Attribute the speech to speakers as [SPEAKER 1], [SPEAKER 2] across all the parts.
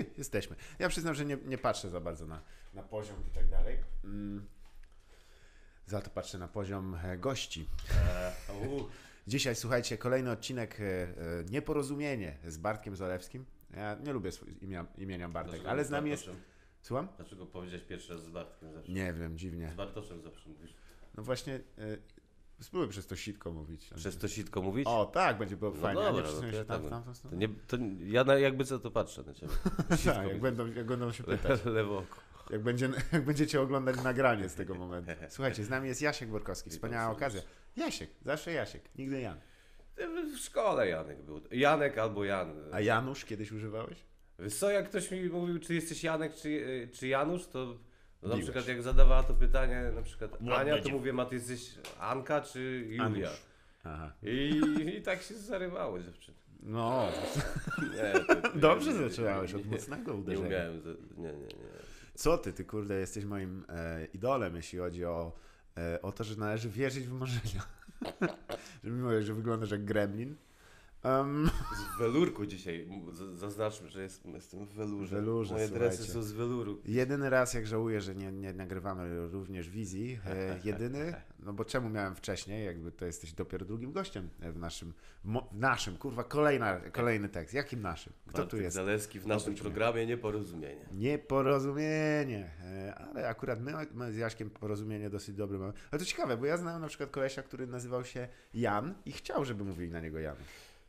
[SPEAKER 1] jesteśmy. Ja przyznam, że nie patrzę za bardzo na poziom i tak dalej. Za to patrzę na poziom gości. Dzisiaj, słuchajcie, kolejny odcinek Nieporozumienie z Bartkiem Zalewskim. Ja nie lubię imienia Bartek,
[SPEAKER 2] Dlaczego
[SPEAKER 1] ale z nami jest... Słucham?
[SPEAKER 2] Dlaczego powiedziałeś pierwszy raz z Bartkiem zawsze?
[SPEAKER 1] Nie wiem, dziwnie.
[SPEAKER 2] Z Bartoszem zawsze mówisz.
[SPEAKER 1] No właśnie, spróbuj przez to sitko mówić.
[SPEAKER 2] Przez to sitko mówić?
[SPEAKER 1] O, tak, będzie było fajnie.
[SPEAKER 2] Dobra,
[SPEAKER 1] a nie przesunę się
[SPEAKER 2] tak.
[SPEAKER 1] tamtą stronę?
[SPEAKER 2] Ja jakby co to patrzę na ciebie.
[SPEAKER 1] Tak, jak będą się pytać.
[SPEAKER 2] Lewo oko.
[SPEAKER 1] Jak będziecie oglądać nagranie z tego momentu. Słuchajcie, z nami jest Jasiek Borkowski. Wspaniała okazja. Jasiek, zawsze Jasiek, nigdy Jan.
[SPEAKER 2] W szkole Janek był. Janek albo Jan.
[SPEAKER 1] A Janusz kiedyś używałeś?
[SPEAKER 2] Wiesz co, jak ktoś mi mówił, czy jesteś Janek, czy Janusz, to no na
[SPEAKER 1] Biłeś.
[SPEAKER 2] przykład jak zadawała to pytanie, na przykład Ania, to
[SPEAKER 1] będzie.
[SPEAKER 2] mówię, a ty jesteś Anka czy Julia?
[SPEAKER 1] Anusz. Aha.
[SPEAKER 2] I tak się zarywało dziewczyny.
[SPEAKER 1] No,
[SPEAKER 2] Nie,
[SPEAKER 1] dobrze zaczynałeś od mocnego
[SPEAKER 2] Nie
[SPEAKER 1] uderzenia.
[SPEAKER 2] umiałem, nie.
[SPEAKER 1] Co ty kurde, jesteś moim idolem, jeśli chodzi o to, że należy wierzyć w marzenia. Że mimo, że wyglądasz jak gremlin.
[SPEAKER 2] Z welurku dzisiaj, zaznaczmy, że jestem w welurze. Moje dresy
[SPEAKER 1] słuchajcie.
[SPEAKER 2] są z weluru.
[SPEAKER 1] Jedyny raz, jak żałuję, że nie nagrywamy również wizji, jedyny, no bo czemu miałem wcześniej, jakby to jesteś dopiero drugim gościem w naszym, kurwa, kolejny tekst. Jakim naszym? Kto
[SPEAKER 2] Bartek
[SPEAKER 1] tu jest?
[SPEAKER 2] Zaleski w naszym programie Nieporozumienie.
[SPEAKER 1] Nieporozumienie, ale akurat my z Jaśkiem porozumienie dosyć dobre mamy. Ale to ciekawe, bo ja znałem na przykład kolesia, który nazywał się Jan i chciał, żeby mówili na niego Jan.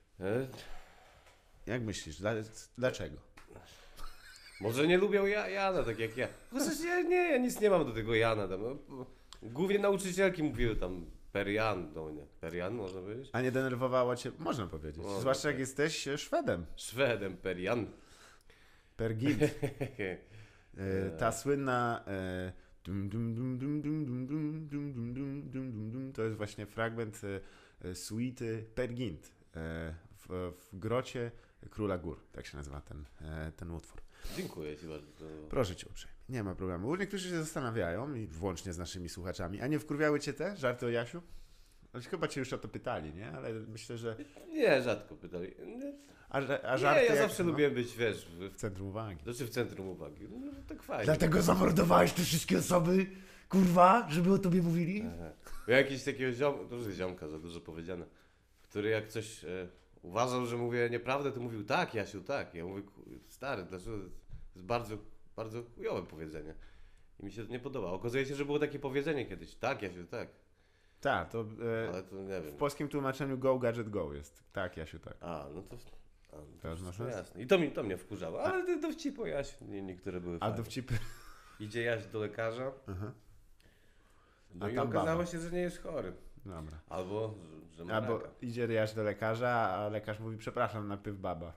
[SPEAKER 1] Jak myślisz, dlaczego?
[SPEAKER 2] Może nie lubią Jana, tak jak ja. W zasadzie ja nic nie mam do tego Jana. Tam. Głównie nauczycielki mówiły tam per Jan do mnie. Per Jan można powiedzieć?
[SPEAKER 1] A nie denerwowało cię? Można powiedzieć.
[SPEAKER 2] Można,
[SPEAKER 1] Zwłaszcza jak
[SPEAKER 2] tak.
[SPEAKER 1] jesteś Szwedem.
[SPEAKER 2] Szwedem per Jan.
[SPEAKER 1] Per Gint. Ta słynna dum, dum, dum, dum, dum, dum, dum, dum, dum, dum, dum, dum, dum, to jest właśnie fragment suity Per Gint w grocie Króla Gór. Tak się nazywa ten utwór.
[SPEAKER 2] Dziękuję ci bardzo.
[SPEAKER 1] Proszę cię uprzejmie. Nie ma problemu. Bo niektórzy się zastanawiają, i włącznie z naszymi słuchaczami, a nie wkurwiały cię te żarty o Jasiu? Znaczy, chyba cię już o to pytali, nie? Ale myślę, że...
[SPEAKER 2] Nie, rzadko pytali.
[SPEAKER 1] A żarty
[SPEAKER 2] ja
[SPEAKER 1] jak,
[SPEAKER 2] zawsze lubiłem być, wiesz,
[SPEAKER 1] w centrum uwagi.
[SPEAKER 2] znaczy w centrum uwagi. No, tak fajnie.
[SPEAKER 1] Dlatego zamordowałeś te wszystkie osoby, kurwa, żeby o tobie mówili?
[SPEAKER 2] Aha. Ja jakiś takiego ziomka, za dużo powiedziane, który jak coś uważał, że mówię nieprawdę, to mówił tak, Jasiu, tak. Ja mówię, stary, dlaczego? To jest bardzo, bardzo chujowe powiedzenie. I mi się to nie podoba. Okazuje się, że było takie powiedzenie kiedyś. Tak, Jasiu, tak.
[SPEAKER 1] Tak, to
[SPEAKER 2] Ale to nie
[SPEAKER 1] w
[SPEAKER 2] wiem.
[SPEAKER 1] polskim tłumaczeniu go, gadget, go jest. Tak, Jasiu, tak.
[SPEAKER 2] No to
[SPEAKER 1] Teraz masz
[SPEAKER 2] wszystko
[SPEAKER 1] sens?
[SPEAKER 2] jasne. I to mnie wkurzało. Ale te dowcipy Jasiu, niektóre były
[SPEAKER 1] A
[SPEAKER 2] fajne.
[SPEAKER 1] dowcipy...
[SPEAKER 2] Idzie Jaś do lekarza.
[SPEAKER 1] Aha.
[SPEAKER 2] No
[SPEAKER 1] A
[SPEAKER 2] i
[SPEAKER 1] tam
[SPEAKER 2] okazało
[SPEAKER 1] baba.
[SPEAKER 2] się, że nie jest chory.
[SPEAKER 1] Dobra.
[SPEAKER 2] Albo, że ma
[SPEAKER 1] Albo
[SPEAKER 2] raka.
[SPEAKER 1] idzie Jaś do lekarza, a lekarz mówi, przepraszam, najpierw baba.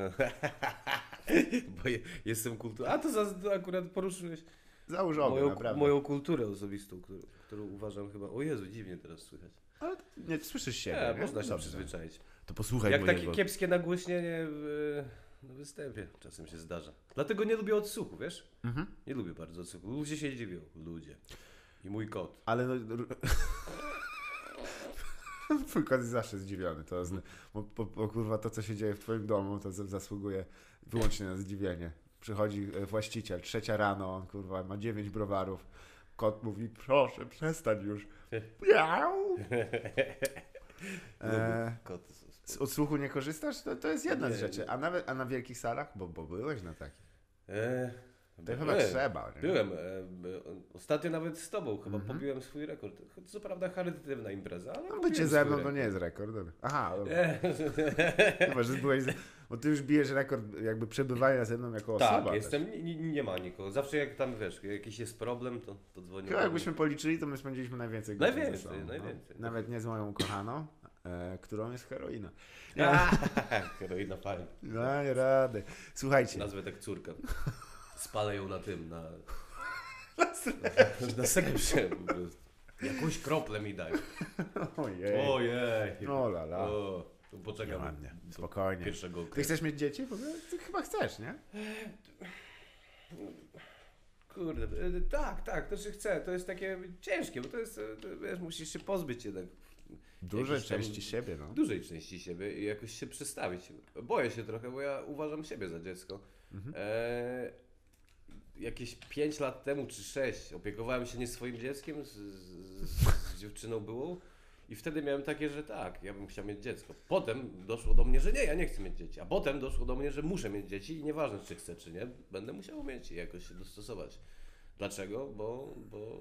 [SPEAKER 2] Bo jestem kulturalny. A to akurat poruszyłeś
[SPEAKER 1] Załóż ogień, naprawdę.
[SPEAKER 2] moją kulturę osobistą, którą uważam chyba... O Jezu, dziwnie teraz słychać.
[SPEAKER 1] Ale nie słyszysz siebie, nie?
[SPEAKER 2] Można się
[SPEAKER 1] Dobrze.
[SPEAKER 2] przyzwyczaić.
[SPEAKER 1] To posłuchaj
[SPEAKER 2] Jak takie
[SPEAKER 1] mojego...
[SPEAKER 2] kiepskie nagłośnienie na występie czasem się zdarza. Dlatego nie lubię odsłuchu, wiesz?
[SPEAKER 1] Mhm.
[SPEAKER 2] Nie lubię bardzo odsłuchu. Ludzie się dziwią. Ludzie. I mój kot.
[SPEAKER 1] Ale no... Twój kot jest zawsze zdziwiony. Bo kurwa to, co się dzieje w twoim domu, to zasługuje wyłącznie na zdziwienie. Przychodzi właściciel, 3 rano, on kurwa ma 9 browarów. Kot mówi, proszę, przestań już. Miau!
[SPEAKER 2] Koty są
[SPEAKER 1] Z odsłuchu nie korzystasz? To jest jedna
[SPEAKER 2] Nie,
[SPEAKER 1] z rzeczy.
[SPEAKER 2] nie.
[SPEAKER 1] A na wielkich salach? Bo byłeś na takich. To chyba
[SPEAKER 2] byłem.
[SPEAKER 1] trzeba. Nie?
[SPEAKER 2] Byłem. Ostatnio nawet z tobą chyba
[SPEAKER 1] Mhm.
[SPEAKER 2] pobiłem swój rekord. Co prawda charytatywna impreza, ale
[SPEAKER 1] No
[SPEAKER 2] pobiłem
[SPEAKER 1] bycie ze
[SPEAKER 2] swój
[SPEAKER 1] mną to
[SPEAKER 2] rekord.
[SPEAKER 1] nie jest rekord. Dobra. Aha, dobra.
[SPEAKER 2] Nie.
[SPEAKER 1] Chyba, że byłeś... Bo ty już bijesz rekord jakby przebywania ze mną jako osoba.
[SPEAKER 2] Tak, jestem, nie ma nikogo. Zawsze jak tam, wiesz, jakiś jest problem, to dzwonię.
[SPEAKER 1] Chyba jakbyśmy policzyli, to my spędziliśmy najwięcej godzin ze
[SPEAKER 2] Najwięcej,
[SPEAKER 1] sobą,
[SPEAKER 2] najwięcej.
[SPEAKER 1] No. Nawet nie z moją ukochaną, którą jest heroina.
[SPEAKER 2] Heroina fajna.
[SPEAKER 1] No nie rady. Słuchajcie.
[SPEAKER 2] Nazwę tak córkę. Spalę ją na tym, na sekrecie po prostu. Jakąś kroplę mi daj.
[SPEAKER 1] Ojej.
[SPEAKER 2] Ojej.
[SPEAKER 1] No lala.
[SPEAKER 2] O, to poczekam.
[SPEAKER 1] Ładnie,
[SPEAKER 2] do
[SPEAKER 1] spokojnie.
[SPEAKER 2] Pierwszego
[SPEAKER 1] Ty chcesz mieć dzieci? W ogóle? Ty chyba chcesz, nie?
[SPEAKER 2] Kurde, tak, to się chcę. To jest takie ciężkie, bo to jest, wiesz, musisz się pozbyć jednak.
[SPEAKER 1] Dużej
[SPEAKER 2] jakiejś tam
[SPEAKER 1] części siebie, no.
[SPEAKER 2] Dużej części siebie i jakoś się przestawić. Boję się trochę, bo ja uważam siebie za dziecko. Jakieś 5 lat temu czy 6 opiekowałem się nie swoim dzieckiem, z dziewczyną byłą i wtedy miałem takie, że tak, ja bym chciał mieć dziecko. Potem doszło do mnie, że nie, ja nie chcę mieć dzieci, a potem doszło do mnie, że muszę mieć dzieci i nieważne czy chcę czy nie, będę musiał mieć i jakoś się dostosować. Dlaczego? Bo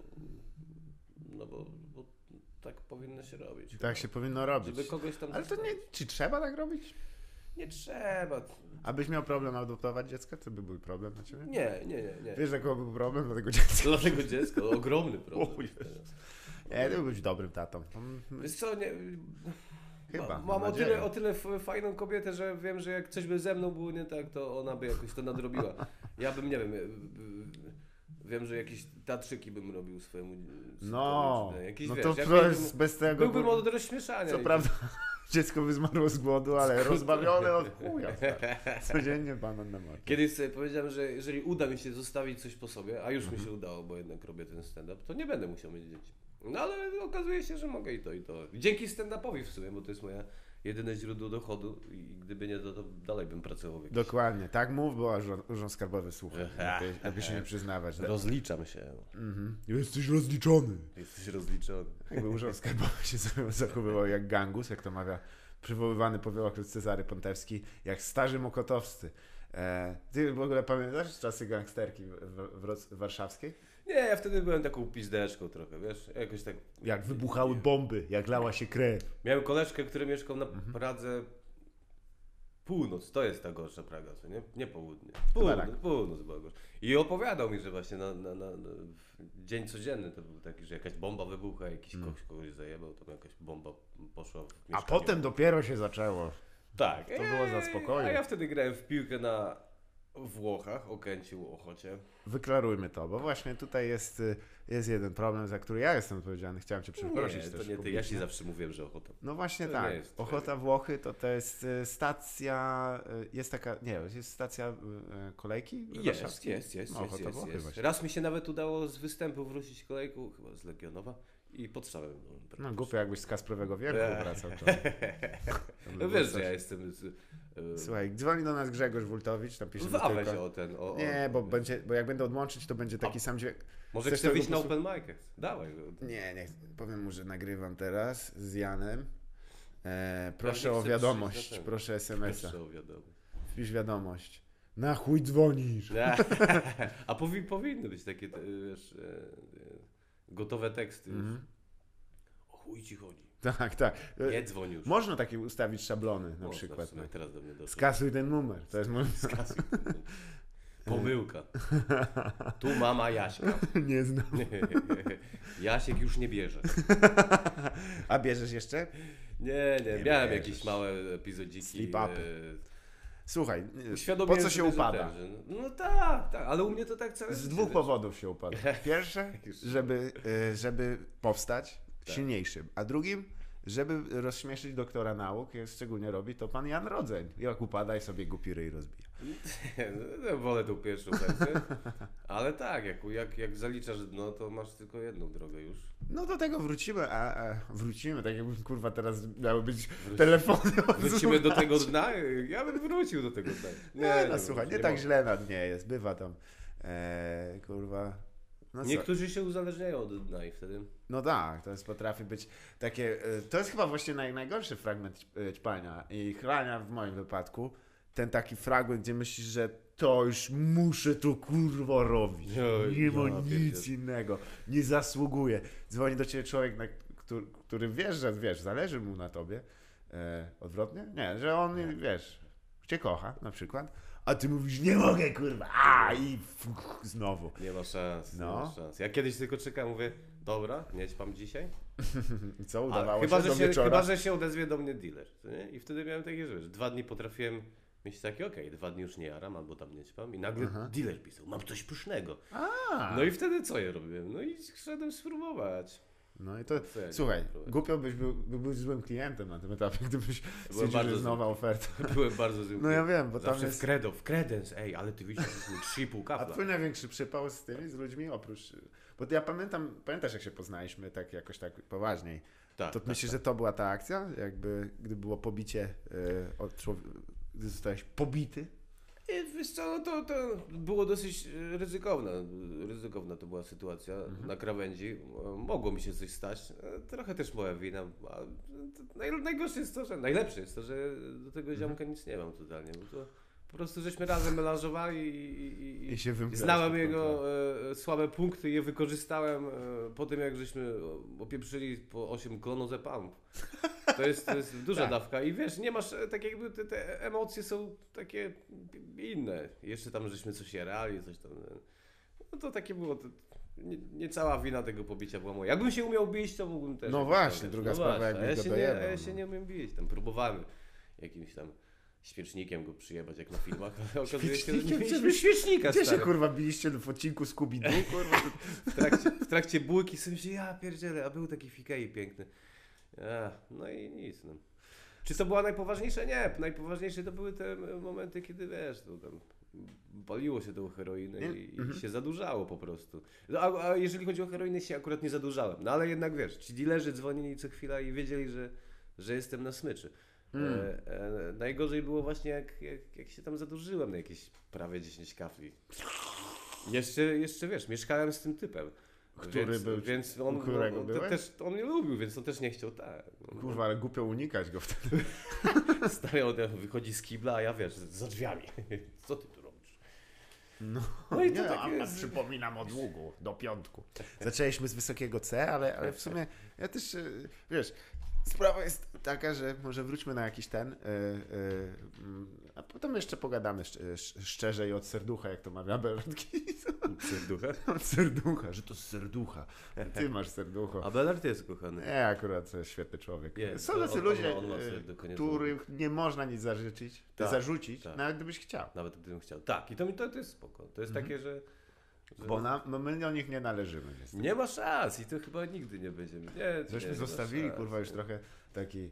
[SPEAKER 2] tak powinno się robić.
[SPEAKER 1] Tak się powinno robić.
[SPEAKER 2] Żeby kogoś tam
[SPEAKER 1] Ale to nie, czy trzeba tak robić?
[SPEAKER 2] Nie trzeba.
[SPEAKER 1] Abyś miał problem adoptować dziecko, to by był problem dla ciebie?
[SPEAKER 2] Nie.
[SPEAKER 1] Wiesz, jakiego był problem dla tego dziecka?
[SPEAKER 2] Dla tego dziecka ogromny problem.
[SPEAKER 1] Nie, to by być dobrym tatą.
[SPEAKER 2] Wiesz co, nie...
[SPEAKER 1] Chyba.
[SPEAKER 2] Mam o tyle fajną kobietę, że wiem, że jak coś by ze mną było nie tak, to ona by jakoś to nadrobiła. Ja bym, nie wiem, wiem, że jakieś teatrzyki bym robił swojemu
[SPEAKER 1] no
[SPEAKER 2] jakieś,
[SPEAKER 1] no
[SPEAKER 2] wiesz,
[SPEAKER 1] to jest bez tego...
[SPEAKER 2] Byłbym od rozśmieszania.
[SPEAKER 1] Co prawda dziecko by zmarło z głodu, ale rozbawione od chuja. Codziennie banan na morzu.
[SPEAKER 2] Kiedyś sobie powiedziałem, że jeżeli uda mi się zostawić coś po sobie, a już mi się udało, bo jednak robię ten stand-up, to nie będę musiał mieć dzieci. No ale okazuje się, że mogę i to, i to. Dzięki stand-upowi w sumie, bo to jest moje jedyne źródło dochodu i gdyby nie to dalej bym pracował.
[SPEAKER 1] Dokładnie, tak mów, bo Urząd Skarbowy słucha, aby się nie przyznawać.
[SPEAKER 2] Rozliczam się.
[SPEAKER 1] Jesteś rozliczony.
[SPEAKER 2] Jesteś rozliczony.
[SPEAKER 1] Jakby Urząd Skarbowy się zachowywał jak gangus, jak to mawia przywoływany po wielokroć Cezary Pontewski, jak starzy mokotowscy. Ty w ogóle pamiętasz czasy gangsterki warszawskiej?
[SPEAKER 2] Nie, ja wtedy byłem taką pizdeczką trochę, wiesz, jakoś tak...
[SPEAKER 1] Jak wybuchały bomby, jak lała się krew.
[SPEAKER 2] Miałem koleżkę, który mieszkał na Pradze północ, to jest ta gorsza Praga, co nie? Nie południe. Północ była gorsza. I opowiadał mi, że właśnie na dzień codzienny to był taki, że jakaś bomba wybucha, jakiś kogoś zajebał, tam jakaś bomba poszła w mieszkaniu.
[SPEAKER 1] A potem dopiero się zaczęło.
[SPEAKER 2] Tak.
[SPEAKER 1] To było za spokojnie.
[SPEAKER 2] A ja wtedy grałem w piłkę na Włochach, Okęciu, Ochocie.
[SPEAKER 1] Wyklarujmy to, bo właśnie tutaj jest jeden problem, za który ja jestem odpowiedzialny. Chciałem cię przeprosić
[SPEAKER 2] nie,
[SPEAKER 1] też.
[SPEAKER 2] To nie ty, ja ci zawsze mówiłem, że Ochota.
[SPEAKER 1] No właśnie
[SPEAKER 2] to
[SPEAKER 1] tak. Ochota Włochy to jest stacja, jest taka, nie, jest stacja kolejki?
[SPEAKER 2] Jest. Raz mi się nawet udało z występu wrócić kolejką, chyba z Legionowa i pod Strzałem.
[SPEAKER 1] No głupio, jakbyś z Kasprowego Wierchu wracał.
[SPEAKER 2] No wiesz, że ja jestem...
[SPEAKER 1] Słuchaj, dzwoni do nas Grzegorz Wultowicz, tam pisze
[SPEAKER 2] Wawę
[SPEAKER 1] tylko...
[SPEAKER 2] się o ten...
[SPEAKER 1] Nie, bo jak będę odłączyć, to będzie taki sam dźwięk.
[SPEAKER 2] Może chcesz wyjść na open mic'ach? Dawaj.
[SPEAKER 1] Nie, powiem mu, że nagrywam teraz z Janem. Proszę o wiadomość, proszę SMS-a.
[SPEAKER 2] Proszę o wiadomość.
[SPEAKER 1] Wpisz wiadomość. Na chuj dzwonisz.
[SPEAKER 2] A powinny być takie, wiesz, gotowe teksty. O chuj ci chodzi.
[SPEAKER 1] Tak.
[SPEAKER 2] Nie dzwoń już.
[SPEAKER 1] Można takie ustawić szablony na przykład.
[SPEAKER 2] Teraz do mnie doszło.
[SPEAKER 1] Skasuj ten numer. To jest mój...
[SPEAKER 2] Skasuj ten numer. Pomyłka. Tu mama Jaśka.
[SPEAKER 1] Nie znam.
[SPEAKER 2] Jasiek już nie bierze.
[SPEAKER 1] A bierzesz jeszcze?
[SPEAKER 2] Nie. Miałem jakieś małe epizodziki.
[SPEAKER 1] Slip-upy. Słuchaj,
[SPEAKER 2] po
[SPEAKER 1] co się upada?
[SPEAKER 2] No tak, ale u mnie to tak cały czas.
[SPEAKER 1] Z dwóch powodów się upada. Pierwsze, żeby powstać silniejszym, a drugim, żeby rozśmieszyć doktora nauk, jak szczególnie robi to pan Jan Rodzeń. Jak upada i sobie głupi ryj rozbija.
[SPEAKER 2] No, wolę tą pierwszą wersję, ale tak, jak zaliczasz dno, to masz tylko jedną drogę już.
[SPEAKER 1] No do tego wrócimy, wrócimy, tak jakby kurwa teraz miały być telefony.
[SPEAKER 2] Wrócimy do tego dna? Ja bym wrócił do tego dna.
[SPEAKER 1] Nie, słuchaj, nie tak źle na dnie jest, bywa tam, kurwa. No
[SPEAKER 2] niektórzy się uzależniają od dna i wtedy...
[SPEAKER 1] No tak, to potrafi być takie, to jest chyba właśnie najgorszy fragment ćpania i chrania w moim wypadku. Ten taki fragment, gdzie myślisz, że to już muszę to kurwa robić. Nie ma nic innego. Nie zasługuje. Dzwoni do ciebie człowiek, który wiesz, że zależy mu na tobie. Odwrotnie? Nie, że on, wiesz, cię kocha na przykład. A ty mówisz, nie mogę kurwa. I znowu.
[SPEAKER 2] Nie ma szans, nie ma szans. Ja kiedyś tylko czekam, mówię, dobra, nie ćpam dzisiaj.
[SPEAKER 1] I co, udawało
[SPEAKER 2] chyba,
[SPEAKER 1] się do wieczora?
[SPEAKER 2] Chyba, że się odezwie do mnie dealer. Nie? I wtedy miałem takie rzeczy. 2 dni potrafiłem mieć takie, 2 dni już nie jaram, albo tam nie ćpam. I nagle dealer pisał, mam coś pysznego. No i wtedy co ja robiłem? No i szedłem spróbować.
[SPEAKER 1] No i to, słuchaj, głupio byłbyś złym klientem na tym etapie, gdybyś stwierdził, że jest nowa oferta.
[SPEAKER 2] Byłem bardzo złym klientem.
[SPEAKER 1] No ja wiem, bo
[SPEAKER 2] zawsze
[SPEAKER 1] tam jest...
[SPEAKER 2] w kredens, ale ty widzisz, że jest 3,5 kafla.
[SPEAKER 1] A twój największy przypał z tymi, z ludźmi, oprócz... Bo ja pamiętasz jak się poznaliśmy, tak jakoś tak poważniej. To myślisz, że to była ta akcja? Jakby, gdy było pobicie, gdy zostałeś pobity?
[SPEAKER 2] Wiesz co, no to było dosyć ryzykowna to była sytuacja na krawędzi. Mogło mi się coś stać, trochę też moja wina. Najgorsze jest to, że najlepsze jest to, że do tego ziomka nic nie mam totalnie, bo to po prostu żeśmy razem melanżowali i
[SPEAKER 1] się
[SPEAKER 2] znałem jego słabe punkty i je wykorzystałem po tym, jak żeśmy opieprzyli po 8 klonozepamów. To jest duża dawka i wiesz, nie masz, tak jakby te emocje są takie inne. Jeszcze tam żeśmy coś jarali, coś tam. No to takie było, nie cała wina tego pobicia była moja. Jakbym się umiał bić, to mógłbym też.
[SPEAKER 1] No właśnie, druga sprawa, jakby go dojebał.
[SPEAKER 2] Ja się nie umiem bić, tam próbowałem jakimś tam świecznikiem go przyjebać jak na filmach, ale okazuje się, że nie mieliśmy świecznika,
[SPEAKER 1] Gdzie się
[SPEAKER 2] stary.
[SPEAKER 1] kurwa biliście w odcinku Scooby-Doo, kurwa?
[SPEAKER 2] W trakcie bójki sobie myślę, ja pierdzielę, a był taki Fikei piękny. No i nic. No. Czy to była najpoważniejsza? Nie. Najpoważniejsze to były te momenty, kiedy wiesz, to tam paliło się tą heroinę i się zadłużało po prostu. No, a jeżeli chodzi o heroinę, się akurat nie zadłużałem. No ale jednak wiesz, ci dealerzy dzwonili co chwila i wiedzieli, że jestem na smyczy. Najgorzej było właśnie jak się tam zadłużyłem na jakieś prawie 10 kafli. Jeszcze wiesz, mieszkałem z tym typem. Więc on, on mnie lubił, więc on też nie chciał, tak.
[SPEAKER 1] Kurwa, ale głupio unikać go wtedy.
[SPEAKER 2] Stary, on wychodzi z kibla, a ja wiesz, za drzwiami. Co ty tu robisz?
[SPEAKER 1] No i to takie przypominam o długu, do piątku. Zaczęliśmy z wysokiego C, ale w sumie ja też, wiesz, sprawa jest taka, że może wróćmy na jakiś a potem jeszcze pogadamy szczerze i od serducha, jak to mawia Belartki.
[SPEAKER 2] Serducha?
[SPEAKER 1] Od serducha, że to z serducha. Ty masz serducho.
[SPEAKER 2] A Belart jest kochany.
[SPEAKER 1] Nie, akurat świetny człowiek.
[SPEAKER 2] Jest,
[SPEAKER 1] są tacy ludzie,
[SPEAKER 2] których
[SPEAKER 1] nie można nic zarzucić, nawet gdybyś chciał.
[SPEAKER 2] Nawet gdybym chciał. Tak, i to jest spoko. To jest takie, że...
[SPEAKER 1] Bo my do nich nie należymy. Niestety.
[SPEAKER 2] Nie ma szans i to chyba nigdy nie będziemy.
[SPEAKER 1] Żeśmy zostawili, kurwa, już trochę taki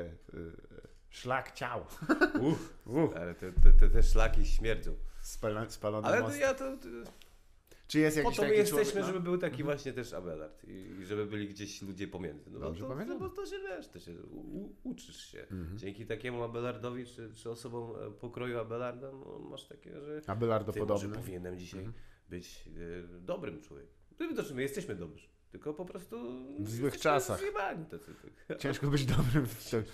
[SPEAKER 1] szlak ciał.
[SPEAKER 2] Ale te szlaki śmierdzą.
[SPEAKER 1] Spalone
[SPEAKER 2] ale
[SPEAKER 1] mosty. Czy jest jakiś
[SPEAKER 2] po to
[SPEAKER 1] taki
[SPEAKER 2] my jesteśmy,
[SPEAKER 1] człowiek,
[SPEAKER 2] żeby był taki właśnie też Abelard i żeby byli gdzieś ludzie pomiędzy. No
[SPEAKER 1] Dobrze pamiętam.
[SPEAKER 2] bo to się wiesz, uczysz się. Dzięki takiemu Abelardowi, czy osobom pokroju Abelarda, masz takie, że
[SPEAKER 1] Abelardo podobny.
[SPEAKER 2] Może powinienem dzisiaj być dobrym człowiekiem. Znaczy, my jesteśmy dobrzy. Tylko po prostu
[SPEAKER 1] w złych czasach.
[SPEAKER 2] Tacy.
[SPEAKER 1] Ciężko być dobrym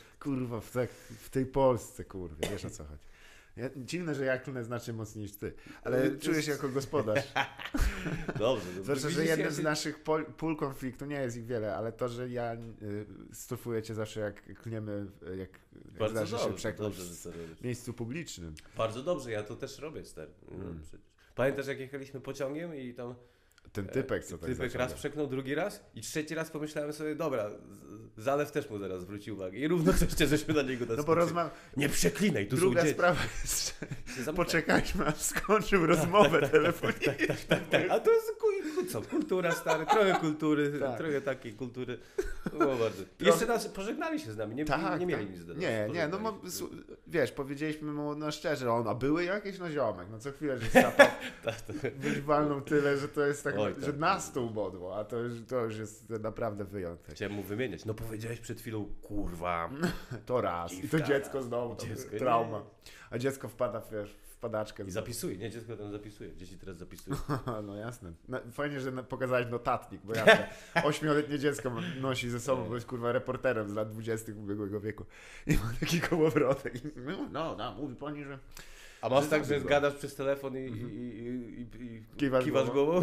[SPEAKER 1] w tej Polsce, kurwa. Wiesz o co chodzi. Dziwne, że ja klnę znacznie mocniej niż ty, ale czuję się jako gospodarz.
[SPEAKER 2] Dobrze.
[SPEAKER 1] Zwłaszcza, że jednym z naszych pól konfliktu, nie jest ich wiele, ale to, że ja stosuję cię zawsze jak klniemy, jak zdarzy się przekląć w miejscu publicznym.
[SPEAKER 2] Bardzo dobrze, ja to też robię, stary. Pamiętasz, jak jechaliśmy pociągiem i tam
[SPEAKER 1] ten typek, co tak
[SPEAKER 2] typek raz przeknął, drugi raz i trzeci raz pomyślałem sobie, dobra, Zalew też mu zaraz zwróci uwagę i równocześnie żeśmy na niego
[SPEAKER 1] No bo
[SPEAKER 2] nie przeklinaj, tu
[SPEAKER 1] druga
[SPEAKER 2] są dzieci.
[SPEAKER 1] Sprawa jest, że poczekaliśmy, aż skończył rozmowę telefoniczną.
[SPEAKER 2] Tak. A to jest co, kultura, stary, trochę kultury, trochę takiej kultury. Było bardzo. Jeszcze nas pożegnali się z nami, nie mieli nic do nas.
[SPEAKER 1] Nie, no wiesz, powiedzieliśmy mu no szczerze, a były jakieś no ziomek, no co chwilę, że sapał, byś walnął tyle, że to jest tak, że nas to ubodło, a to już jest naprawdę wyjątek.
[SPEAKER 2] Chciałem mu wymieniać, no powiedziałeś przed chwilą, kurwa.
[SPEAKER 1] To raz, i to dziecko znowu, trauma. A dziecko wpada, wiesz, w padaczkę.
[SPEAKER 2] I zapisuje, nie, dziecko tam zapisuje, dzieci teraz zapisują.
[SPEAKER 1] No jasne. Fajnie, że pokazałeś notatnik, bo jasne, 8-letnie dziecko nosi ze sobą, bo jest kurwa reporterem z lat 20. ubiegłego wieku. I ma taki kołowrotek. No, mówi pani, że...
[SPEAKER 2] A masz tak, że gadasz przez telefon i kiwasz głową?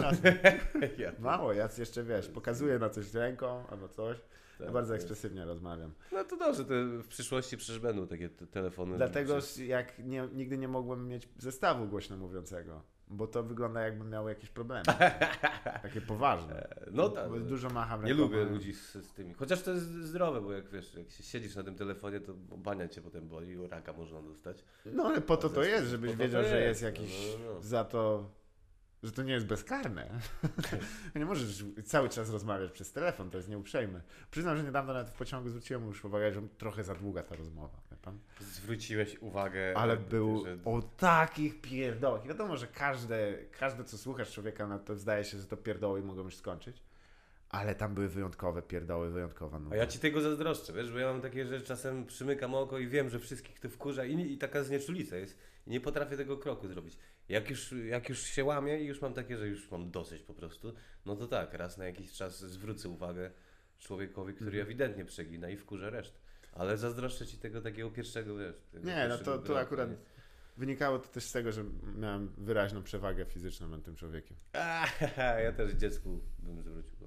[SPEAKER 1] Mało, ja jeszcze, wiesz, pokazuję na coś ręką albo coś. Ja bardzo ekspresywnie rozmawiam.
[SPEAKER 2] No to dobrze, w przyszłości przecież będą takie telefony.
[SPEAKER 1] Dlatego nigdy nie mogłem mieć zestawu głośno mówiącego, bo to wygląda jakbym miał jakieś problemy. Takie poważne.
[SPEAKER 2] No tak.
[SPEAKER 1] Dużo macham
[SPEAKER 2] rękoma. Nie lubię ludzi z tymi. Chociaż to jest zdrowe, bo jak wiesz, jak się siedzisz na tym telefonie, to bania cię potem boli i raka można dostać.
[SPEAKER 1] No ale po to jest, żebyś wiedział, że jest jakiś za to... Że to nie jest bezkarne. Nie możesz cały czas rozmawiać przez telefon, to jest nieuprzejme. Przyznam, że niedawno nawet w pociągu zwróciłem już uwagę, że trochę za długa ta rozmowa. Wie pan?
[SPEAKER 2] Zwróciłeś uwagę.
[SPEAKER 1] Ale był o takich pierdołach. I wiadomo, że każde co słuchasz człowieka, no to zdaje się, że to pierdoły mogą już skończyć. Ale tam były wyjątkowe pierdoły, wyjątkowa nuda.
[SPEAKER 2] A ja ci tego zazdroszczę, wiesz, bo ja mam takie, że czasem przymykam oko i wiem, że wszystkich to wkurza i taka znieczulica jest i nie potrafię tego kroku zrobić. Jak już się łamię i już mam takie, że już mam dosyć po prostu, no to tak, raz na jakiś czas zwrócę uwagę człowiekowi, który ewidentnie przegina i wkurza resztę. Ale zazdroszczę ci tego takiego pierwszego, wiesz.
[SPEAKER 1] Nie, no to akurat wynikało to też z tego, że miałem wyraźną przewagę fizyczną nad tym człowiekiem.
[SPEAKER 2] Ja też dziecku bym zwrócił.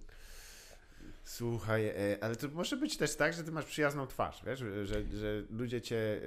[SPEAKER 1] Słuchaj, ale to może być też tak, że ty masz przyjazną twarz, wiesz, że ludzie cię...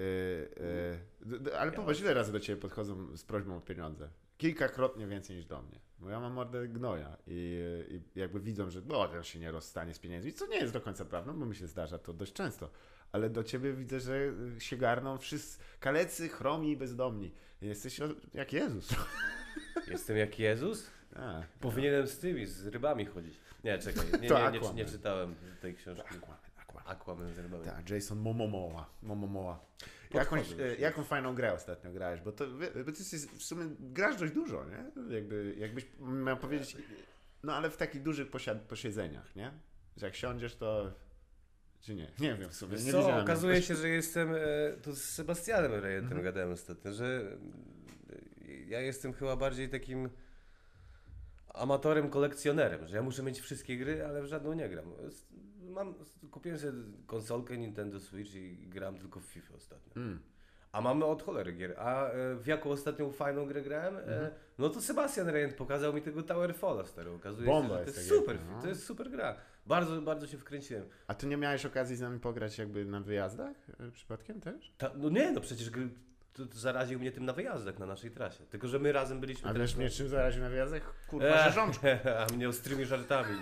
[SPEAKER 1] ale popatrz, ile razy do ciebie podchodzą z prośbą o pieniądze? Kilkakrotnie więcej niż do mnie. Bo ja mam mordę gnoja i jakby widzą, że on się nie rozstanie z pieniędzmi, co nie jest do końca prawdą, bo mi się zdarza to dość często. Ale do ciebie widzę, że się garną wszyscy kalecy, chromi i bezdomni. Jesteś jak Jezus.
[SPEAKER 2] Jestem jak Jezus? Powinienem z rybami chodzić. Nie, czekaj, nie czytałem tej książki. Aquaman z rybami.
[SPEAKER 1] Tak, Jason Momoa. Jaką fajną grę ostatnio grałeś? Bo ty w sumie grasz dość dużo, nie? Jakbyś miał powiedzieć, no ale w takich dużych posiedzeniach, nie? Że jak siądziesz, to... Czy nie? Nie wiem w sumie. Nie wiedziałem.
[SPEAKER 2] Okazuje się, że jestem... To z Sebastianem Rejentem gadałem ostatnio, że ja jestem chyba bardziej takim amatorem, kolekcjonerem, że ja muszę mieć wszystkie gry, ale w żadną nie gram. Kupiłem sobie konsolkę Nintendo Switch i gram tylko w FIFA ostatnio. A mamy od cholery gier. A w jaką ostatnią fajną grę grałem? No to Sebastian Rejent pokazał mi tego Towerfalla, stary. Okazuje się, że to jest super, to jest super gra. Bardzo, bardzo się wkręciłem.
[SPEAKER 1] A ty nie miałeś okazji z nami pograć jakby na wyjazdach przypadkiem też?
[SPEAKER 2] No nie, no przecież to zaraził mnie tym na wyjazdach na naszej trasie. Tylko, że my razem byliśmy...
[SPEAKER 1] A wiesz mnie czym zaraził na wyjazdach? Kurwa, rzeżączką.
[SPEAKER 2] A mnie ostrymi żartami.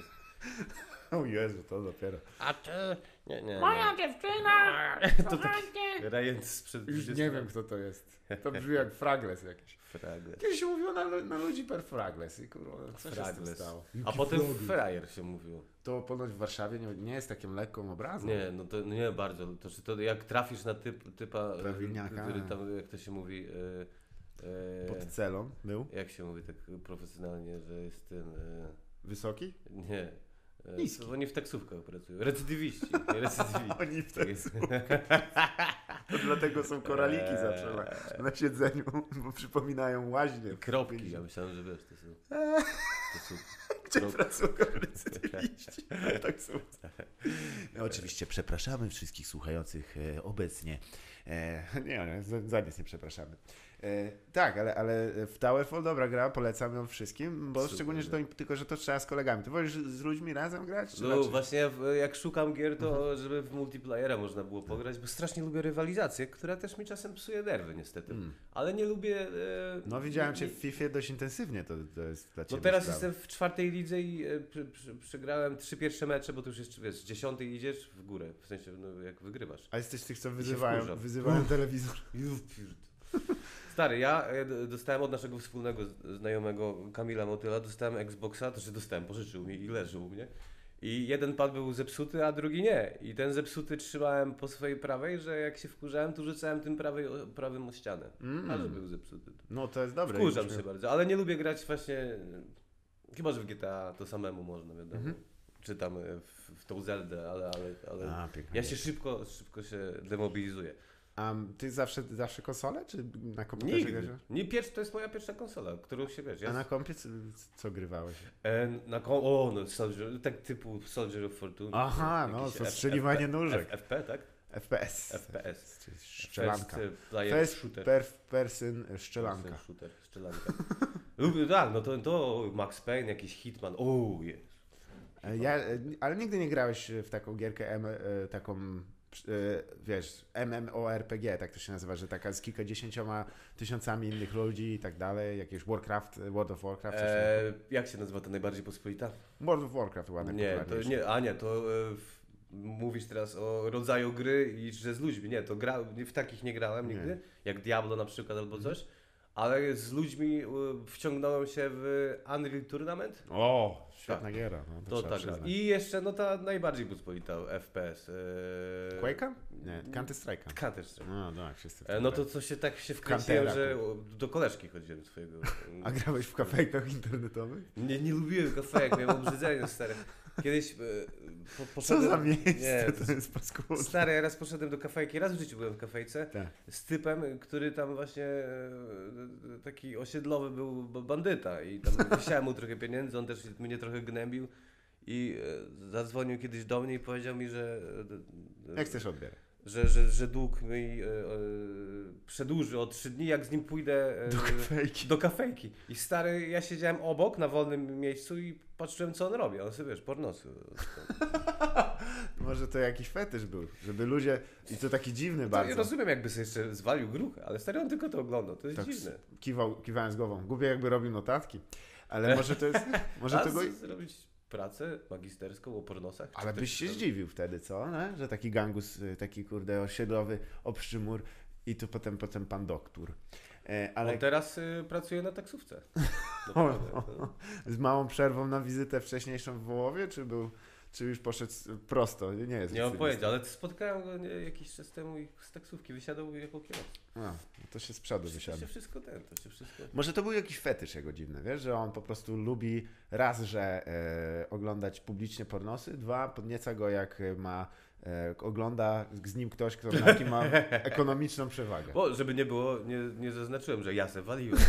[SPEAKER 1] O Jezu, to dopiero.
[SPEAKER 2] A ty... Nie.
[SPEAKER 3] Moja dziewczyna!
[SPEAKER 2] To taki rejent sprzed 20
[SPEAKER 1] Nie wiem kto to jest. To brzmi jak Fragles jakiś.
[SPEAKER 2] Fragles.
[SPEAKER 1] Kiedyś się mówiło na ludzi per Fragles i kurwa, co się z tym stało?
[SPEAKER 2] A potem frajer się mówiło.
[SPEAKER 1] To ponoć w Warszawie nie jest takim lekką obrazą.
[SPEAKER 2] Nie, no to nie bardzo. To jak trafisz na typa,
[SPEAKER 1] prawilniaka,
[SPEAKER 2] który tam, jak to się mówi...
[SPEAKER 1] pod celą był?
[SPEAKER 2] Jak się mówi tak profesjonalnie, że jest ten...
[SPEAKER 1] Wysoki?
[SPEAKER 2] Nie.
[SPEAKER 1] Niski.
[SPEAKER 2] Oni w taksówkach pracują. Recydywiści.
[SPEAKER 1] Oni w taksówkach. To dlatego są koraliki zawsze na siedzeniu, bo przypominają łaźnie.
[SPEAKER 2] Kropki, ja myślałem, że wiesz, to są
[SPEAKER 1] Gdzie pracują recydywiści na taksówce. Oczywiście przepraszamy wszystkich słuchających obecnie. Nie, za nic nie przepraszamy. Tak, ale w Towerfall dobra gra, polecam ją wszystkim, bo super, szczególnie, że to trzeba z kolegami. Ty wolisz z ludźmi razem grać? Czy
[SPEAKER 2] no właśnie, jak szukam gier, to żeby w multiplayera można było pograć, bo strasznie lubię rywalizację, która też mi czasem psuje nerwy niestety. Ale nie lubię...
[SPEAKER 1] No widziałem cię w FIFA dość intensywnie, to jest dla ciebie.
[SPEAKER 2] No teraz jestem w 4. lidze i przegrałem 3 pierwsze mecze, bo to już jest, wiesz, 10. idziesz w górę, w sensie jak wygrywasz.
[SPEAKER 1] A jesteś z tych, co wyzywają telewizor.
[SPEAKER 2] Stary, ja dostałem od naszego wspólnego znajomego Kamila Motyla, dostałem Xboxa, to dostałem, pożyczył mi i leży u mnie. I jeden pad był zepsuty, a drugi nie. I ten zepsuty trzymałem po swojej prawej, że jak się wkurzałem, to rzucałem tym prawym o ścianę. Ale był zepsuty.
[SPEAKER 1] No to jest dobre.
[SPEAKER 2] Wkurzam się bardzo, ale nie lubię grać właśnie, chyba że w GTA to samemu można, wiadomo. Czy tam w tą Zeldę, ale ja się szybko się demobilizuję.
[SPEAKER 1] A ty zawsze konsolę, czy na komputerze?
[SPEAKER 2] Nigdy. To jest moja pierwsza konsola, którą się wiesz.
[SPEAKER 1] A na kompie co grywałeś?
[SPEAKER 2] Tak typu Soldier of Fortune.
[SPEAKER 1] Aha, to strzeliwanie nóżek.
[SPEAKER 2] FP, tak?
[SPEAKER 1] FPS.
[SPEAKER 2] Czyli
[SPEAKER 1] szczelanka. First person szczelanka.
[SPEAKER 2] Szczelanka. Lubię, tak, no to Max Payne, jakiś Hitman,
[SPEAKER 1] ale nigdy nie grałeś w taką gierkę, taką... wiesz, MMORPG, tak to się nazywa, że taka z kilkudziesięcioma tysiącami innych ludzi i tak dalej, jakieś World of Warcraft.
[SPEAKER 2] Jak się nazywa to najbardziej pospolita?
[SPEAKER 1] World of Warcraft ładnie.
[SPEAKER 2] Mówisz teraz o rodzaju gry i że z ludźmi. Nie, to w takich nie grałem nigdy, jak Diablo na przykład albo coś. Ale z ludźmi wciągnąłem się w Unreal Tournament.
[SPEAKER 1] O, świetna giera. No,
[SPEAKER 2] to tak. I jeszcze ta najbardziej pospolita FPS.
[SPEAKER 1] Quake'a? Nie, Counter-Strike'a.
[SPEAKER 2] Counter-Strike.
[SPEAKER 1] No tak, wszyscy.
[SPEAKER 2] No to się tak się wkręciłem, że do koleżki chodziłem swojego.
[SPEAKER 1] A grałeś w kafejkach internetowych?
[SPEAKER 2] Nie lubiłem kafejek, miałem obrzydzenie stare. Kiedyś
[SPEAKER 1] Co
[SPEAKER 2] poszedłem...
[SPEAKER 1] za miejsce
[SPEAKER 2] Nie,
[SPEAKER 1] to jest paskudne.
[SPEAKER 2] Stary, ja raz poszedłem do kafejki, raz w życiu byłem w kafejce
[SPEAKER 1] Tak.
[SPEAKER 2] z typem, który tam właśnie taki osiedlowy był bandyta i tam wisiałem mu trochę pieniędzy, on też mnie trochę gnębił i zadzwonił kiedyś do mnie i powiedział mi, że...
[SPEAKER 1] Jak chcesz odbierać?
[SPEAKER 2] Że dług mi przedłuży o 3 dni, jak z nim pójdę do kafejki. I stary, ja siedziałem obok na wolnym miejscu i patrzyłem, co on robi. A on sobie, wiesz, pornosy.
[SPEAKER 1] Może to jakiś fetysz był, żeby ludzie... I to taki dziwny bardzo.
[SPEAKER 2] Ja rozumiem, jakby sobie jeszcze zwalił gruchę, ale stary, on tylko to oglądał. To jest
[SPEAKER 1] Tak,
[SPEAKER 2] dziwne.
[SPEAKER 1] kiwałem z głową. Głupie jakby robił notatki. Ale może to jest... Może
[SPEAKER 2] A
[SPEAKER 1] to go...
[SPEAKER 2] zrobić pracę magisterską o pornosach?
[SPEAKER 1] Ale byś się zdziwił wtedy, co? Nie? Że taki gangus, taki kurde osiedlowy, obszczy mur i tu potem pan doktor. Ale
[SPEAKER 2] on teraz pracuje na taksówce.
[SPEAKER 1] z małą przerwą na wizytę wcześniejszą w Wołowie, czy już poszedł prosto? Nie jest.
[SPEAKER 2] Nie mam pojęcia, ale spotkałem go jakiś czas temu i z taksówki wysiadał jako kierowca.
[SPEAKER 1] A, to się z przodu wysiadł.
[SPEAKER 2] To się wszystko...
[SPEAKER 1] Może to był jakiś fetysz jego dziwny, wiesz, że on po prostu lubi raz, że oglądać publicznie pornosy, dwa, podnieca go jak ogląda z nim ktoś, kto na kim ma ekonomiczną przewagę.
[SPEAKER 2] Bo żeby nie było, nie zaznaczyłem, że ja se waliłem.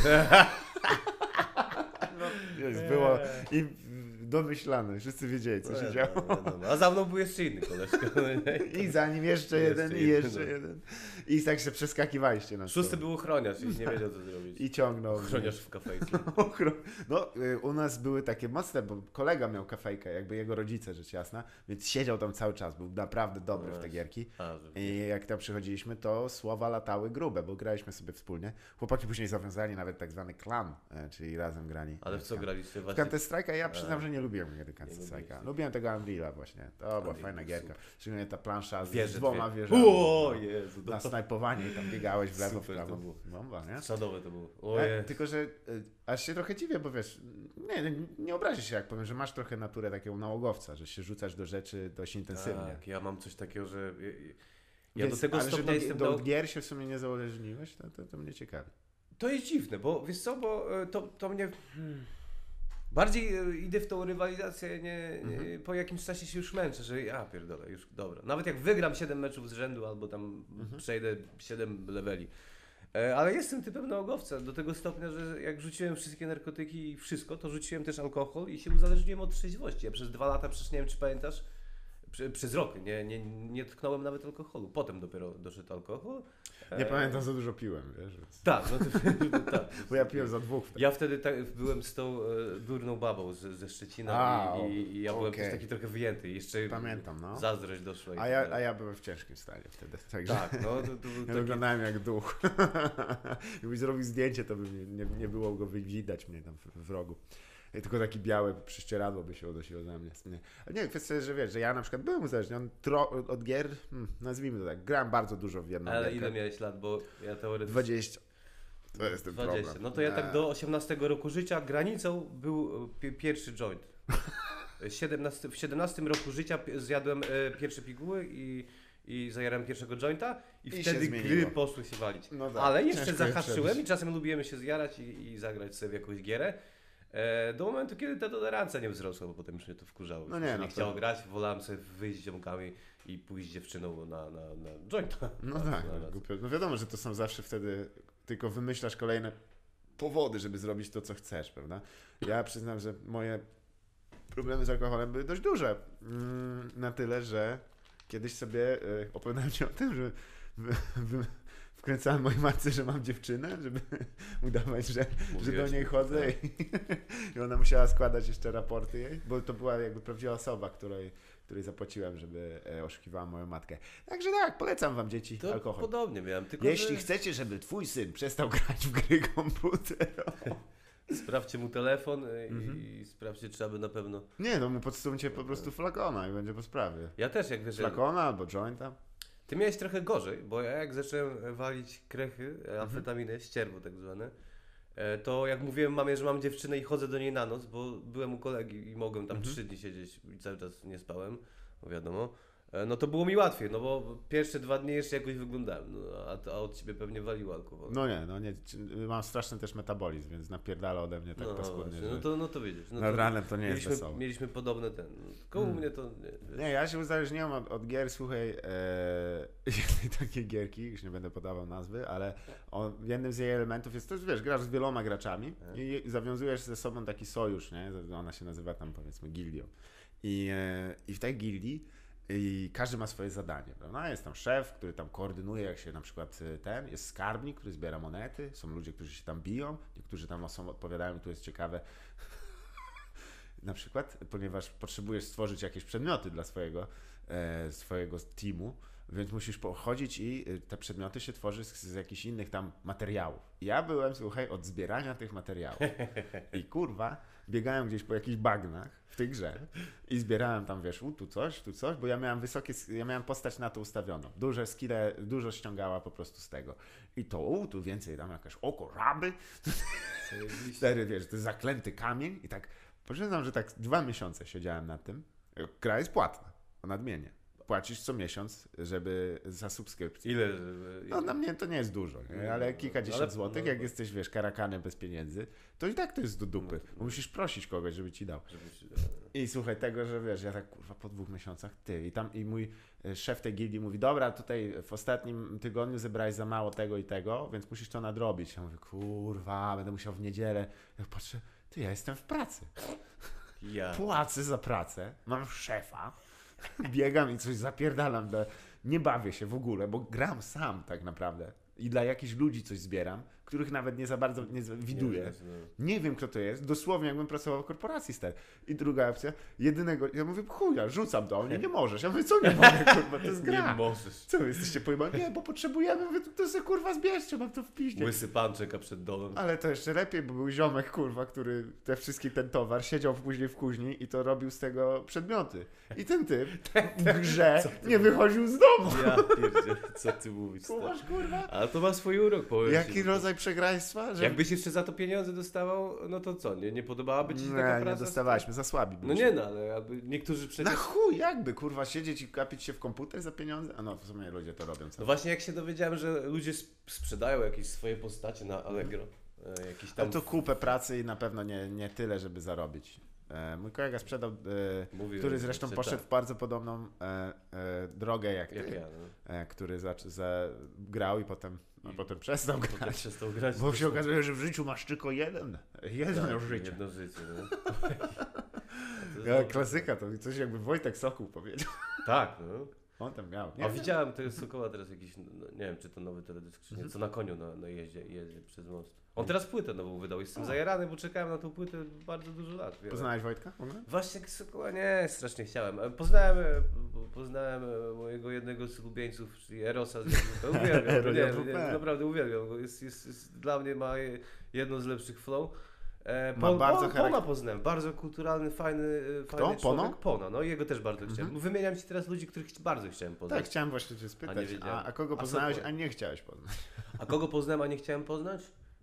[SPEAKER 1] Było i domyślane, wszyscy wiedzieli, co się działo.
[SPEAKER 2] A za mną był jeszcze inny koleżka.
[SPEAKER 1] I za nim jeszcze jeden, i jeszcze jeden. I tak się przeskakiwaliście na
[SPEAKER 2] Szósty był ochroniarz i nie wiedział, co zrobić.
[SPEAKER 1] I ciągnął.
[SPEAKER 2] Ochroniarz w kafejce.
[SPEAKER 1] No, u nas były takie mocne, bo kolega miał kafejkę, jakby jego rodzice, rzecz jasna, więc siedział tam cały czas, był naprawdę dobry w te gierki. I jak tam przychodziliśmy, to słowa latały grube, bo graliśmy sobie wspólnie. Chłopaki później zawiązali nawet tak zwany klan, czyli razem grali.
[SPEAKER 2] Ale w co graliście
[SPEAKER 1] W
[SPEAKER 2] właśnie?
[SPEAKER 1] Counter Strike'a ja przyznam, że nie lubiłem nigdy Counter Strike'a. Lubiłem tego Unreal'a właśnie. To była fajna gierka. Szczególnie ta plansza z dwoma wieżami.
[SPEAKER 2] O Jezu.
[SPEAKER 1] Na snajpowanie i tam biegałeś w lewo, w
[SPEAKER 2] Super
[SPEAKER 1] prawo.
[SPEAKER 2] to było.
[SPEAKER 1] Bomba, nie?
[SPEAKER 2] Sadowe to było.
[SPEAKER 1] Tylko, że aż się trochę dziwię, bo wiesz, nie obrazisz się, jak powiem, że masz trochę naturę takiego nałogowca, że się rzucasz do rzeczy dość intensywnie.
[SPEAKER 2] Tak, ja mam coś takiego, że
[SPEAKER 1] Więc,
[SPEAKER 2] do tego
[SPEAKER 1] ale
[SPEAKER 2] stopnia
[SPEAKER 1] że
[SPEAKER 2] jestem...
[SPEAKER 1] do gier się w sumie nie założniłeś, to mnie ciekawi.
[SPEAKER 2] To jest dziwne, bo wiesz co, bo to mnie... Bardziej idę w tą rywalizację, po jakimś czasie się już męczę, że ja pierdolę, już dobra. Nawet jak wygram 7 meczów z rzędu albo tam przejdę 7 leveli. Ale jestem typem nałogowca do tego stopnia, że jak rzuciłem wszystkie narkotyki i wszystko, to rzuciłem też alkohol i się uzależniłem od trzeźwości. Ja przez 2 lata, przecież nie wiem czy pamiętasz, przez rok nie tknąłem nawet alkoholu. Potem dopiero doszedł alkohol.
[SPEAKER 1] Nie pamiętam, za dużo piłem, wiesz. Więc...
[SPEAKER 2] Tak, no to, tak.
[SPEAKER 1] Bo ja piłem za dwóch.
[SPEAKER 2] Ja wtedy byłem z tą durną babą ze Szczecina i ja byłem też taki trochę wyjęty. Jeszcze
[SPEAKER 1] pamiętam, no.
[SPEAKER 2] Zazdrość doszła.
[SPEAKER 1] A ja byłem w ciężkim stanie wtedy. Także
[SPEAKER 2] tak, no. To był
[SPEAKER 1] ja wyglądałem jak duch. Gdybyś zrobił zdjęcie, to by nie było go widać mnie tam w rogu. Tylko taki białe prześcieradło by się odnosiło za mnie. Ale nie, kwestia jest, że wiesz, że ja na przykład byłem uzależniony od gier, nazwijmy to tak, grałem bardzo dużo w jedną
[SPEAKER 2] Ale
[SPEAKER 1] gierkę.
[SPEAKER 2] ile miałeś lat, bo ja teoretycznie...
[SPEAKER 1] 20. To jest ten
[SPEAKER 2] 20.
[SPEAKER 1] problem.
[SPEAKER 2] No to ja tak do 18 roku życia granicą był pierwszy joint. W 17 roku życia zjadłem pierwsze piguły i zajarałem pierwszego jointa i wtedy gry poszły się walić.
[SPEAKER 1] No tak,
[SPEAKER 2] ale jeszcze zahaczyłem i czasem lubiłem się zjarać i zagrać sobie w jakąś gierę. Do momentu, kiedy ta tolerancja nie wzrosła, bo potem już mnie to wkurzało.
[SPEAKER 1] No nie,
[SPEAKER 2] nie chciało grać, wolałem sobie wyjść z ziomkami i pójść z dziewczyną na jointa.
[SPEAKER 1] No tak, no wiadomo, że to są zawsze wtedy, tylko wymyślasz kolejne powody, żeby zrobić to, co chcesz, prawda? Ja przyznam, że moje problemy z alkoholem były dość duże. Na tyle, że kiedyś sobie opowiadałem ci o tym, że wkręcałem mojej matce, że mam dziewczynę, żeby udawać, że do niej chodzę i ona musiała składać jeszcze raporty jej, bo to była jakby prawdziwa osoba, której zapłaciłem, żeby oszukiwała moją matkę. Także tak, polecam wam dzieci
[SPEAKER 2] to
[SPEAKER 1] alkohol.
[SPEAKER 2] Podobnie miałem, tylko
[SPEAKER 1] jeśli chcecie, żeby twój syn przestał grać w gry komputerowe.
[SPEAKER 2] Sprawdźcie mu telefon i sprawdźcie, czy aby na pewno...
[SPEAKER 1] Nie, no mu podstawcie po prostu flakona i będzie po sprawie.
[SPEAKER 2] Ja też, jak wiesz...
[SPEAKER 1] Flakona albo jointa.
[SPEAKER 2] Ty miałeś trochę gorzej, bo ja jak zacząłem walić krechy, amfetaminy, ścierwo tak zwane, to jak mówiłem mamie, że mam dziewczynę i chodzę do niej na noc, bo byłem u kolegi i mogłem tam 3 dni siedzieć i cały czas nie spałem, bo wiadomo, no to było mi łatwiej, no bo pierwsze 2 dni jeszcze jakoś wyglądałem, no, a od ciebie pewnie walił alkohol.
[SPEAKER 1] No nie, mam straszny też metabolizm, więc napierdala ode mnie tak paskudnie,
[SPEAKER 2] właśnie, no to widzisz. No
[SPEAKER 1] nad ranem to nie jest wesoło.
[SPEAKER 2] Mieliśmy podobne tylko u mnie to...
[SPEAKER 1] Nie, ja się uzależniłem od gier, słuchaj, jednej takiej gierki, już nie będę podawał nazwy, ale jednym z jej elementów jest to, że wiesz, grasz z wieloma graczami i zawiązujesz ze sobą taki sojusz, nie? Ona się nazywa tam powiedzmy gildią. I w tej gildii każdy ma swoje zadanie, prawda? Jest tam szef, który tam koordynuje, jak się na przykład jest skarbnik, który zbiera monety, są ludzie, którzy się tam biją, niektórzy tam odpowiadają, tu jest ciekawe, na przykład, ponieważ potrzebujesz stworzyć jakieś przedmioty dla swojego teamu, więc musisz pochodzić i te przedmioty się tworzy z jakichś innych tam materiałów. Ja byłem, słuchaj, od zbierania tych materiałów. I kurwa, biegałem gdzieś po jakichś bagnach w tej grze i zbierałem tam, wiesz, tu coś, bo ja miałem postać na to ustawioną. Duże skille, dużo ściągała po prostu z tego. I to, tu więcej, tam jakaś oko żaby. Cztery, wiesz, to jest zaklęty kamień i tak, przyznam, że tak 2 miesiące siedziałem nad tym. Gra jest płatna, nadmienię. Płacisz co miesiąc, żeby za subskrypcję.
[SPEAKER 2] Ile?
[SPEAKER 1] No na mnie to nie jest dużo, nie? Ale kilkadziesiąt złotych, jak jesteś, wiesz, karakanem bez pieniędzy, to i tak to jest do dupy, bo musisz prosić kogoś, żeby ci dał. I słuchaj tego, że wiesz, ja tak kurwa po 2 miesiącach, i mój szef tej gildii mówi, dobra, tutaj w ostatnim tygodniu zebrałeś za mało tego i tego, więc musisz to nadrobić. Ja mówię, kurwa, będę musiał w niedzielę. Ja patrzę, ja jestem w pracy. Płacę za pracę, mam szefa, biegam i coś zapierdalam, nie bawię się w ogóle, bo gram sam tak naprawdę i dla jakichś ludzi coś zbieram, których nawet nie za bardzo nie widuję. Nie wiem, kto to jest, dosłownie jakbym pracował w korporacji stary. I druga opcja, ja mówię, chuja, rzucam to, nie możesz. Ja mówię, co nie mogę, kurwa, to jest gra.
[SPEAKER 2] Nie możesz.
[SPEAKER 1] Co, wy jesteście pojebani? Nie, bo potrzebujemy, mówię, to sobie kurwa zbierzcie, mam to w piździe.
[SPEAKER 2] Łysy pan czeka przed domem.
[SPEAKER 1] Ale to jeszcze lepiej, bo był ziomek, kurwa, który ten towar siedział później w kuźni i to robił z tego przedmioty. I ten typ w grze nie wychodził z domu.
[SPEAKER 2] Ja pierdzie, co ty mówisz?
[SPEAKER 1] Kumasz, kurwa?
[SPEAKER 2] Ale to ma swój urok, powiem
[SPEAKER 1] Jaki
[SPEAKER 2] ci.
[SPEAKER 1] rodzaj przegraństwa? Że...
[SPEAKER 2] Jakbyś jeszcze za to pieniądze dostawał, no to co, nie podobałaby ci się taka praca?
[SPEAKER 1] Nie dostawaliśmy, za słabi
[SPEAKER 2] byliśmy. No nie, no, ale jakby niektórzy przecież...
[SPEAKER 1] Na chuj, jakby, kurwa, siedzieć i kapić się w komputer za pieniądze? A no, w sumie ludzie to robią.
[SPEAKER 2] No właśnie jak się dowiedziałem, że ludzie sprzedają jakieś swoje postacie na Allegro. Jakiś tam...
[SPEAKER 1] Ale to kupę pracy i na pewno nie tyle, żeby zarobić. Mój kolega sprzedał, który zresztą poszedł w bardzo podobną drogę jak ty,
[SPEAKER 2] ja, no.
[SPEAKER 1] Który grał i potem przestał grać. Bo
[SPEAKER 2] to
[SPEAKER 1] się okazuje, że w życiu masz tylko jedno życie.
[SPEAKER 2] Jedno życie, no.
[SPEAKER 1] Klasyka, to coś jakby Wojtek Sokół powiedział.
[SPEAKER 2] Tak, no.
[SPEAKER 1] On tam miał.
[SPEAKER 2] A widziałem tego Sokoła teraz jakiś, no, nie wiem czy to nowy teledysk, czy nie, co na koniu jeździ przez most. On teraz płytę nową wydał, jestem zajarany, bo czekałem na tą płytę bardzo dużo lat.
[SPEAKER 1] Poznałeś Wojtka?
[SPEAKER 2] Właśnie Sokoła nie, strasznie chciałem. Poznałem mojego jednego z ulubieńców, czyli Erosa. Uwielbiam, naprawdę uwielbiam go. Jest dla mnie ma jedno z lepszych flow. Pona poznałem, bardzo kulturalny, fajny człowiek. Pona, no jego też bardzo chciałem. Wymieniam ci teraz ludzi, których bardzo chciałem poznać.
[SPEAKER 1] Tak, chciałem właśnie cię spytać, a kogo poznałeś, a nie chciałeś poznać?
[SPEAKER 2] A kogo poznałem, a nie chciałem poznać?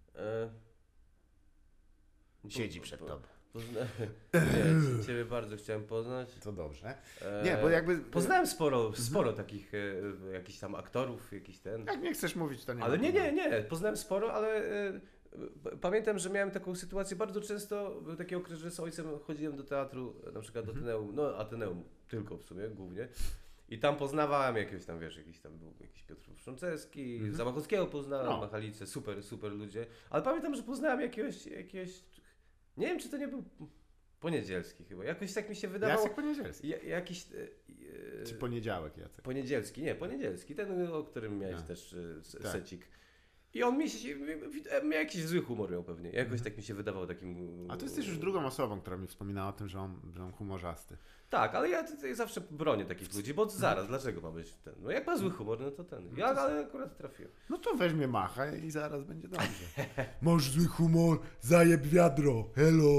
[SPEAKER 1] Siedzi przed tobą.
[SPEAKER 2] Nie, ciebie bardzo chciałem poznać.
[SPEAKER 1] To dobrze. Nie, bo jakby...
[SPEAKER 2] Poznałem sporo takich jakichś tam aktorów,
[SPEAKER 1] Jak nie chcesz mówić, to nie.
[SPEAKER 2] Ale nie, poznałem sporo, ale pamiętam, że miałem taką sytuację bardzo często, był taki okres, że z ojcem chodziłem do teatru, na przykład do Ateneum, no Ateneum tylko w sumie, głównie. I tam poznawałem jakiegoś tam, wiesz, był jakiś Piotr Wszczącewski, Zamachowskiego poznałem, Machalice, super ludzie. Ale pamiętam, że poznałem jakiegoś, nie wiem czy to nie był Poniedzielski chyba, jakoś tak mi się wydawało.
[SPEAKER 1] Jacek Poniedzielski. Czy Poniedziałek Jacek?
[SPEAKER 2] Poniedzielski, ten o którym miałeś też secik. I on miał jakiś zły humor miał pewnie, jakoś tak mi się wydawał takim...
[SPEAKER 1] A to jesteś już drugą osobą, która mi wspominała o tym, że on humorzasty.
[SPEAKER 2] Tak, ale ja tutaj zawsze bronię takich ludzi, bo zaraz, dlaczego ma być ten? No jak ma zły humor, no to ten. Ale akurat trafiłem.
[SPEAKER 1] No to weźmie macha i zaraz będzie dobrze. Masz zły humor, zajeb wiadro, hello!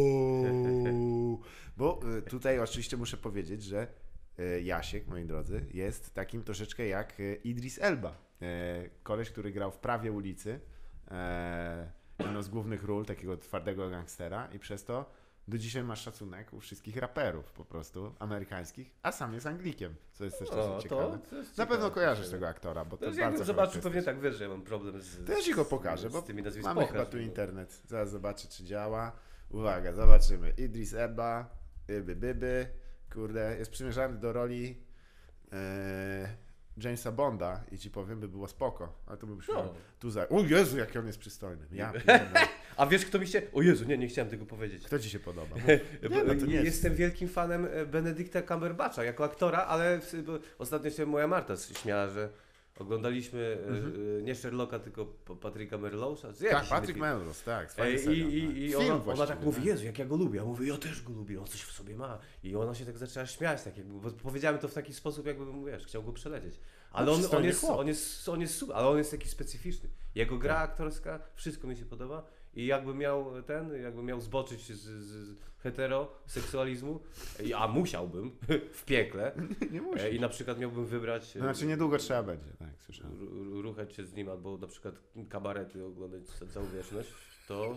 [SPEAKER 1] Bo tutaj oczywiście muszę powiedzieć, że Jasiek, moi drodzy, jest takim troszeczkę jak Idris Elba. Koleś, który grał w Prawie ulicy, jedną z głównych ról takiego twardego gangstera i przez to do dzisiaj ma szacunek u wszystkich raperów po prostu amerykańskich, a sam jest Anglikiem, co jest też dosyć ciekawe.
[SPEAKER 2] To jest
[SPEAKER 1] Na pewno
[SPEAKER 2] ciekawe.
[SPEAKER 1] kojarzysz tego aktora, bo to
[SPEAKER 2] No,
[SPEAKER 1] bardzo
[SPEAKER 2] zobaczył pewnie tak, wiesz, że ja mam problem z
[SPEAKER 1] to ja ci go pokażę, bo
[SPEAKER 2] tymi nazwiskami.
[SPEAKER 1] mamy chyba tu internet. Zaraz zobaczę, czy działa. Uwaga, zobaczymy. Idris Elba, Byby, kurde, jest przymierzany do roli Jamesa Bonda i ci powiem, by było spoko. Ale to byśmy tu za... O Jezu, jaki on jest przystojny. Ja pierdolę.
[SPEAKER 2] A wiesz, kto mi się... O Jezu, nie chciałem tego powiedzieć.
[SPEAKER 1] Kto ci się podoba?
[SPEAKER 2] Jestem wielkim fanem Benedicta Cumberbatcha jako aktora, ale ostatnio się moja Marta śmiała, że oglądaliśmy nie Sherlocka, tylko Patricka Melrose'a.
[SPEAKER 1] Tak, Patrick Melrose, tak.
[SPEAKER 2] I ona tak mówi, Jezu, jak ja go lubię. Ja mówię, ja też go lubię, on coś w sobie ma. I ona się tak zaczęła śmiać, tak jakby, bo powiedziałem to w taki sposób, jakbym, wiesz, chciał go przelecieć. Ale on jest super, ale on jest taki specyficzny. Jego gra aktorska, wszystko mi się podoba. I jakby miał zboczyć z heteroseksualizmu, a musiałbym w piekle.
[SPEAKER 1] Nie musisz.
[SPEAKER 2] I na przykład miałbym wybrać...
[SPEAKER 1] Znaczy niedługo trzeba będzie, tak, słyszałem.
[SPEAKER 2] Ruchać się z nim, albo na przykład kabarety oglądać całą wieczność, to...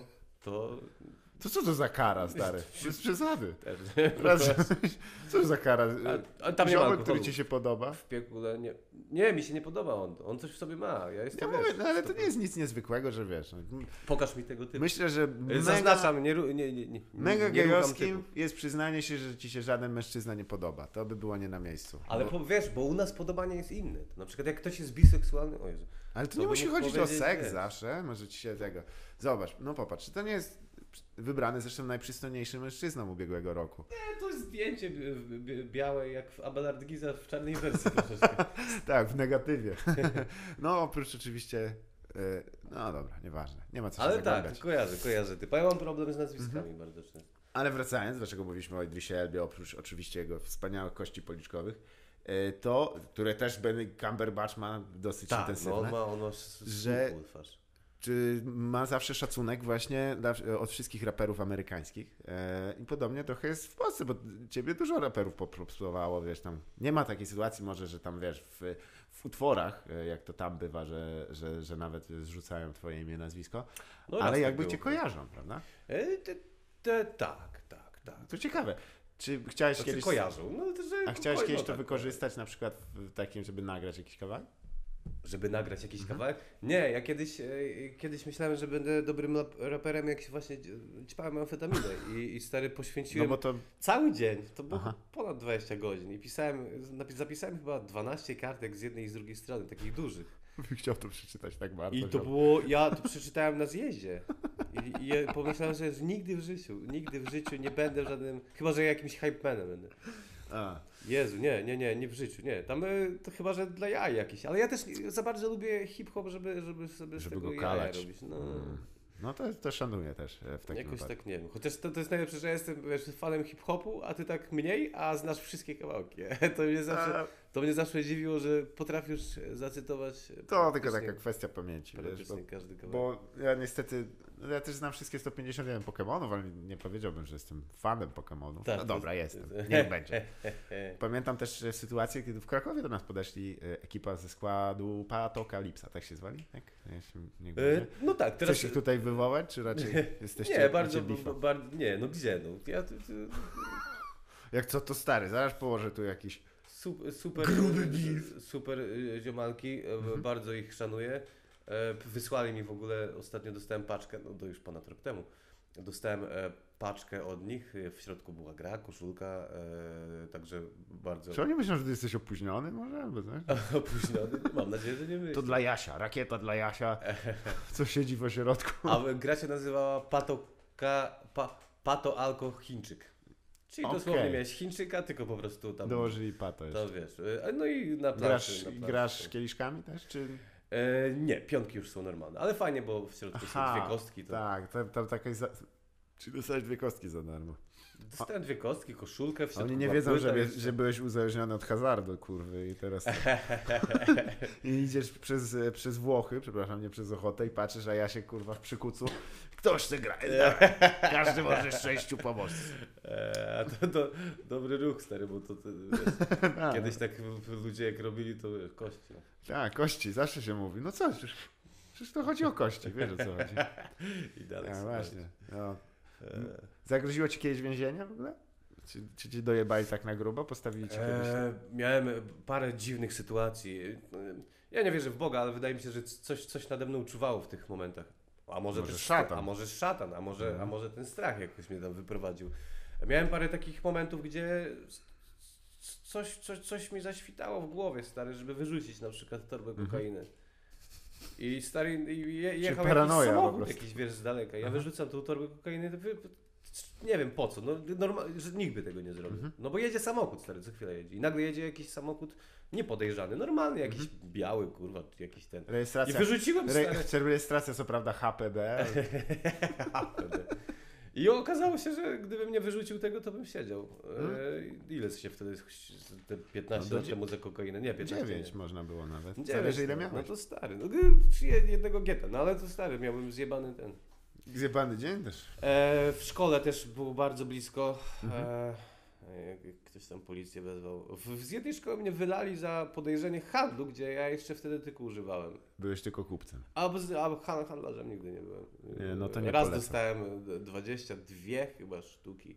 [SPEAKER 1] To co to za kara, stary? Bez przesady.
[SPEAKER 2] Też.
[SPEAKER 1] Co za kara?
[SPEAKER 2] A tam nie ma alkoholu.
[SPEAKER 1] Który ci się podoba?
[SPEAKER 2] W piekle nie, mi się nie podoba on. On coś w sobie ma. Ja jestem,
[SPEAKER 1] mówię, no ale to nie jest nic niezwykłego, że wiesz. No.
[SPEAKER 2] Pokaż mi tego typu.
[SPEAKER 1] Myślę, że
[SPEAKER 2] zaznaczam,
[SPEAKER 1] mega gejowskim jest przyznanie się, że ci się żaden mężczyzna nie podoba. To by było nie na miejscu.
[SPEAKER 2] Ale wiesz, bo u nas podobanie jest inne. To na przykład jak ktoś jest biseksualny, o Jezu.
[SPEAKER 1] Ale to nie musi chodzić o seks zawsze. Może ci się tego... Zobacz, no popatrz, to nie jest wybrany zresztą najprzystojniejszy mężczyzną ubiegłego roku.
[SPEAKER 2] Nie, to jest zdjęcie białe jak w Abelard Giza w czarnej wersji troszeczkę.
[SPEAKER 1] Tak, w negatywie. No oprócz oczywiście... No dobra, nieważne. Nie ma co się zagłębiać.
[SPEAKER 2] Ale tak, kojarzę. Ja mam problem z nazwiskami bardzo często.
[SPEAKER 1] Ale wracając, dlaczego mówiliśmy o Idrisie Elbie, oprócz oczywiście jego wspaniałych kości policzkowych, to, które też Benedict Cumberbatch ma dosyć intensywne.
[SPEAKER 2] No on ma
[SPEAKER 1] że czy ma zawsze szacunek właśnie od wszystkich raperów amerykańskich. I podobnie trochę jest w Polsce, bo ciebie dużo raperów popróbowało, wiesz, tam nie ma takiej sytuacji może, że tam, wiesz, w utworach, jak to tam bywa, że nawet zrzucają twoje imię, nazwisko, ale jakby cię kojarzą, prawda?
[SPEAKER 2] Tak.
[SPEAKER 1] To ciekawe. Czy chciałeś kiedyś...
[SPEAKER 2] kojarzą? No,
[SPEAKER 1] chciałeś kiedyś to wykorzystać na przykład w takim, żeby nagrać jakiś kawałek?
[SPEAKER 2] Żeby nagrać jakiś kawałek? Nie, ja kiedyś myślałem, że będę dobrym raperem, jak się właśnie ćpałem amfetaminę i stary poświęciłem cały dzień, to było ponad 20 godzin i zapisałem chyba 12 kartek z jednej i z drugiej strony, takich dużych.
[SPEAKER 1] Chciał to przeczytać tak bardzo.
[SPEAKER 2] I to było, ja to przeczytałem na zjeździe i pomyślałem, że nigdy w życiu nie będę żadnym, chyba że jakimś hype manem będę. Jezu, nie w życiu, nie. Tam to chyba, że dla jaj jakieś. Ale ja też za bardzo lubię hip-hop, żeby sobie z tego jaja robić.
[SPEAKER 1] No to szanuję też w takim
[SPEAKER 2] jakoś
[SPEAKER 1] wypadku.
[SPEAKER 2] tak nie wiem. Chociaż to jest najlepsze, że ja jestem fanem hip-hopu, a ty tak mniej, a znasz wszystkie kawałki. To mnie zawsze dziwiło, że potrafisz zacytować.
[SPEAKER 1] To tylko taka kwestia pamięci. Wiesz,
[SPEAKER 2] każdy kawałek.
[SPEAKER 1] Bo ja niestety, ja też znam wszystkie 151 Pokemonów, ale nie powiedziałbym, że jestem fanem Pokemonów.
[SPEAKER 2] Tak,
[SPEAKER 1] no dobra, jestem. Niech będzie. Pamiętam też sytuację, kiedy w Krakowie do nas podeszli ekipa ze składu Patokalipsa, tak się zwali? Tak? Ja się nie
[SPEAKER 2] no tak. Teraz...
[SPEAKER 1] Chcesz ich tutaj wywołać, czy raczej jesteście...
[SPEAKER 2] Nie, bardzo, nie, no gdzie? No,
[SPEAKER 1] Jak co to stary, zaraz położę tu jakiś...
[SPEAKER 2] Super ziomalki, bardzo ich szanuję. Wysłali mi w ogóle, ostatnio dostałem paczkę, no to już ponad rok temu, dostałem paczkę od nich, w środku była gra, koszulka, także bardzo...
[SPEAKER 1] Czy oni myślą, że ty jesteś opóźniony może? Albo coś?
[SPEAKER 2] Opóźniony? Mam nadzieję, że nie myślę.
[SPEAKER 1] To dla Jasia, rakieta dla Jasia, co siedzi w ośrodku.
[SPEAKER 2] A gra się nazywała Pato Alko Chińczyk. Czyli dosłownie miałeś Chińczyka, tylko po prostu tam...
[SPEAKER 1] Dołożyli pato jeszcze.
[SPEAKER 2] To wiesz, no i na plaży.
[SPEAKER 1] Grasz kieliszkami też, czy...
[SPEAKER 2] Nie, piątki już są normalne, ale fajnie, bo w środku są 2 kostki. To...
[SPEAKER 1] Tak, tam taka Czyli dostałeś 2 kostki za darmo.
[SPEAKER 2] Dostałem 2 kostki, koszulkę w środku.
[SPEAKER 1] Oni nie wiedzą, że byłeś uzależniony od hazardu, kurwy, i teraz... I idziesz przez Włochy, przepraszam, nie przez Ochotę i patrzysz, a ja się, kurwa, w przykucu. Ktoś chce grać, każdy może 6 pomocy.
[SPEAKER 2] To dobry ruch, stary, bo to wiesz, kiedyś tak ludzie jak robili, to wiesz, kości. No.
[SPEAKER 1] Tak, kości, zawsze się mówi. No co, przecież to chodzi o kości, wiesz o co chodzi.
[SPEAKER 2] I dalej.
[SPEAKER 1] Ja, właśnie. No. Zagroziło ci kiedyś więzienie w ogóle? Czy cię dojebali tak na grubo? Postawili cię kiedyś tak?
[SPEAKER 2] Miałem parę dziwnych sytuacji. Ja nie wierzę w Boga, ale wydaje mi się, że coś nade mną czuwało w tych momentach. A może też
[SPEAKER 1] szatan.
[SPEAKER 2] A może ten strach jakoś mnie tam wyprowadził. Miałem parę takich momentów, gdzie coś mi zaświtało w głowie, stary, żeby wyrzucić na przykład torbę kokainy. I stary, jechał jakiś samochód jakiś, wiesz, z daleka. Ja wyrzucam tą torbę kokainy, nie wiem po co, no że nikt by tego nie zrobił. No bo jedzie samochód, stary, co chwilę jedzie. I nagle jedzie jakiś samochód niepodejrzany, normalny, jakiś biały, kurwa, jakiś ten.
[SPEAKER 1] Rejestracja.
[SPEAKER 2] I wyrzuciłem, stary.
[SPEAKER 1] Rejestracja co prawda HPB.
[SPEAKER 2] I okazało się, że gdybym nie wyrzucił tego, to bym siedział. Ile się wtedy, te 15 lat temu za kokainę? Nie, 15.
[SPEAKER 1] 9 można było nawet.
[SPEAKER 2] 9,
[SPEAKER 1] zależy ile miałeś.
[SPEAKER 2] No to stary, no jednego geta, no ale to stary, miałbym zjebany ten.
[SPEAKER 1] Zjebany dzień też.
[SPEAKER 2] W szkole też było bardzo blisko. Ktoś tam policję wezwał. Z jednej szkoły mnie wylali za podejrzenie handlu, gdzie ja jeszcze wtedy tylko używałem.
[SPEAKER 1] Byłeś tylko kupcem.
[SPEAKER 2] A handlarzem nigdy nie byłem.
[SPEAKER 1] Nie, no to nie
[SPEAKER 2] Raz
[SPEAKER 1] polecam.
[SPEAKER 2] dostałem 22 chyba sztuki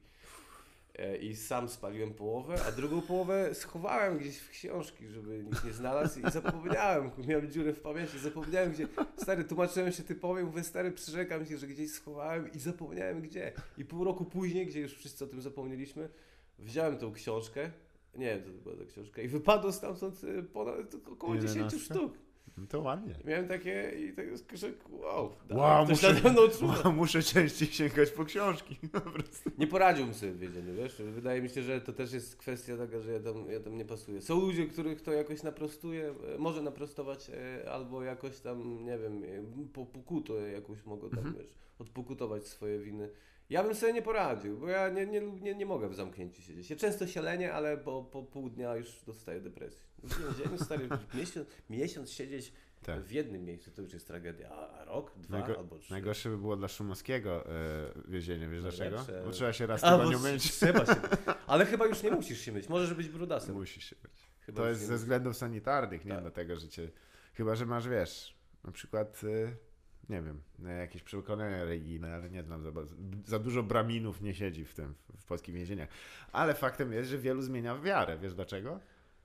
[SPEAKER 2] i sam spaliłem połowę, a drugą połowę schowałem gdzieś w książki, żeby nikt nie znalazł i zapomniałem. Miałem dziurę w pamięci, zapomniałem gdzie. Stary, tłumaczyłem się typowo, mówię, stary, przyrzekam się, że gdzieś schowałem i zapomniałem gdzie. I pół roku później, gdzie już wszyscy o tym zapomnieliśmy, wziąłem tą książkę, nie wiem, co to była ta książka, i wypadło stamtąd około 10 sztuk.
[SPEAKER 1] No to ładnie.
[SPEAKER 2] Miałem takie i tak, że
[SPEAKER 1] wow,
[SPEAKER 2] muszę,
[SPEAKER 1] muszę częściej sięgać po książki.
[SPEAKER 2] Nie poradziłbym sobie w więzieniu, wiesz? Wydaje mi się, że to też jest kwestia taka, że ja tam nie pasuję. Są ludzie, których to jakoś naprostuje, może naprostować, albo jakoś tam, nie wiem, po pokutę jakoś mogą tam, wiesz, odpokutować swoje winy. Ja bym sobie nie poradził, bo ja nie mogę w zamknięciu siedzieć. Ja często się lenię, ale po pół dnia już dostaję depresji. W więzieniu, stary, miesiąc siedzieć w jednym miejscu to już jest tragedia, a rok, dwa albo 3.
[SPEAKER 1] Najgorsze by było dla Szumowskiego więzienie, wiesz dlaczego?
[SPEAKER 2] Lepsze.
[SPEAKER 1] Bo trzeba się raz w tygodniu myć.
[SPEAKER 2] Trzeba się. Ale chyba już nie musisz się myć, możesz być brudasem.
[SPEAKER 1] Musisz się myć. Chyba to jest ze względów sanitarnych, nie dlatego, że cię... Chyba, że masz, wiesz, na przykład... nie wiem, jakieś przekonania religijne, ale nie znam za dużo braminów nie siedzi w polskich więzieniach. Ale faktem jest, że wielu zmienia wiarę. Wiesz dlaczego?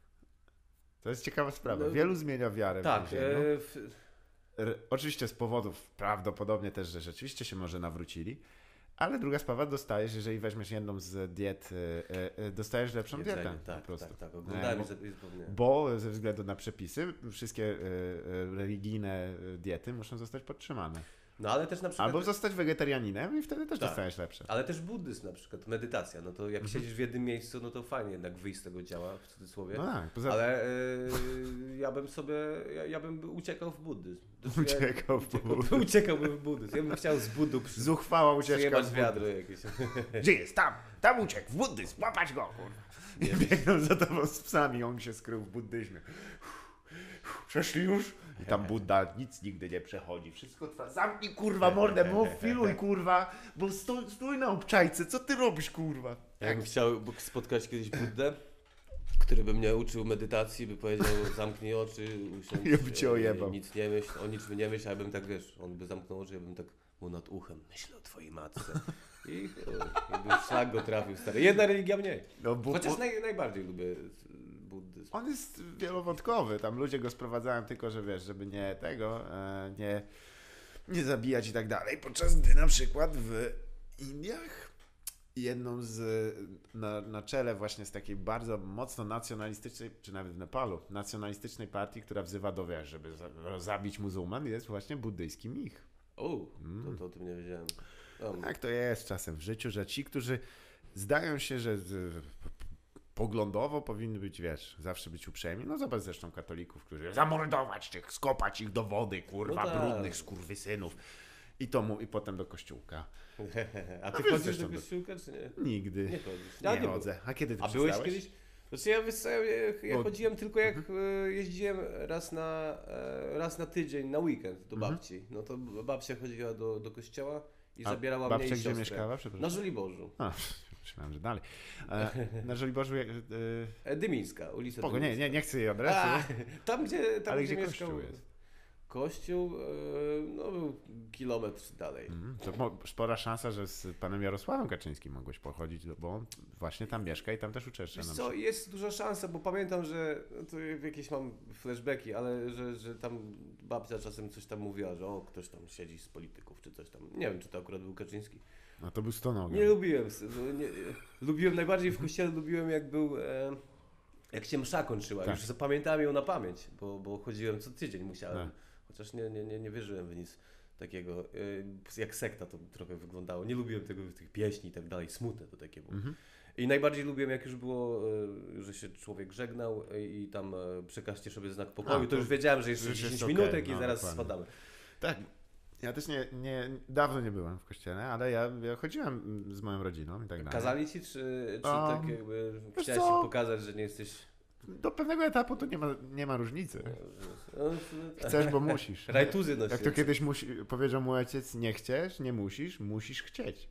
[SPEAKER 1] To jest ciekawa sprawa. Wielu zmienia wiarę w więzieniu. Oczywiście z powodów prawdopodobnie też, że rzeczywiście się może nawrócili, ale druga sprawa, dostajesz, jeżeli weźmiesz jedną z diet, dostajesz lepszą dietę.
[SPEAKER 2] Tak,
[SPEAKER 1] po prostu.
[SPEAKER 2] tak. Oglądałem
[SPEAKER 1] bo ze względu na przepisy wszystkie religijne diety muszą zostać podtrzymane.
[SPEAKER 2] No ale też na przykład...
[SPEAKER 1] Albo zostać wegetarianinem i wtedy też dostajesz lepsze.
[SPEAKER 2] Ale też buddyzm na przykład, medytacja, no to jak siedzisz w jednym miejscu, no to fajnie jednak wyjść z tego ciała, w cudzysłowie.
[SPEAKER 1] No tak,
[SPEAKER 2] ale ja bym uciekał w buddyzm. Uciekałbym w buddyzm. Ja bym chciał z Buddą
[SPEAKER 1] zuchwała ucieczka
[SPEAKER 2] w wiadro jakieś.
[SPEAKER 1] Gdzie jest? Tam uciekł, w buddyzm, łapać go, kurwa. Biegną za tobą z psami, on się skrył w buddyzmie. Przeszli już? I tam Budda nic nigdy nie przechodzi. Wszystko trwa. Zamknij kurwa mordę, mów, filuj kurwa, bo stój na obczajce, co ty robisz kurwa?
[SPEAKER 2] Ja bym chciał spotkać kiedyś Buddę, który by mnie uczył medytacji, by powiedział zamknij oczy, usiądź,
[SPEAKER 1] ja by cię ojebał.
[SPEAKER 2] Nic nie myśl, o niczym nie myśl, a ja bym tak, wiesz, on by zamknął oczy, ja bym tak mu nad uchem myślę o twojej matce. I by szlak go trafił, stary. Jedna religia mniej. No, chociaż najbardziej lubię buddyzm.
[SPEAKER 1] On jest wielowątkowy, tam ludzie go sprowadzają tylko, że wiesz, żeby nie tego, nie zabijać i tak dalej. Podczas gdy na przykład w Indiach jedną na czele właśnie z takiej bardzo mocno nacjonalistycznej, czy nawet w Nepalu, nacjonalistycznej partii, która wzywa do wiesz, żeby zabić muzułman, jest właśnie buddyjski mnich.
[SPEAKER 2] To o tym nie wiedziałem.
[SPEAKER 1] Tak to jest czasem w życiu, że ci, którzy zdają się, że poglądowo powinny być, wiesz, zawsze być uprzejmi. No zobacz zresztą katolików, którzy zamordować tych, skopać ich do wody, kurwa, brudnych skurwysynów. I potem do kościółka.
[SPEAKER 2] A ty chodzisz do kościółka, czy nie?
[SPEAKER 1] Nigdy.
[SPEAKER 2] Nie chodzisz.
[SPEAKER 1] Nie chodzę. A kiedy ty
[SPEAKER 2] byłeś kiedyś? Znaczy ja chodziłem tylko jak jeździłem raz na tydzień, na weekend do babci. No to babcia chodziła do kościoła i zabierała mnie i siostrę.
[SPEAKER 1] Babcia gdzie mieszkała? Przepraszam.
[SPEAKER 2] Na Żoliborzu.
[SPEAKER 1] Myślałem, że dalej. Na Żoliborzu...
[SPEAKER 2] Dymińska, ulica
[SPEAKER 1] Spoko,
[SPEAKER 2] Dymińska.
[SPEAKER 1] nie chcę jej adresu.
[SPEAKER 2] Tam, gdzie mieszkał...
[SPEAKER 1] jest?
[SPEAKER 2] Kościół no, był kilometr dalej.
[SPEAKER 1] To spora szansa, że z panem Jarosławem Kaczyńskim mogłeś pochodzić, bo on właśnie tam mieszka i tam też uczestniczy.
[SPEAKER 2] Wiesz co, jest duża szansa, bo pamiętam, że to jakieś mam flashbacki, ale że tam babcia czasem coś tam mówiła, że o, ktoś tam siedzi z polityków czy coś tam. Nie wiem, czy to akurat był Kaczyński.
[SPEAKER 1] No to był Stonoga.
[SPEAKER 2] Nie lubiłem. Lubiłem najbardziej w kościele, lubiłem jak był... jak się msza kończyła,
[SPEAKER 1] Tak.
[SPEAKER 2] już zapamiętałem ją na pamięć, bo chodziłem co tydzień, musiałem.
[SPEAKER 1] Tak.
[SPEAKER 2] Chociaż nie wierzyłem w nic takiego. Jak sekta to trochę wyglądało. Nie lubiłem tych pieśni i tak dalej. Smutne to takie było. I najbardziej lubiłem, jak już było, że się człowiek żegnał i tam przekażcie sobie znak pokoju. To już wiedziałem, że jeszcze 10 minutek i zaraz
[SPEAKER 1] dokładnie.
[SPEAKER 2] spadamy.
[SPEAKER 1] Tak. Ja też dawno nie byłem w kościele, ale ja chodziłem z moją rodziną i tak dalej.
[SPEAKER 2] Kazali ci, czy tak jakby chciałeś
[SPEAKER 1] co?
[SPEAKER 2] im pokazać, że nie jesteś...
[SPEAKER 1] Do pewnego etapu to nie ma różnicy. Chcesz, bo musisz.
[SPEAKER 2] Rajtuzy nosisz.
[SPEAKER 1] Jak to kiedyś powiedział mój ojciec, nie chcesz, nie musisz chcieć.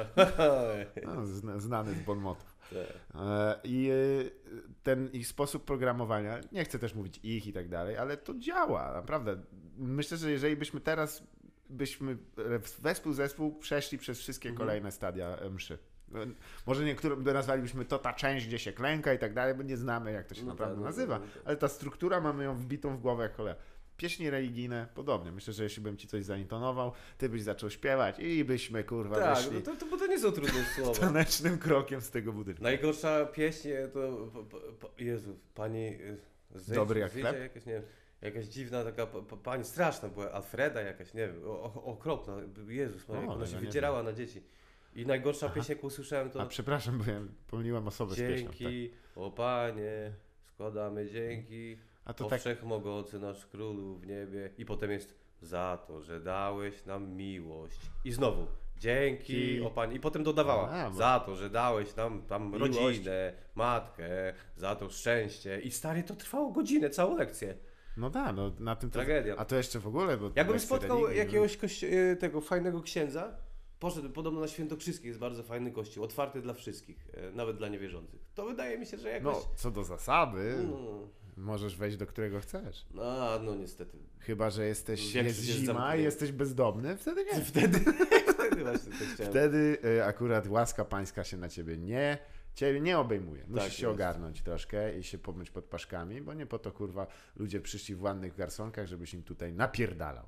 [SPEAKER 1] No, znany z bon motów. I ten ich sposób programowania, nie chcę też mówić ich i tak dalej, ale to działa, naprawdę. Myślę, że jeżeli byśmy zespół przeszli przez wszystkie kolejne stadia mszy. Może niektórym nazwalibyśmy to ta część, gdzie się klęka i tak dalej, bo nie znamy, jak to się naprawdę nazywa, ale ta struktura, mamy ją wbitą w głowę jak cholera. Pieśni religijne, podobnie. Myślę, że jeśli bym ci coś zaintonował, ty byś zaczął śpiewać i byśmy, kurwa, wyszli
[SPEAKER 2] bo to nie są trudne słowa.
[SPEAKER 1] tanecznym krokiem z tego budynku.
[SPEAKER 2] Najgorsza pieśń to... Jezu, pani...
[SPEAKER 1] Dobry jak chleb?
[SPEAKER 2] Jakaś, nie wiem, jakaś dziwna taka pani, straszna była, Alfreda jakaś, nie wiem, okropna. Jezus, ona się wydzierała na dzieci. I najgorsza pieśń, jaką usłyszałem, to...
[SPEAKER 1] A przepraszam, bo ja pomyliłem osobę z pieśnią.
[SPEAKER 2] Dzięki, o Panie, składamy dzięki,
[SPEAKER 1] A to
[SPEAKER 2] o
[SPEAKER 1] tak...
[SPEAKER 2] Wszechmogący nasz Królu w niebie. I potem jest za to, że dałeś nam miłość. I znowu, dzięki, o Panie. I potem dodawała, za to, że dałeś nam tam rodzinę, matkę, za to szczęście. I stary, to trwało godzinę, całą lekcję.
[SPEAKER 1] No tak, no na tym...
[SPEAKER 2] Tragedia.
[SPEAKER 1] A to jeszcze w ogóle, bo...
[SPEAKER 2] Jakbym spotkał jakiegoś tego fajnego księdza, poszedł podobno na Świętokrzyskie, jest bardzo fajny kościół, otwarty dla wszystkich, nawet dla niewierzących. To wydaje mi się, że jakoś...
[SPEAKER 1] No, co do zasady, możesz wejść do którego chcesz.
[SPEAKER 2] No niestety.
[SPEAKER 1] Chyba, że jest zima
[SPEAKER 2] zamknięty.
[SPEAKER 1] i jesteś bezdomny, wtedy nie.
[SPEAKER 2] Wtedy właśnie to chciałem.
[SPEAKER 1] Wtedy akurat łaska pańska się na ciebie nie obejmuje. Musisz
[SPEAKER 2] Tak
[SPEAKER 1] się
[SPEAKER 2] jest.
[SPEAKER 1] ogarnąć troszkę i się pomyć pod paszkami, bo nie po to, kurwa, ludzie przyszli w ładnych garsonkach, żebyś im tutaj napierdalał.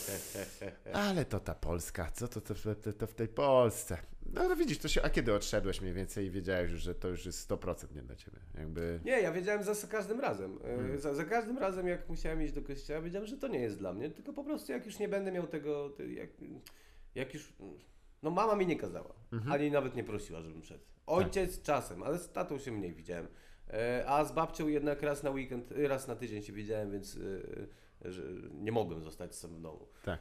[SPEAKER 1] Ale to ta Polska, co to w tej Polsce? No ale widzisz, a kiedy odszedłeś mniej więcej i wiedziałeś już, że to już jest 100% nie dla ciebie? Jakby...
[SPEAKER 2] Nie, ja wiedziałem za każdym razem. Za każdym razem, jak musiałem iść do kościoła, wiedziałem, że to nie jest dla mnie, tylko po prostu jak już nie będę miał tego, jak już... No mama mi nie kazała, ani nawet nie prosiła, żebym szedł. Ojciec czasem, ale z tatą się mniej widziałem. A z babcią jednak raz na weekend, raz na tydzień się widziałem, więc że nie mogłem zostać sam w domu.
[SPEAKER 1] Tak.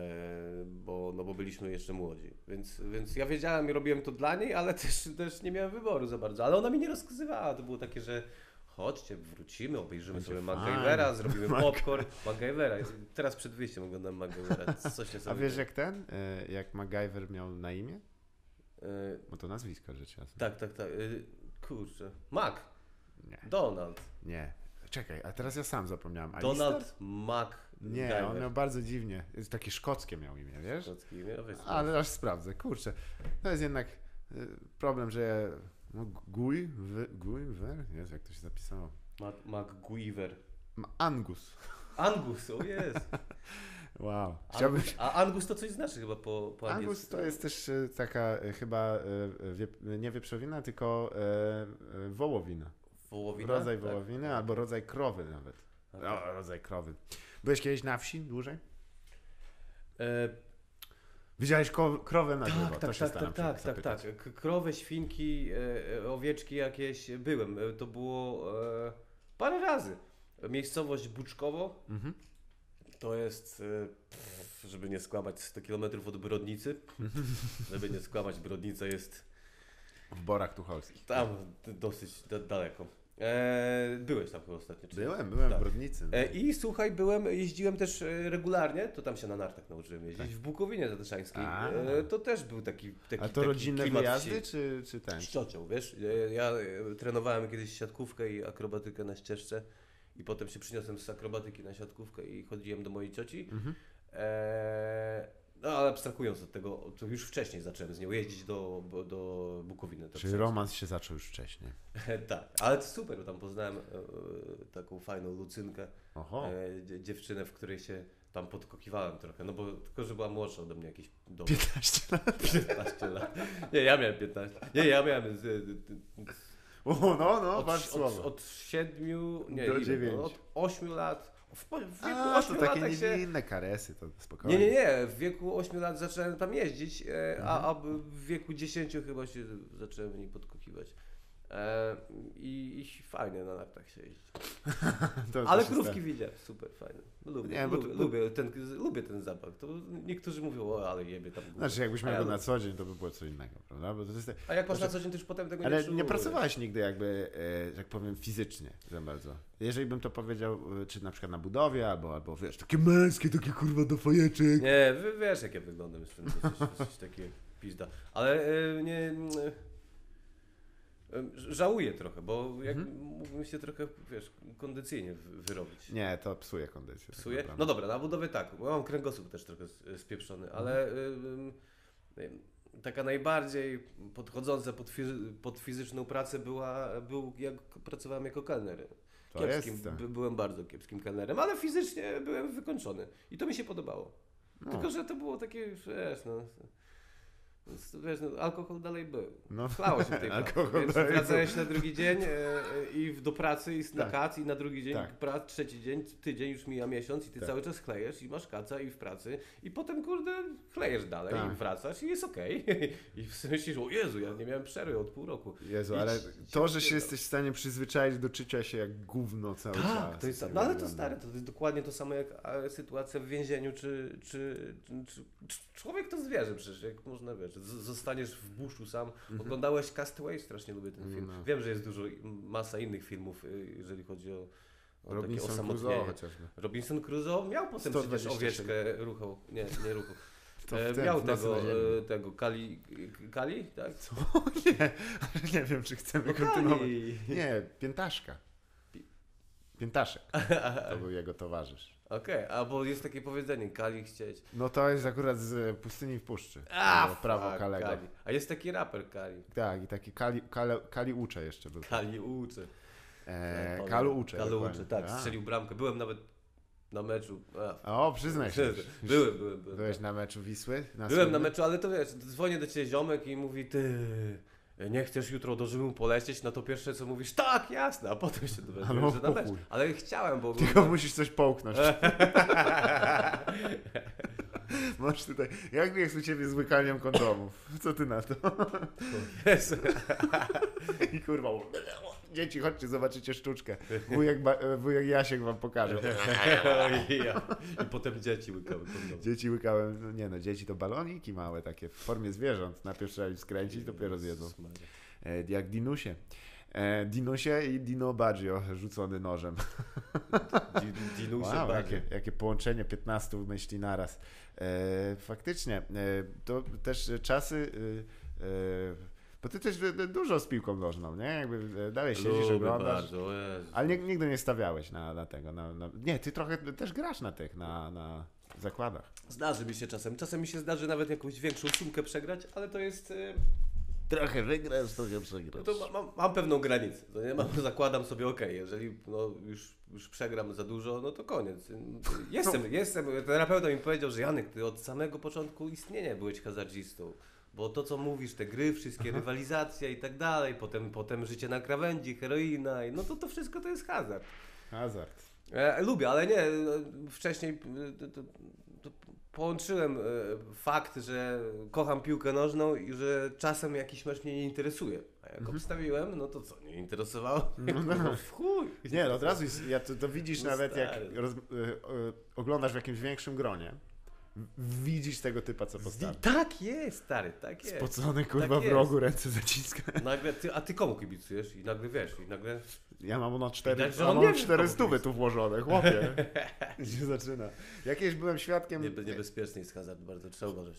[SPEAKER 2] Bo byliśmy jeszcze młodzi. Więc ja wiedziałem i robiłem to dla niej, ale też nie miałem wyboru za bardzo. Ale ona mi nie rozkazywała. To było takie, że chodźcie, wrócimy, obejrzymy sobie MacGyvera, zrobimy popcorn. MacGyvera. Teraz przed wyjściem oglądam MacGyvera.
[SPEAKER 1] A wiesz jak MacGyver miał na imię? Bo to nazwisko rzecz jasna.
[SPEAKER 2] Tak. Kurczę. Mac.
[SPEAKER 1] Nie.
[SPEAKER 2] Donald.
[SPEAKER 1] Nie. Czekaj, a teraz ja sam zapomniałem.
[SPEAKER 2] Donald Mac.
[SPEAKER 1] Nie, on miał bardzo dziwnie. Takie szkockie miał imię, wiesz?
[SPEAKER 2] Szkockie imię?
[SPEAKER 1] Ale aż sprawdzę. Kurczę. To jest jednak problem, że ja... No, Guiver? Jezu, jak to się zapisało?
[SPEAKER 2] MacGyver.
[SPEAKER 1] Angus.
[SPEAKER 2] Angus, o jest.
[SPEAKER 1] Wow.
[SPEAKER 2] A Angus to coś znaczy chyba po angielsku.
[SPEAKER 1] Angus to jest też taka chyba nie wieprzowina, tylko wołowina.
[SPEAKER 2] Wołowina?
[SPEAKER 1] Rodzaj wołowiny albo rodzaj krowy nawet. O, rodzaj krowy. Byłeś kiedyś na wsi dłużej? Widziałeś krowę na żywo?
[SPEAKER 2] Tak. Krowy, świnki, owieczki jakieś byłem. To było parę razy. Miejscowość Buczkowo. To jest, żeby nie skłamać, 100 km od Brodnicy. Żeby nie skłamać, Brodnica jest...
[SPEAKER 1] W Borach Tucholskich.
[SPEAKER 2] Tam dosyć daleko. Byłeś tam chyba ostatnio? Czy
[SPEAKER 1] Byłem
[SPEAKER 2] tak.
[SPEAKER 1] w Brodnicy. No.
[SPEAKER 2] I słuchaj, jeździłem też regularnie, to tam się na nartach nauczyłem jeździć, w Bukowinie Zadyszańskiej. To też był taki
[SPEAKER 1] A to rodzinne wyjazdy, czy ten?
[SPEAKER 2] Z ciocią, wiesz? Ja trenowałem kiedyś siatkówkę i akrobatykę na ścieżce i potem się przyniosłem z akrobatyki na siatkówkę i chodziłem do mojej cioci. No ale abstrahując od tego, to już wcześniej zacząłem z nią jeździć do Bukowiny.
[SPEAKER 1] Czyli romans się zaczął już wcześniej.
[SPEAKER 2] Tak, ale to super, bo tam poznałem taką fajną Lucynkę, dziewczynę, w której się tam podkokiwałem trochę, no bo tylko, że była młodsza ode mnie jakieś
[SPEAKER 1] 15 lat.
[SPEAKER 2] 15 lat. Nie, ja miałem 15. Nie, ja miałem od 7, nie,
[SPEAKER 1] do
[SPEAKER 2] ile?
[SPEAKER 1] 9.
[SPEAKER 2] Od 8 lat. W wieku 8
[SPEAKER 1] to takie
[SPEAKER 2] latach się...
[SPEAKER 1] niewinne karesy, to spokojnie.
[SPEAKER 2] Nie, w wieku 8 lat zacząłem tam jeździć, a w wieku 10 chyba się zacząłem w niej podkokiwać. I fajnie na nartach się jeździ. Ale krówki widziałem, super fajne. Lubię ten zapach. To niektórzy mówią, o ale jebie tam górę.
[SPEAKER 1] Znaczy jakbyś miał go na co dzień, to by było co innego, prawda? Bo to jest,
[SPEAKER 2] a jak masz na co dzień, to już potem tego nie
[SPEAKER 1] ale nie pracowałeś nigdy jakby, jak powiem, fizycznie za bardzo. Jeżeli bym to powiedział, czy na przykład na budowie, albo wiesz, takie męskie, takie kurwa do fajeczek.
[SPEAKER 2] Nie, wiesz jak ja wyglądam, jestem coś takie pizda. Ale nie... Żałuję trochę, bo jak mógłbym się trochę, wiesz, kondycyjnie wyrobić.
[SPEAKER 1] Nie, to psuje kondycję.
[SPEAKER 2] Psuje? No dobra, na budowie tak, bo mam kręgosłup też trochę spieprzony, ale taka najbardziej podchodząca pod fizyczną pracę był jak pracowałem jako kelner. Byłem bardzo kiepskim kelnerem, ale fizycznie byłem wykończony i to mi się podobało. No. Tylko, że to było takie, wiesz, no... Wiesz, no, alkohol dalej był. No. Chlało się w tej pracy. Wracałeś na drugi dzień i do pracy i na kac i na drugi dzień trzeci dzień, tydzień już mija miesiąc i ty cały czas chlejesz i masz kaca i w pracy i potem kurde chlejesz dalej i wracasz i jest okej. I myślisz, o Jezu, ja nie miałem przerwy od pół roku.
[SPEAKER 1] Jezu, ale to, że się jesteś w stanie przyzwyczaić do czycia się jak gówno cały czas.
[SPEAKER 2] To jest, no ale to stare, to jest dokładnie to samo jak sytuacja w więzieniu, czy człowiek to zwierzę przecież, jak można, wiesz, zostaniesz w buszu sam. Oglądałeś Castaway? Strasznie lubię ten film. Wiem, że jest masa innych filmów, jeżeli chodzi o takie osamotnienie. Robinson Crusoe miał potem przecież owieczkę ruchą. Nie ruchą. Miał tego Kali, tak?
[SPEAKER 1] Co? Nie wiem, czy chcemy kontynuować. Nie, Piętaszka. Piętaszek. To był jego towarzysz.
[SPEAKER 2] Okej, bo jest takie powiedzenie, Kali chcieć.
[SPEAKER 1] No to jest akurat z Pustyni w Puszczy. Prawo Kalego.
[SPEAKER 2] Kali. A jest taki raper Kali.
[SPEAKER 1] Tak, i taki Kali Ucze jeszcze był.
[SPEAKER 2] Kali Ucze.
[SPEAKER 1] Kalu Ucze.
[SPEAKER 2] Tak, strzelił bramkę. Byłem nawet na meczu.
[SPEAKER 1] Przyznaj się.
[SPEAKER 2] Byłem.
[SPEAKER 1] Byłeś na meczu Wisły?
[SPEAKER 2] Byłem na meczu, ale to wiesz, dzwonię do ciebie ziomek i mówi, ty... Nie chcesz jutro do Rzymu polecieć, no to pierwsze co mówisz, tak, jasne, a potem się dowiadujesz, że na mecz. Ale chciałem, bo...
[SPEAKER 1] Tylko musisz coś połknąć. Masz tutaj, jak jest u ciebie z łykaniem kondomów? Co ty na to?
[SPEAKER 2] Jezu.
[SPEAKER 1] I kurwa, dzieci, chodźcie, zobaczycie sztuczkę. Wujek Jasiek wam pokaże.
[SPEAKER 2] I potem dzieci łykały kondomy.
[SPEAKER 1] Dzieci łykały, dzieci to baloniki małe takie w formie zwierząt. Najpierw trzeba ich skręcić, dopiero zjedzą. Jak Dinusie. Dinusie i Dino Baggio rzucony nożem.
[SPEAKER 2] Dinusie
[SPEAKER 1] wow, jakie połączenie 15 myśli naraz. Faktycznie, to też czasy... Bo ty też dużo z piłką nożną, nie? Jakby dalej siedzisz, oglądasz.
[SPEAKER 2] Bardzo,
[SPEAKER 1] ale nigdy nie stawiałeś na tego. Nie, ty trochę też grasz na tych, na zakładach.
[SPEAKER 2] Zdarzy mi się czasem. Czasem mi się zdarzy nawet jakąś większą sumkę przegrać, ale to jest...
[SPEAKER 1] Trochę wygrasz, trochę przegrasz.
[SPEAKER 2] No to mam pewną granicę. To nie? Zakładam sobie, jeżeli już przegram za dużo, no to koniec. Jestem. Terapeuta mi powiedział, że Janek, ty od samego początku istnienia byłeś hazardzistą. Bo to, co mówisz, te gry, wszystkie rywalizacja i tak dalej, potem życie na krawędzi, heroina, no to wszystko to jest hazard.
[SPEAKER 1] Hazard.
[SPEAKER 2] Lubię, ale nie, wcześniej to połączyłem fakt, że kocham piłkę nożną i że czasem jakiś mecz mnie nie interesuje. A jak obstawiłem, no to co, nie interesowało? No w chuj.
[SPEAKER 1] Nie, no od razu to widzisz nawet stary. Jak oglądasz w jakimś większym gronie. Widzisz tego typa, co postawi.
[SPEAKER 2] Tak jest, stary, tak jest.
[SPEAKER 1] Spocony kurwa tak w rogu, ręce zaciska.
[SPEAKER 2] Nagle a ty komu kibicujesz? I nagle wiesz,
[SPEAKER 1] Ja mam na 400 tu włożone, chłopie. Gdzie zaczyna. Jakieś byłem świadkiem...
[SPEAKER 2] Niebezpieczny jest hazard, bardzo trzeba uważać.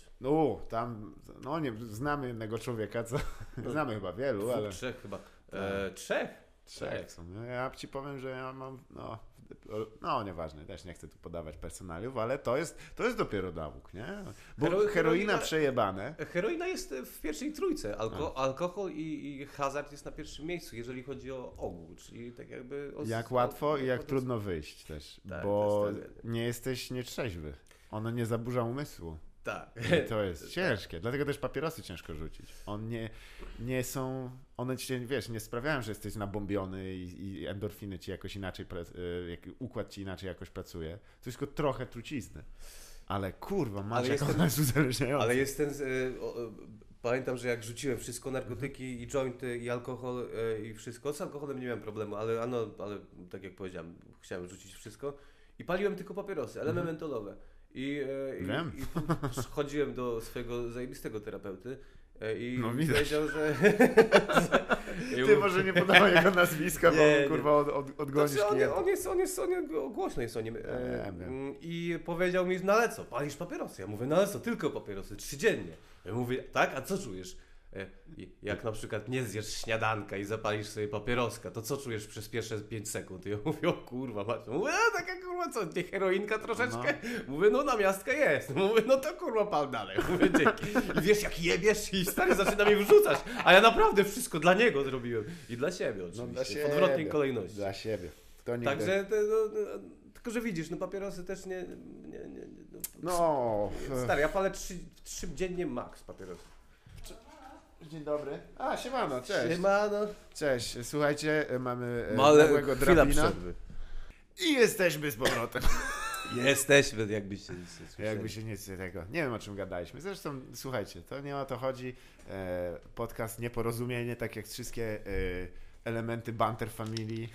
[SPEAKER 1] Znamy jednego człowieka, co... Znamy chyba wielu, ale...
[SPEAKER 2] Trzech chyba. Trzech?
[SPEAKER 1] Trzech są. No, ja ci powiem, że ja mam, no nieważne, też nie chcę tu podawać personaliów, ale to jest dopiero nałóg, nie? Bo heroina przejebane.
[SPEAKER 3] Heroina jest w pierwszej trójce, alkohol i hazard jest na pierwszym miejscu, jeżeli chodzi o ogół, czyli tak jakby...
[SPEAKER 1] Jak łatwo i jak trudno wyjść też,
[SPEAKER 3] tak,
[SPEAKER 1] bo nie jesteś nietrzeźwy. Ono nie zaburza umysłu.
[SPEAKER 3] Tak.
[SPEAKER 1] I to jest ciężkie, dlatego też papierosy ciężko rzucić. Nie są, one ci, wiesz, nie sprawiają, że jesteś nabombiony i endorfiny ci jakoś inaczej, układ ci inaczej jakoś pracuje. To jest tylko trochę trucizny. Ale kurwa, masz jak ona jest uzależniająca.
[SPEAKER 3] Ale jest ten... Pamiętam, że jak rzuciłem wszystko, narkotyki i jointy i alkohol i wszystko, z alkoholem nie miałem problemu, ale tak jak powiedziałem, chciałem rzucić wszystko i paliłem tylko papierosy, ale mentolowe. I chodziłem do swojego zajebistego terapeuty i powiedział, że...
[SPEAKER 1] Ty może nie podawaj jego nazwiska, bo kurwa odgonisz klienta.
[SPEAKER 3] Głośno jest o nim. I powiedział mi, no ale co, palisz papierosy? Ja mówię, no ale co, tylko papierosy, 3 dziennie. Ja mówię, tak, a co czujesz? Jak na przykład nie zjesz śniadanka i zapalisz sobie papieroska, to co czujesz przez pierwsze 5 sekund? I ja mówię, o kurwa, masz. Mówię, taka kurwa co, nie heroinka troszeczkę? No. Mówię, no namiastka jest. Mówię, no to kurwa pal dalej. Mówię, dzięki. I wiesz jak jebiesz i stary zaczyna mnie wrzucać. A ja naprawdę wszystko dla niego zrobiłem. I dla siebie oczywiście,
[SPEAKER 1] dla siebie,
[SPEAKER 3] w odwrotnej kolejności.
[SPEAKER 1] Dla siebie.
[SPEAKER 3] Także, tylko że widzisz, no papierosy też nie stary, ja palę 3 dziennie max papierosy.
[SPEAKER 1] Dzień dobry. A, siemano, cześć.
[SPEAKER 3] Siemano.
[SPEAKER 1] Cześć, słuchajcie, mamy małego drabina. I jesteśmy z powrotem.
[SPEAKER 3] Jesteśmy, jakby się
[SPEAKER 1] nic tego. Nie wiem, o czym gadaliśmy. Zresztą, słuchajcie, to nie o to chodzi. Podcast Nieporozumienie, tak jak wszystkie elementy Banter Family.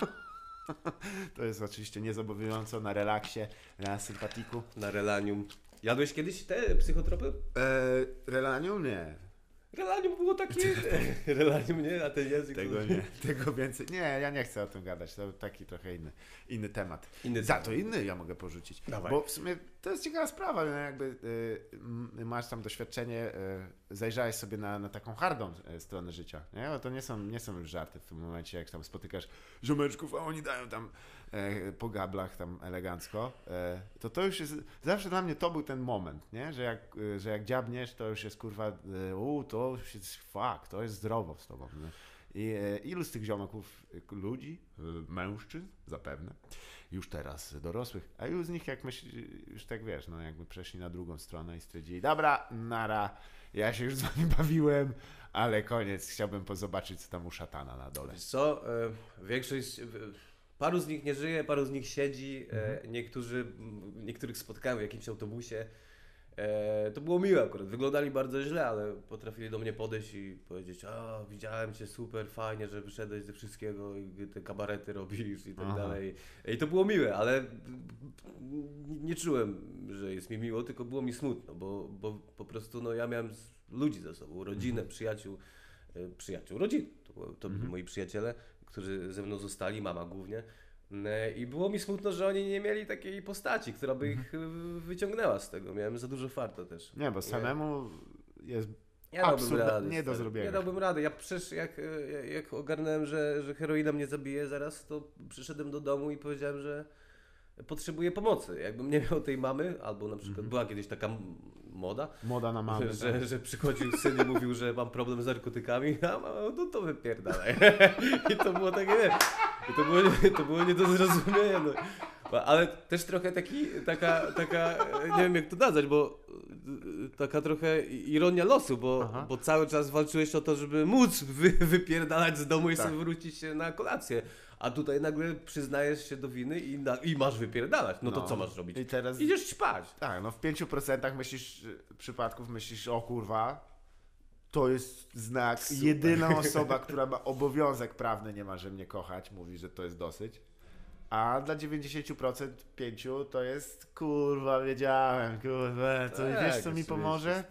[SPEAKER 1] To jest oczywiście niezobowiązująco, na relaksie, na sympatiku.
[SPEAKER 3] Na relanium. Jadłeś kiedyś te psychotropy?
[SPEAKER 1] Relanium nie.
[SPEAKER 3] Relanium było takie... Relanium nie, a ten język...
[SPEAKER 1] Tego więcej... Nie, ja nie chcę o tym gadać, to taki trochę inny temat. To inny ja mogę porzucić.
[SPEAKER 3] Dawaj.
[SPEAKER 1] Bo w sumie to jest ciekawa sprawa, jakby masz tam doświadczenie, zajrzałeś sobie na taką hardą stronę życia, nie? Bo to nie są już żarty w tym momencie, jak tam spotykasz ziomeczków, a oni dają tam po gablach tam elegancko, to już jest, zawsze dla mnie to był ten moment, nie? Że jak dziabniesz, to już jest kurwa, to już jest fuck, to jest zdrowo z tobą. Nie? I ilu z tych ziomeków, ludzi, mężczyzn zapewne, już teraz dorosłych, a ilu z nich jak myśli, już tak wiesz, no jakby przeszli na drugą stronę i stwierdzili, dobra, nara, ja się już z wami bawiłem, ale koniec, chciałbym zobaczyć co tam u szatana na dole.
[SPEAKER 3] Wiesz co, większość... Paru z nich nie żyje, paru z nich siedzi, niektórych spotkałem w jakimś autobusie. To było miłe akurat, wyglądali bardzo źle, ale potrafili do mnie podejść i powiedzieć, widziałem cię, super, fajnie, że wyszedłeś ze wszystkiego i te kabarety robisz i tak dalej. I to było miłe, ale nie czułem, że jest mi miło, tylko było mi smutno, bo po prostu ja miałem ludzi ze sobą, rodzinę, przyjaciół, rodzin, to byli moi przyjaciele, którzy ze mną zostali, mama głównie. I było mi smutno, że oni nie mieli takiej postaci, która by ich wyciągnęła z tego. Miałem za dużo farta też.
[SPEAKER 1] Nie, bo samemu jest nie do zrobienia.
[SPEAKER 3] Nie dałbym rady. Ja przecież jak ogarnąłem, że heroina mnie zabije zaraz, to przyszedłem do domu i powiedziałem, że potrzebuję pomocy. Jakbym nie miał tej mamy, albo na przykład była kiedyś taka moda na mamę, że przychodził syn i mówił, że mam problem z narkotykami, a mama, no to wypierdalaj. I to było takie, wiesz, to było nie do zrozumienia. No. Ale też trochę taka, nie wiem jak to nazwać, bo taka trochę ironia losu, bo cały czas walczyłeś o to, żeby móc wypierdalać z domu i sobie wrócić na kolację. A tutaj nagle przyznajesz się do winy i masz wypierdalać. No to co masz robić?
[SPEAKER 1] I teraz
[SPEAKER 3] idziesz ćpać.
[SPEAKER 1] Tak, w 5% przypadków myślisz, o kurwa, to jest znak. Super. Jedyna osoba, która ma obowiązek prawny, nie ma, że mnie kochać, mówi, że to jest dosyć. A dla 90% 5% to jest, kurwa, wiedziałem, kurwa, co wiesz, co mi pomoże?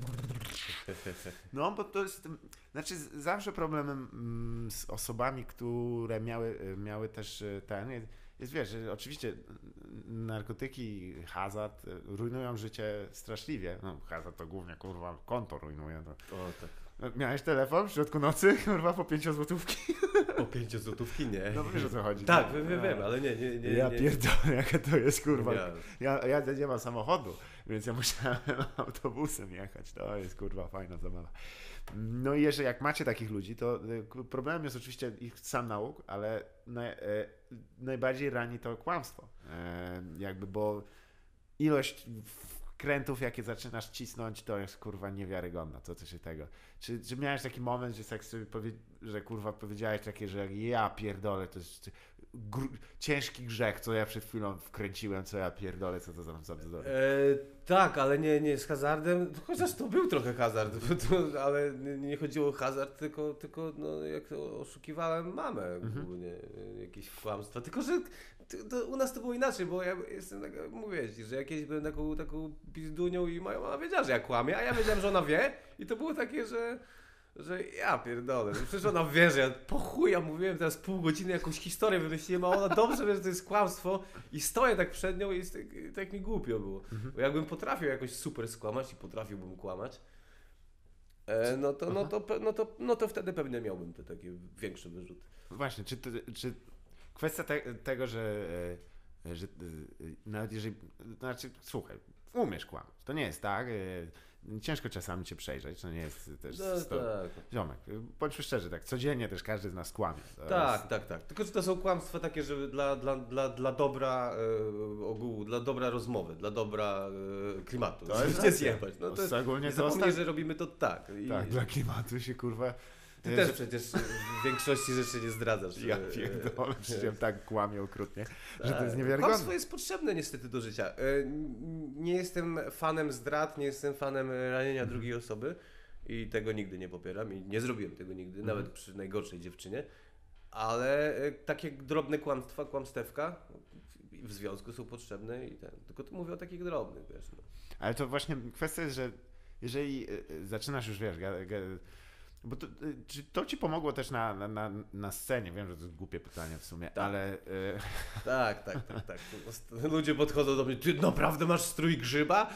[SPEAKER 1] No, bo to jest, znaczy zawsze problemem z osobami, które miały też jest, wiesz, że oczywiście narkotyki, hazard rujnują życie straszliwie. No, hazard to głównie, kurwa, konto rujnuje. To.
[SPEAKER 3] O, tak.
[SPEAKER 1] Miałeś telefon w środku nocy, kurwa, po 5 złotówki?
[SPEAKER 3] O 5 złotówki nie.
[SPEAKER 1] No wiesz o co chodzi.
[SPEAKER 3] Tak,
[SPEAKER 1] no,
[SPEAKER 3] wiem, ale nie.
[SPEAKER 1] Ja pierdolę, jaka to jest kurwa.
[SPEAKER 3] Nie.
[SPEAKER 1] Ja nie mam samochodu, więc ja musiałem autobusem jechać. To jest kurwa fajna zabawa. No i jeżeli jak macie takich ludzi, to problemem jest oczywiście ich sam nauk, ale najbardziej rani to kłamstwo. Jakby, bo ilość krętów, jakie zaczynasz cisnąć, to jest kurwa niewiarygodna, co się tego. Czy miałeś taki moment, że tak sobie że kurwa powiedziałeś takie, że ja pierdolę, to jest ciężki grzech, co ja przed chwilą wkręciłem, co ja pierdolę, co to za bzdury.
[SPEAKER 3] Tak, ale nie z hazardem, chociaż to był trochę hazard, ale nie chodziło o hazard, tylko no, jak oszukiwałem mamę, głównie jakieś kłamstwa, tylko że u nas to było inaczej, bo ja jestem tak, mówię ci, że jakieś byłem taką pizdunią i moja mama wiedziała, że ja kłamię, a ja wiedziałem, że ona wie i to było takie, że ja pierdolę, no przecież ona wie, że ja po chuja mówiłem teraz pół godziny jakąś historię wymyśliłem, a ona dobrze wie, że to jest kłamstwo i stoję tak przed nią i tak mi głupio było. Bo jakbym potrafił jakoś super skłamać i potrafiłbym kłamać, no to wtedy pewnie miałbym te takie większe wyrzuty.
[SPEAKER 1] Właśnie, czy kwestia tego, że nawet jeżeli, znaczy słuchaj, umiesz kłamać, to nie jest tak, ciężko czasami cię przejrzeć, to nie jest też
[SPEAKER 3] tak.
[SPEAKER 1] Ziomek, bądźmy szczerzy, tak, codziennie też każdy z nas kłamie.
[SPEAKER 3] Tak. Tylko, że to są kłamstwa takie, że dla dobra ogółu, dla dobra rozmowy, dla dobra klimatu.
[SPEAKER 1] To jest
[SPEAKER 3] nie zjebać. No to
[SPEAKER 1] szczególnie
[SPEAKER 3] nie zapomnij, że robimy to tak.
[SPEAKER 1] Tak, dla klimatu się kurwa...
[SPEAKER 3] Ty też przecież w większości rzeczy nie zdradzasz.
[SPEAKER 1] Ja pierdolę, przecież tak kłamię okrutnie, że to jest
[SPEAKER 3] Tak.
[SPEAKER 1] niewiarygodne.
[SPEAKER 3] Kłamstwo jest potrzebne niestety do życia. Nie jestem fanem zdrad, nie jestem fanem ranienia drugiej osoby i tego nigdy nie popieram i nie zrobiłem tego nigdy, nawet przy najgorszej dziewczynie, ale takie drobne kłamstewka w związku są potrzebne tylko tu mówię o takich drobnych, wiesz. No.
[SPEAKER 1] Ale to właśnie kwestia jest, że jeżeli zaczynasz już, wiesz, bo czy to ci pomogło też na scenie? Wiem, że to jest głupie pytanie w sumie,
[SPEAKER 3] tak.
[SPEAKER 1] ale...
[SPEAKER 3] Tak. Ludzie podchodzą do mnie, ty naprawdę masz strój grzyba?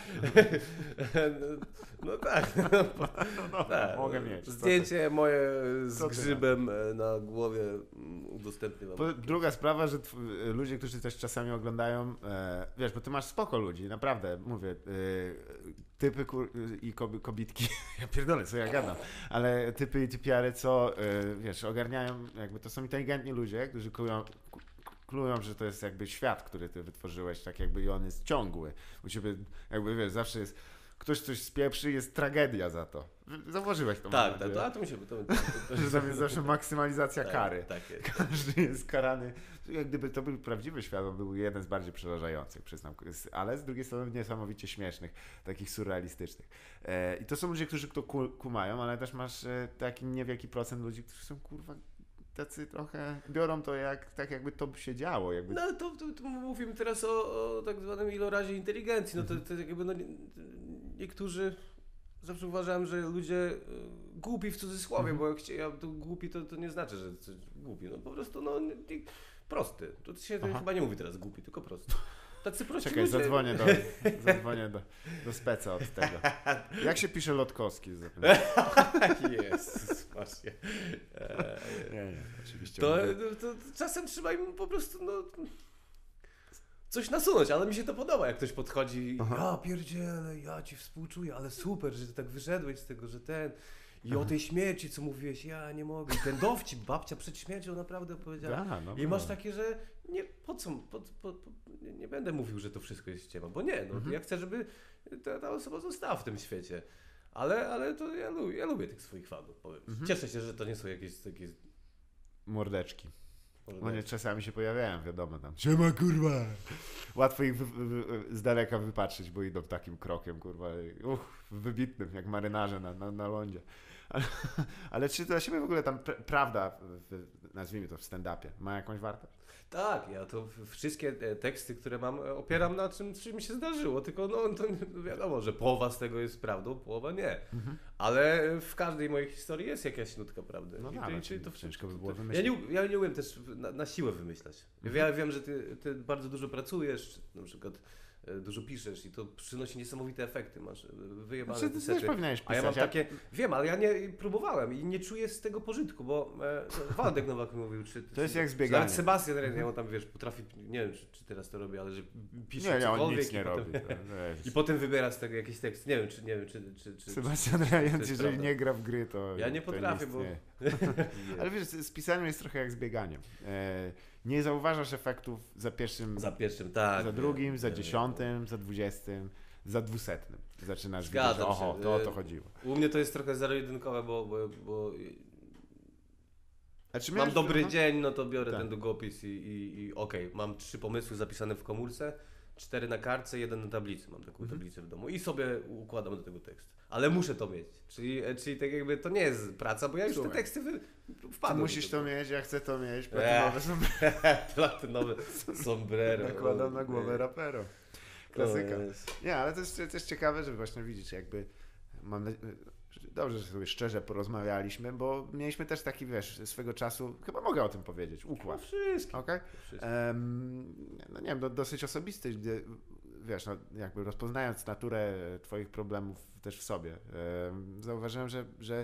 [SPEAKER 3] No tak. Tak.
[SPEAKER 1] Mogę mieć.
[SPEAKER 3] Zdjęcie moje z grzybem na głowie udostępnię wam.
[SPEAKER 1] Druga sprawa, że ludzie, którzy też czasami oglądają, wiesz, bo ty masz spoko ludzi, naprawdę, mówię, typy i kobietki, ja pierdolę, co ja gadam, ale typy i typiary, co, wiesz, ogarniają, jakby to są inteligentni ludzie, którzy klują, że to jest jakby świat, który ty wytworzyłeś, tak jakby i on jest ciągły. U ciebie, jakby, wiesz, zawsze jest, ktoś coś spieprzy, jest tragedia za to. Zauważyłeś to?
[SPEAKER 3] Tak, to mi się...
[SPEAKER 1] Że tam jest zawsze maksymalizacja kary.
[SPEAKER 3] Tak jest.
[SPEAKER 1] Każdy jest karany. Jak gdyby to był prawdziwy świat, on był jeden z bardziej przerażających, przyznam, ale z drugiej strony niesamowicie śmiesznych, takich surrealistycznych. I to są ludzie, którzy to kumają, ale też masz taki niewielki procent ludzi, którzy są kurwa tacy trochę, biorą to tak jakby to się działo. Jakby...
[SPEAKER 3] No to mówimy teraz o tak zwanym ilorazie inteligencji. No to jakby niektórzy... Zawsze uważałem, że ludzie głupi w cudzysłowie, bo jak to głupi to nie znaczy, że coś głupi. No po prostu prosty. To się chyba nie mówi teraz głupi, tylko prosty. Tacy prości
[SPEAKER 1] Czekaj,
[SPEAKER 3] ludzie.
[SPEAKER 1] zadzwonię do speca od tego. Jak się pisze Lotkowski?
[SPEAKER 3] Jezus, właśnie.
[SPEAKER 1] Nie, oczywiście.
[SPEAKER 3] To czasem trzeba im po prostu coś nasunąć, ale mi się to podoba, jak ktoś podchodzi ja pierdzielę, ja ci współczuję, ale super, że ty tak wyszedłeś z tego, że i o tej śmierci, co mówiłeś, ja nie mogę. I ten dowcip, babcia przed śmiercią naprawdę opowiedziała. I masz takie, że nie, nie będę mówił, że to wszystko jest ściema, bo nie, ja chcę, żeby ta osoba została w tym świecie. Ale to ja lubię tych swoich fanów, powiem. Cieszę się, że to nie są jakieś takie...
[SPEAKER 1] Mordeczki. One czasami się pojawiają, wiadomo tam. Siema kurwa! Łatwo ich z daleka wypatrzyć, bo idą takim krokiem, kurwa. Wybitnym, jak marynarze na lądzie. Ale czy dla siebie w ogóle tam prawda, nazwijmy to w stand-upie, ma jakąś wartość?
[SPEAKER 3] Tak, ja to wszystkie teksty, które mam, opieram na czym mi się zdarzyło, tylko to wiadomo, że połowa z tego jest prawdą, połowa nie. Ale w każdej mojej historii jest jakaś nutka prawdy.
[SPEAKER 1] No czyli to ciężko by było
[SPEAKER 3] wymyślić. Ja nie umiem też na siłę wymyślać. Ja wiem, że ty bardzo dużo pracujesz, na przykład dużo piszesz i to przynosi niesamowite efekty, masz wyjebane
[SPEAKER 1] Znaczy,
[SPEAKER 3] te
[SPEAKER 1] ty też
[SPEAKER 3] sety.
[SPEAKER 1] powinieneś
[SPEAKER 3] A ja mam
[SPEAKER 1] pisać,
[SPEAKER 3] takie, wiem, ale ja nie próbowałem i nie czuję z tego pożytku, bo Waldek Nowak mi mówił,
[SPEAKER 1] To jest jak z
[SPEAKER 3] czy
[SPEAKER 1] bieganiem.
[SPEAKER 3] nawet Sebastian Renia, on tam, wiesz, potrafi, nie wiem, czy teraz to robi, ale że pisze
[SPEAKER 1] Nie, on
[SPEAKER 3] cokolwiek
[SPEAKER 1] nic nie
[SPEAKER 3] i potem,
[SPEAKER 1] robi.
[SPEAKER 3] i potem wybiera z tego jakiś tekst. Nie wiem, czy
[SPEAKER 1] Sebastian
[SPEAKER 3] to
[SPEAKER 1] Ryan,
[SPEAKER 3] jest
[SPEAKER 1] jeżeli
[SPEAKER 3] prawda.
[SPEAKER 1] nie gra w gry, to
[SPEAKER 3] Ja nie
[SPEAKER 1] to
[SPEAKER 3] potrafię, bo...
[SPEAKER 1] istnieje. Ale wiesz, z pisaniem jest trochę jak z bieganiem. Nie zauważasz efektów za pierwszym,
[SPEAKER 3] Za pierwszym, tak.
[SPEAKER 1] za drugim, za
[SPEAKER 3] wiem.
[SPEAKER 1] 10, za 20, za 200. Zaczynasz widzieć,
[SPEAKER 3] Zgadzam
[SPEAKER 1] że oho,
[SPEAKER 3] się.
[SPEAKER 1] to o to chodziło.
[SPEAKER 3] U mnie to jest trochę zero-jedynkowe, bo
[SPEAKER 1] A czy
[SPEAKER 3] mam
[SPEAKER 1] miałeś-
[SPEAKER 3] dobry
[SPEAKER 1] aha.
[SPEAKER 3] dzień, no to biorę
[SPEAKER 1] Tak.
[SPEAKER 3] ten długopis i okej, mam 3 pomysły zapisane w komórce, 4 na kartce, 1 na tablicy. Mam taką tablicę w domu i sobie układam do tego tekst. Ale muszę to mieć. Czyli tak jakby to nie jest praca, bo ja już te
[SPEAKER 1] Słuchaj,
[SPEAKER 3] teksty
[SPEAKER 1] Ty
[SPEAKER 3] wpadłem.
[SPEAKER 1] musisz to mieć, ja chcę to mieć.
[SPEAKER 3] Platynowe sombrero.
[SPEAKER 1] Nakładam na głowę rapero. Klasyka.
[SPEAKER 3] O Jezu.
[SPEAKER 1] Nie, ale to jest też ciekawe, że właśnie widzisz, jakby dobrze, że sobie szczerze porozmawialiśmy, bo mieliśmy też taki, wiesz, swego czasu, chyba mogę o tym powiedzieć, układ.
[SPEAKER 3] Wszystko.
[SPEAKER 1] Okej?
[SPEAKER 3] Wszystko.
[SPEAKER 1] No nie wiem, dosyć osobisty, gdzie, wiesz, no, jakby rozpoznając naturę twoich problemów też w sobie, zauważyłem, że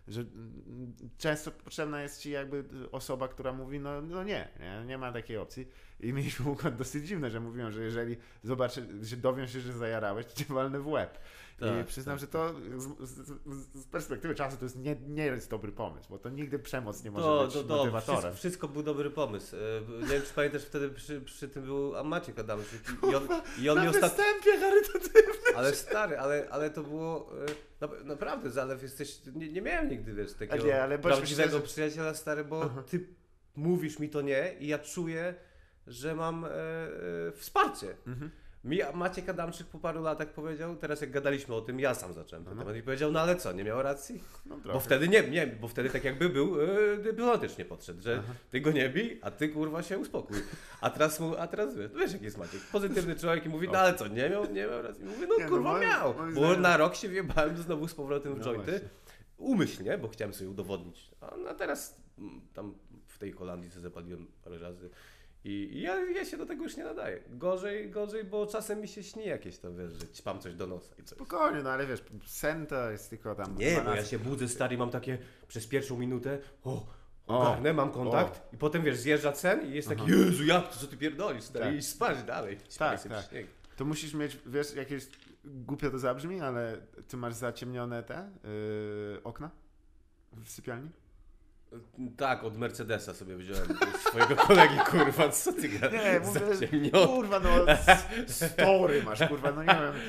[SPEAKER 1] często potrzebna jest ci jakby osoba, która mówi, no nie ma takiej opcji. I mieliśmy układ dosyć dziwny, że mówią, że jeżeli zobaczy, że dowią się, że zajarałeś, to cię walnę w łeb. I przyznam, że to z perspektywy czasu to jest nie jest dobry pomysł, bo to nigdy przemoc nie może być motywatorem.
[SPEAKER 3] Wszystko był dobry pomysł. Nie wiem, czy pamiętasz, wtedy przy tym był Maciek Adamczyk i on
[SPEAKER 1] Na
[SPEAKER 3] mi ostatnio...
[SPEAKER 1] występie charytatywnym.
[SPEAKER 3] Ale stary, ale to było naprawdę Zalew jesteś, nie miałem nigdy, wiesz, takiego
[SPEAKER 1] Nie, ale bądźmy
[SPEAKER 3] prawdziwego
[SPEAKER 1] szczerzy.
[SPEAKER 3] przyjaciela, stary, bo ty mówisz mi to nie i ja czuję, że mam wsparcie. Mi Maciek Adamczyk po paru latach powiedział, teraz jak gadaliśmy o tym, ja sam zacząłem ten temat i powiedział, no ale co, nie miał racji?
[SPEAKER 1] No,
[SPEAKER 3] Bo
[SPEAKER 1] trochę.
[SPEAKER 3] wtedy bo wtedy tak jakby był dyplomatycznie podszedł, że ty go nie bij, a ty kurwa się uspokój. A teraz wiesz jaki jest Maciek, pozytywny człowiek i mówi, no ale co, nie miał racji? Mówię, no
[SPEAKER 1] Nie, no,
[SPEAKER 3] kurwa
[SPEAKER 1] moim
[SPEAKER 3] miał, bo
[SPEAKER 1] zdaniem-
[SPEAKER 3] na rok się wjebałem znowu z powrotem w
[SPEAKER 1] No
[SPEAKER 3] jointy,
[SPEAKER 1] właśnie.
[SPEAKER 3] umyślnie, bo chciałem sobie udowodnić, a teraz tam w tej Holandii sobie zapaliłem parę razy. I ja się do tego już nie nadaję. Gorzej, bo czasem mi się śni jakieś tam, wiesz, że ćpam coś do nosa i coś.
[SPEAKER 1] Spokojnie, no ale wiesz, sen to jest tylko tam...
[SPEAKER 3] Nie, bo
[SPEAKER 1] 12.
[SPEAKER 3] ja się budzę stary i mam takie przez pierwszą minutę, ogarnę, mam kontakt i potem wiesz, zjeżdża sen i jest taki, Jezu, jak to, co ty pierdolisz, stary,
[SPEAKER 1] Tak.
[SPEAKER 3] i spać dalej.
[SPEAKER 1] Tak,
[SPEAKER 3] sobie
[SPEAKER 1] tak.
[SPEAKER 3] śnieg.
[SPEAKER 1] To musisz mieć, wiesz, jakieś... Głupio to zabrzmi, ale ty masz zaciemnione te okna w sypialni?
[SPEAKER 3] Tak, od Mercedesa sobie wziąłem swojego kolegi, kurwa, co ty gadasz?
[SPEAKER 1] Nie, mówię,
[SPEAKER 3] Zaciemnione.
[SPEAKER 1] kurwa, no story masz, kurwa, no nie wiem,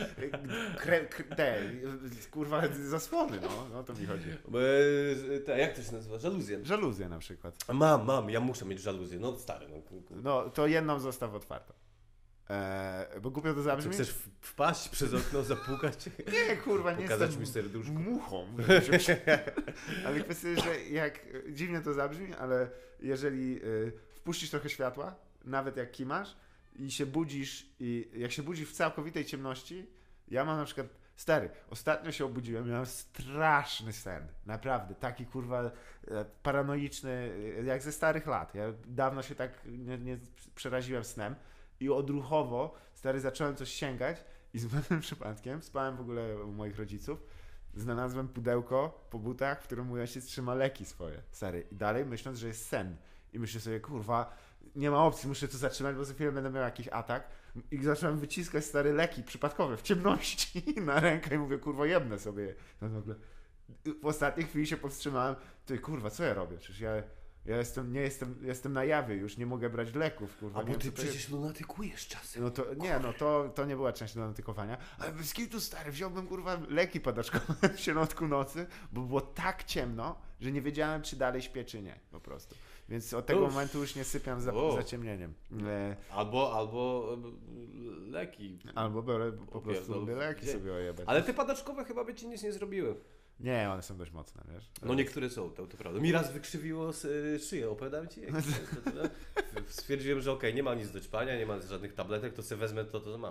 [SPEAKER 1] kurwa, zasłony, no o to mi chodzi.
[SPEAKER 3] Jak to się nazywa? Żaluzje.
[SPEAKER 1] Żaluzje na przykład.
[SPEAKER 3] Mam, ja muszę mieć żaluzję, no stary, no.
[SPEAKER 1] No, to jedną zostaw otwartą. Bo głupio to
[SPEAKER 3] Czy
[SPEAKER 1] zabrzmi.
[SPEAKER 3] chcesz wpaść przez okno, zapukać?
[SPEAKER 1] Nie, kurwa, nie
[SPEAKER 3] Pokazać
[SPEAKER 1] jestem
[SPEAKER 3] mi serduszko.
[SPEAKER 1] muchą. Ale kwestia jest, że jak dziwnie to zabrzmi, ale jeżeli wpuścisz trochę światła, nawet jak kimasz i się budzisz, i jak się budzisz w całkowitej ciemności, ja mam na przykład, stary, ostatnio się obudziłem, miałem straszny sen, naprawdę, taki kurwa paranoiczny, jak ze starych lat. Ja dawno się tak nie przeraziłem snem i odruchowo, stary, zacząłem coś sięgać i z pewnym przypadkiem, spałem w ogóle u moich rodziców, znalazłem pudełko po butach, w którym mój ojciec trzyma leki swoje, stary, i dalej myśląc, że jest sen. I myślę sobie, kurwa, nie ma opcji, muszę to zatrzymać, bo za chwilę będę miał jakiś atak. I zacząłem wyciskać stare leki przypadkowe w ciemności na rękę i mówię, kurwa, jebnę sobie. No nagle w ostatniej chwili się powstrzymałem. Ty, kurwa, co ja robię? Przecież ja jestem na jawie, już nie mogę brać leków, kurwa.
[SPEAKER 3] A
[SPEAKER 1] nie
[SPEAKER 3] bo
[SPEAKER 1] wiem,
[SPEAKER 3] ty
[SPEAKER 1] co to jest.
[SPEAKER 3] przecież lunatykujesz czasem.
[SPEAKER 1] No to nie, no to nie była część lunatykowania, ale bez kitu, stary, wziąłbym, kurwa, leki padaczkowe w środku nocy, bo było tak ciemno, że nie wiedziałem, czy dalej śpię, czy nie, po prostu. Więc od tego momentu już nie sypiam zaciemnieniem.
[SPEAKER 3] Albo leki.
[SPEAKER 1] Albo biorę po prostu lubię leki sobie ojebać.
[SPEAKER 3] Ale te padaczkowe chyba by ci nic nie zrobiły.
[SPEAKER 1] Nie, one są dość mocne, wiesz.
[SPEAKER 3] No niektóre są, to prawda. Mi raz wykrzywiło szyję, opowiadałem ci? Stwierdziłem, że okej, nie ma nic do ćpania, nie ma żadnych tabletek, to sobie wezmę to mam.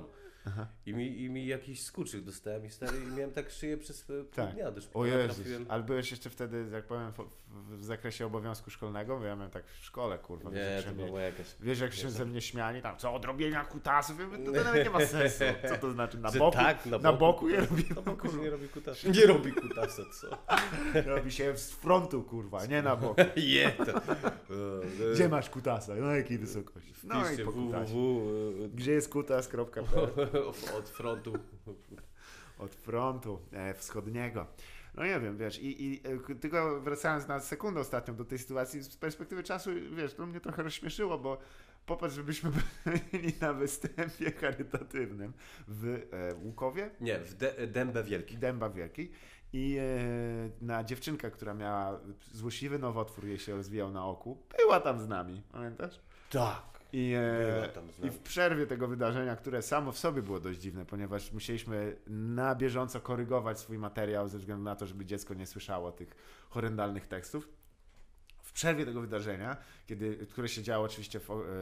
[SPEAKER 1] Aha.
[SPEAKER 3] I mi jakiś skurczyk dostałem i miałem tak szyję przez pół
[SPEAKER 1] Tak.
[SPEAKER 3] dnia do
[SPEAKER 1] O
[SPEAKER 3] szpitala
[SPEAKER 1] Jezus,
[SPEAKER 3] trafiłem.
[SPEAKER 1] ale byłeś jeszcze wtedy, jak powiem, w zakresie obowiązku szkolnego, bo ja miałem tak w szkole, kurwa.
[SPEAKER 3] Nie,
[SPEAKER 1] wiesz,
[SPEAKER 3] to
[SPEAKER 1] jak
[SPEAKER 3] była
[SPEAKER 1] się
[SPEAKER 3] moja jakaś...
[SPEAKER 1] wiesz, jak się ze mnie śmiali, tam, co, odrobienia kutasów? Ja mówię, to nawet nie ma sensu. Co to znaczy? Na
[SPEAKER 3] Że
[SPEAKER 1] boku?
[SPEAKER 3] tak,
[SPEAKER 1] na boku je robi,
[SPEAKER 3] Na boku się
[SPEAKER 1] kurwa.
[SPEAKER 3] nie robi kutasa. Nie robi kutasa, co?
[SPEAKER 1] Robi się z frontu, kurwa, nie na boku.
[SPEAKER 3] Je to.
[SPEAKER 1] Gdzie masz kutasa? Na jakiej wysokości? No i
[SPEAKER 3] Wpiszcie
[SPEAKER 1] po kutasie.
[SPEAKER 3] www.
[SPEAKER 1] Gdzie jest kutas.pl?
[SPEAKER 3] Od frontu.
[SPEAKER 1] Od frontu wschodniego. No nie wiem, wiesz, tylko wracając na sekundę ostatnią do tej sytuacji, z perspektywy czasu, wiesz, to mnie trochę rozśmieszyło, bo popatrz, żebyśmy byli na występie charytatywnym w Łukowie,
[SPEAKER 3] Nie, w Dębę Wielki.
[SPEAKER 1] Dęba Wielkiej i na dziewczynka, która miała złośliwy nowotwór, jej się rozwijał na oku, była tam z nami, pamiętasz?
[SPEAKER 3] Tak. Była tam z
[SPEAKER 1] I
[SPEAKER 3] nami.
[SPEAKER 1] w przerwie tego wydarzenia, które samo w sobie było dość dziwne, ponieważ musieliśmy na bieżąco korygować swój materiał ze względu na to, żeby dziecko nie słyszało tych horrendalnych tekstów. W przerwie tego wydarzenia, które się działo oczywiście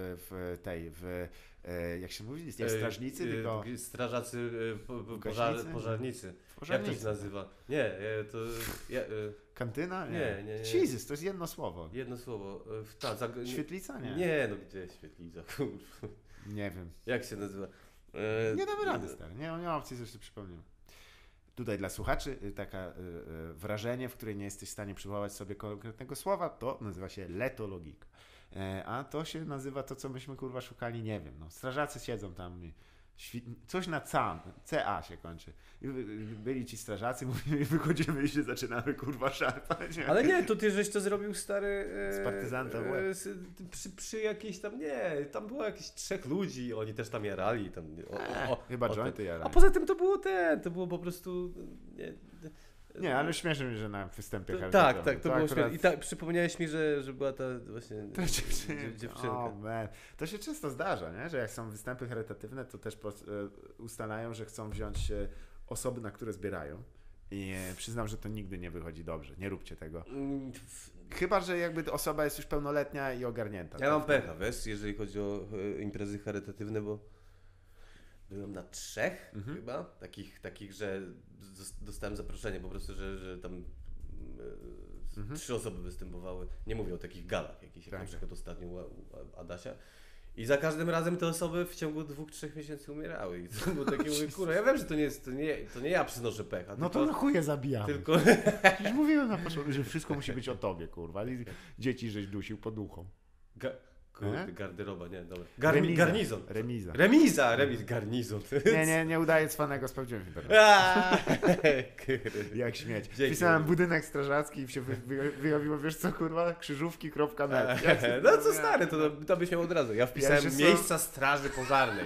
[SPEAKER 1] jak się mówi, nie strażnicy, tylko
[SPEAKER 3] Strażacy,
[SPEAKER 1] Gaśnicy?
[SPEAKER 3] pożarnicy.
[SPEAKER 1] Pożarnicy.
[SPEAKER 3] Jak to się nazywa? Nie, to...
[SPEAKER 1] kantyna?
[SPEAKER 3] Nie.
[SPEAKER 1] Jesus, to jest jedno słowo.
[SPEAKER 3] Jedno słowo.
[SPEAKER 1] Świetlica? Nie.
[SPEAKER 3] Nie, no gdzie świetlica, kurwa.
[SPEAKER 1] Nie wiem.
[SPEAKER 3] Jak się nazywa?
[SPEAKER 1] Nie damy rady, stary. Nie ma opcji, coś sobie przypomnimy. Tutaj dla słuchaczy taka wrażenie, w której nie jesteś w stanie przywołać sobie konkretnego słowa, to nazywa się letologika. A to się nazywa to, co myśmy kurwa szukali, nie wiem. No, strażacy siedzą tam i coś na CA się kończy. I byli ci strażacy, mówili, wychodzimy i się zaczynamy kurwa szarpać.
[SPEAKER 3] Ale nie, to ty żeś to zrobił stary...
[SPEAKER 1] Z partyzanta w łeb.
[SPEAKER 3] Przy jakiejś tam, nie, tam było jakieś 3 ludzi, oni też tam jarali. Tam,
[SPEAKER 1] chyba jointy jarali.
[SPEAKER 3] A poza tym to było po prostu...
[SPEAKER 1] Nie, ale śmieszy mnie, że na występie
[SPEAKER 3] Tak, to było
[SPEAKER 1] akurat...
[SPEAKER 3] śmieszne. I tak przypomniałeś mi, że była ta właśnie
[SPEAKER 1] To
[SPEAKER 3] dziewczynka.
[SPEAKER 1] Oh, man. To się często zdarza, nie? Że jak są występy charytatywne, to też ustalają, że chcą wziąć osoby, na które zbierają. I przyznam, że to nigdy nie wychodzi dobrze. Nie róbcie tego. Chyba, że jakby osoba jest już pełnoletnia i ogarnięta.
[SPEAKER 3] Ja mam pecha, wiesz, jeżeli chodzi o imprezy charytatywne, bo byłem na 3 chyba, takich, że dostałem zaproszenie po prostu, że tam 3 osoby występowały. Nie mówię o takich galach jakichś, jak na przykład ostatnio u Adasia. I za każdym razem te osoby w ciągu 2-3 miesięcy umierały. I to było takie, mówię, kurwa, ja wiem, że to nie ja przynoszę pecha.
[SPEAKER 1] No
[SPEAKER 3] tylko,
[SPEAKER 1] to na chuje zabijamy.
[SPEAKER 3] Tylko...
[SPEAKER 1] Już mówiłem na początku, że wszystko musi być o tobie, kurwa. I dzieci żeś dusił po duchom.
[SPEAKER 3] Garderoba, nie, dobra.
[SPEAKER 1] Garnizon.
[SPEAKER 3] Remiza, garnizon.
[SPEAKER 1] Nie udaję cwanego, sprawdziłem w internecie. Jak śmieć. Pisałem budynek strażacki i się wyjawiło, wiesz co, kurwa? Krzyżówki.net.
[SPEAKER 3] No co stary, to byś miał od razu. Ja wpisałem miejsca straży pożarnej.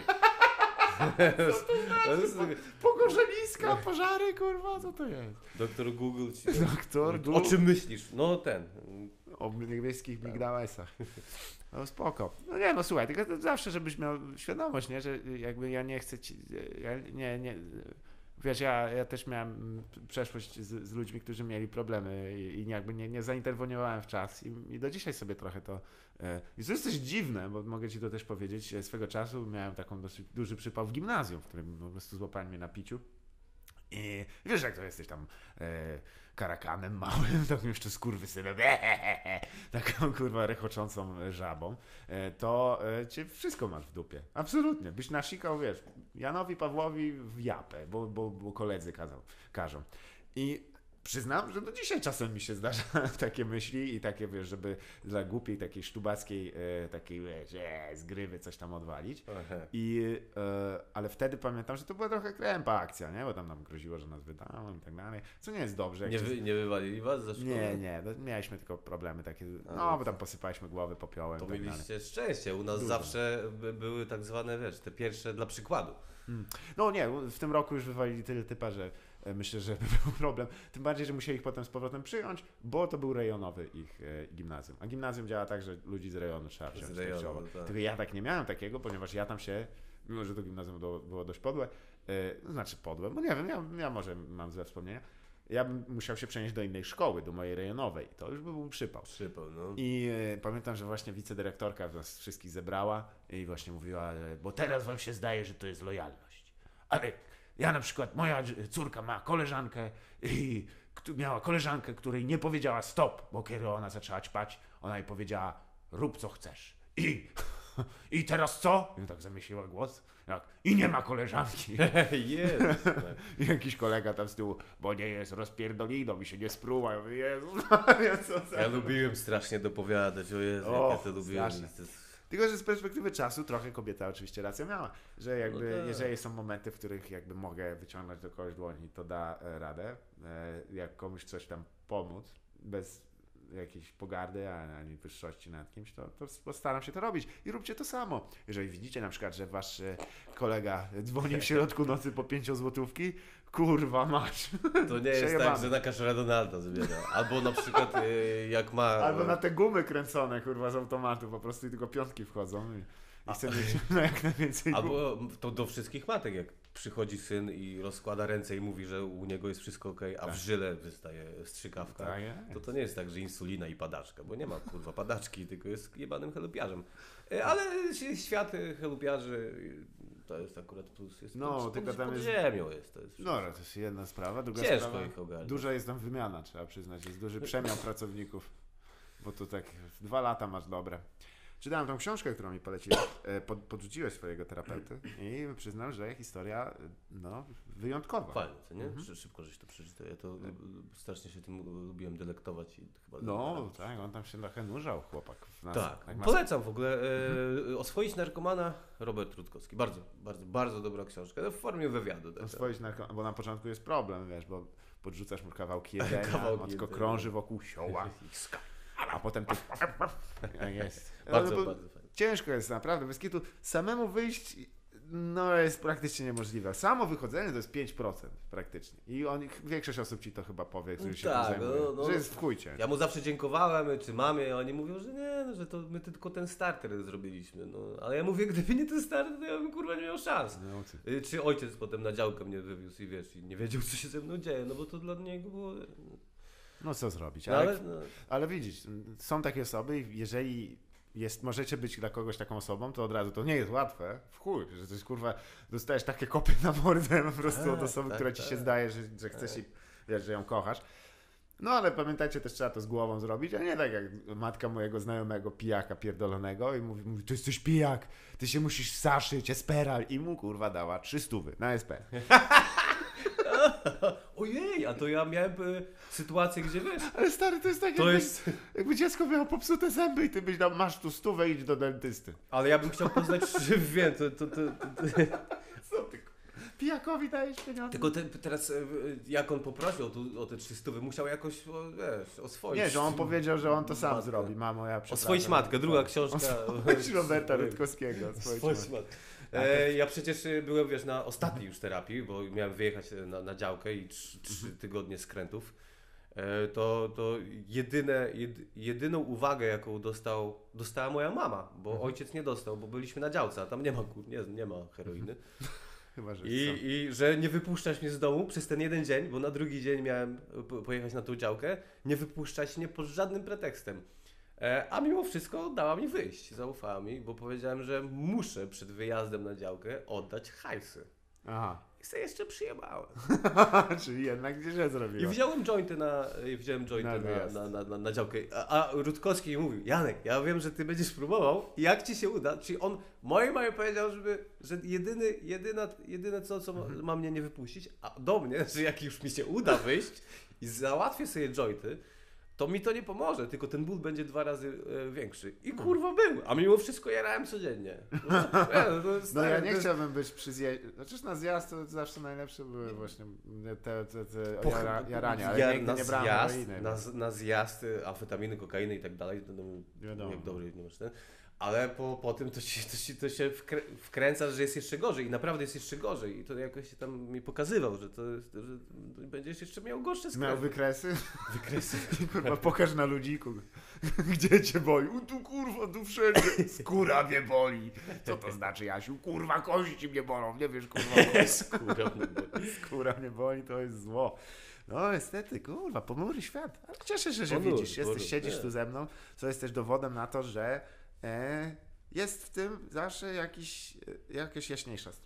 [SPEAKER 1] Pogorzeliska, pożary, kurwa, co to jest?
[SPEAKER 3] Doktor Google ci...
[SPEAKER 1] Doktor Google.
[SPEAKER 3] O czym myślisz? No
[SPEAKER 1] O niebieskich migdałesach. No spoko. No nie, no słuchaj, tylko to zawsze, żebyś miał świadomość, nie, że jakby ja nie chcę ci... nie. Wiesz, ja też miałem przeszłość z ludźmi, którzy mieli problemy i jakby nie zainterweniowałem w czas i do dzisiaj sobie trochę to... I to jest coś dziwne, bo mogę ci to też powiedzieć, swego czasu miałem taką dosyć duży przypał w gimnazjum, w którym po prostu złapali mnie na piciu. I wiesz, jak to jesteś tam karakanem małym, takim jeszcze skurwysynem, taką kurwa rechoczącą żabą, to cię wszystko masz w dupie. Absolutnie. Byś nasikał, wiesz, Janowi Pawłowi w japę, bo koledzy każą. I przyznam, że do dzisiaj czasem mi się zdarza takie myśli i takie, wiesz, żeby dla głupiej, takiej sztubackiej, takiej, wiesz, zgrywy coś tam odwalić. Ale wtedy pamiętam, że to była trochę krępa akcja, nie? Bo tam nam groziło, że nas wydało i tak dalej. Co nie jest dobrze.
[SPEAKER 3] Nie wywalili was ze szkoły?
[SPEAKER 1] Nie. Mieliśmy tylko problemy takie, bo tam posypaliśmy głowy popiołem.
[SPEAKER 3] To
[SPEAKER 1] tak
[SPEAKER 3] mieliście szczęście. U nas zawsze były tak zwane, wiesz, te pierwsze dla przykładu.
[SPEAKER 1] No nie, w tym roku już wywalili tyle typa, że myślę, że był problem. Tym bardziej, że musieli ich potem z powrotem przyjąć, bo to był rejonowy ich gimnazjum. A gimnazjum działa tak, że ludzi z rejonu trzeba wziąć. Tak. Tylko ja tak nie miałem takiego, ponieważ ja tam się, mimo że to gimnazjum było dość podłe, znaczy podłe, bo nie wiem, ja może mam złe wspomnienia, ja bym musiał się przenieść do innej szkoły, do mojej rejonowej. To już by był przypał.
[SPEAKER 3] No.
[SPEAKER 1] I pamiętam, że właśnie wicedyrektorka nas wszystkich zebrała i właśnie mówiła, bo teraz wam się zdaje, że to jest lojalność. ale ja na przykład, moja córka ma koleżankę i miała koleżankę, której nie powiedziała stop, bo kiedy ona zaczęła ćpać, ona jej powiedziała rób co chcesz. I teraz co? I tak zamyśliła głos. I nie ma koleżanki.
[SPEAKER 3] Jest.
[SPEAKER 1] I jakiś kolega tam z tyłu, bo nie jest rozpierdoliną i się nie spruła. Ja mówię, Jezu, co za...
[SPEAKER 3] Ja lubiłem strasznie dopowiadać, o Jezu, jak ja to lubiłem.
[SPEAKER 1] Tylko, że z perspektywy czasu trochę kobieta oczywiście rację miała, że jakby
[SPEAKER 3] No tak.
[SPEAKER 1] jeżeli są momenty, w których jakby mogę wyciągnąć do kogoś dłoni, to da radę, jak komuś coś tam pomóc, bez jakiejś pogardy, ani wyższości nad kimś, to postaram się to robić. I róbcie to samo. Jeżeli widzicie na przykład, że wasz kolega dzwoni w środku nocy po 5 złotówki, kurwa masz.
[SPEAKER 3] To nie jest tak, że na Kaszera Donalda zbiera. Albo na przykład jak ma...
[SPEAKER 1] Albo na te gumy kręcone, kurwa, z automatu, po prostu i tylko piątki wchodzą i chcę mieć no, jak najwięcej gum.
[SPEAKER 3] Albo to do wszystkich matek, jak przychodzi syn i rozkłada ręce i mówi, że u niego jest wszystko okej, a w żyle wystaje strzykawka,
[SPEAKER 1] Tak jest.
[SPEAKER 3] to nie jest tak, że insulina i padaczka, bo nie ma kurwa padaczki, tylko jest jebanym chelupiarzem. Ale świat chelupiarzy to jest akurat plus. Jest
[SPEAKER 1] No, tylko tam
[SPEAKER 3] pod
[SPEAKER 1] jest...
[SPEAKER 3] ziemią jest. To jest
[SPEAKER 1] No, to jest jedna sprawa. Druga
[SPEAKER 3] ciężko
[SPEAKER 1] sprawa,
[SPEAKER 3] ich ogarnąć.
[SPEAKER 1] duża jest tam wymiana, trzeba przyznać. Jest duży przemian pracowników, bo tu tak 2 lata masz dobre. Czytałem tą książkę, którą mi poleciłeś, podrzuciłeś swojego terapeuty i przyznam, że historia no, wyjątkowa.
[SPEAKER 3] Fajnie, co nie? Szybko, żeś to przeczytał. Ja to strasznie się tym lubiłem delektować. I chyba
[SPEAKER 1] no, tak, on tam się trochę nurzał, chłopak.
[SPEAKER 3] Tak, polecam w ogóle. Oswoić narkomana, Robert Rutkowski. Bardzo, bardzo, bardzo dobra książka. W formie wywiadu. Tak,
[SPEAKER 1] Oswoić bo na początku jest problem, wiesz, bo podrzucasz mu kawałki jedzenia, on tylko krąży wokół sioła. A potem ty... jest.
[SPEAKER 3] Bardzo, bardzo fajnie.
[SPEAKER 1] Ciężko jest naprawdę, bez kitu. Samemu wyjść no jest praktycznie niemożliwe. Samo wychodzenie to jest 5% praktycznie. I większość osób ci to chyba powie, którzy się tym zajmują, że jest w chujcie.
[SPEAKER 3] Ja mu zawsze dziękowałem, czy mamie, a oni mówią, że nie, no, że to my tylko ten starter zrobiliśmy. No. Ale ja mówię, gdyby nie ten starter, to ja bym kurwa nie miał szans. No, czy ojciec potem na działkę mnie wywiózł i wiesz, i nie wiedział, co się ze mną dzieje, no bo to dla niego było...
[SPEAKER 1] No co zrobić,
[SPEAKER 3] no,
[SPEAKER 1] ale widzisz, są takie osoby i jeżeli możecie być dla kogoś taką osobą, to od razu to nie jest łatwe, w chuj, że coś kurwa, dostajesz takie kopy na mordę po prostu od osoby, która ci się zdaje, że chcesz i wiesz, że ją kochasz. No ale pamiętajcie, też trzeba to z głową zrobić, a nie tak jak matka mojego znajomego pijaka pierdolonego i mówi, ty jesteś pijak, ty się musisz zaszyć, esperal i mu kurwa dała 300 na SP.
[SPEAKER 3] Ojej, a to ja miałem sytuację, gdzie wiesz...
[SPEAKER 1] Ale stary, to jest tak jakby dziecko miało popsute zęby i ty byś tam, masz tu 100, idź do dentysty.
[SPEAKER 3] Ale ja bym chciał poznać, czy wiem,
[SPEAKER 1] Co ty? Pijakowi dajesz pieniądze?
[SPEAKER 3] Tylko teraz jak on poprosił o te 300, musiał jakoś, wiesz, oswoić.
[SPEAKER 1] Nie, że on powiedział, że on to sam zrobi. Mamo, ja przepraszam.
[SPEAKER 3] Oswoić matkę, druga książka.
[SPEAKER 1] Oswoić Roberta Rutkowskiego.
[SPEAKER 3] Oswoić matkę. Ja przecież byłem, wiesz, na ostatniej już terapii, bo miałem wyjechać na działkę i 3 tygodnie skrętów. To jedyną uwagę, jaką dostała moja mama, bo ojciec nie dostał, bo byliśmy na działce, a tam nie ma heroiny.
[SPEAKER 1] Chyba, że
[SPEAKER 3] I że nie wypuszczasz mnie z domu przez ten jeden dzień, bo na drugi dzień miałem pojechać na tą działkę, nie wypuszczać mnie pod żadnym pretekstem. A mimo wszystko dała mi wyjść, zaufała mi, bo powiedziałem, że muszę przed wyjazdem na działkę oddać hajsy.
[SPEAKER 1] Aha.
[SPEAKER 3] I sobie jeszcze przyjebałem.
[SPEAKER 1] Czyli jednak gdzieś zrobiłem.
[SPEAKER 3] I wziąłem jointy na działkę. A Rutkowski mówił, Janek, ja wiem, że ty będziesz próbował, jak ci się uda. Czyli on mojej mamie powiedział, że jedyne co ma mnie nie wypuścić, a do mnie, że jak już mi się uda wyjść i załatwię sobie jointy, to mi to nie pomoże, tylko ten ból będzie 2 razy większy. I kurwa był, a mimo wszystko jarałem codziennie.
[SPEAKER 1] No ja nie chciałbym być przy zjeździe. Znaczy na zjazd to zawsze najlepsze były właśnie te jarania, ale nigdy nie brałem heroiny.
[SPEAKER 3] Na zjazd amfetaminy, kokainy i tak dalej, jak dobry nie masz ten. Ale po tym to się wkręca, że jest jeszcze gorzej i naprawdę jest jeszcze gorzej. I to jakoś się tam mi pokazywał, że że będziesz jeszcze miał gorsze sklepy.
[SPEAKER 1] Miał wykresy?
[SPEAKER 3] Wykresy.
[SPEAKER 1] Kurwa, pokaż na ludziku. Gdzie cię boli? Tu kurwa, tu wszędzie. Skóra mnie boli. Co to znaczy, Jasiu? Kurwa, kości mnie bolą. Nie wiesz, kurwa. Skóra mnie boli, to jest zło. No niestety, kurwa, ponury świat. Ale cieszę się, że widzisz, siedzisz tu ze mną, co jest też dowodem na to, że jest w tym zawsze jakaś jaśniejsza strona.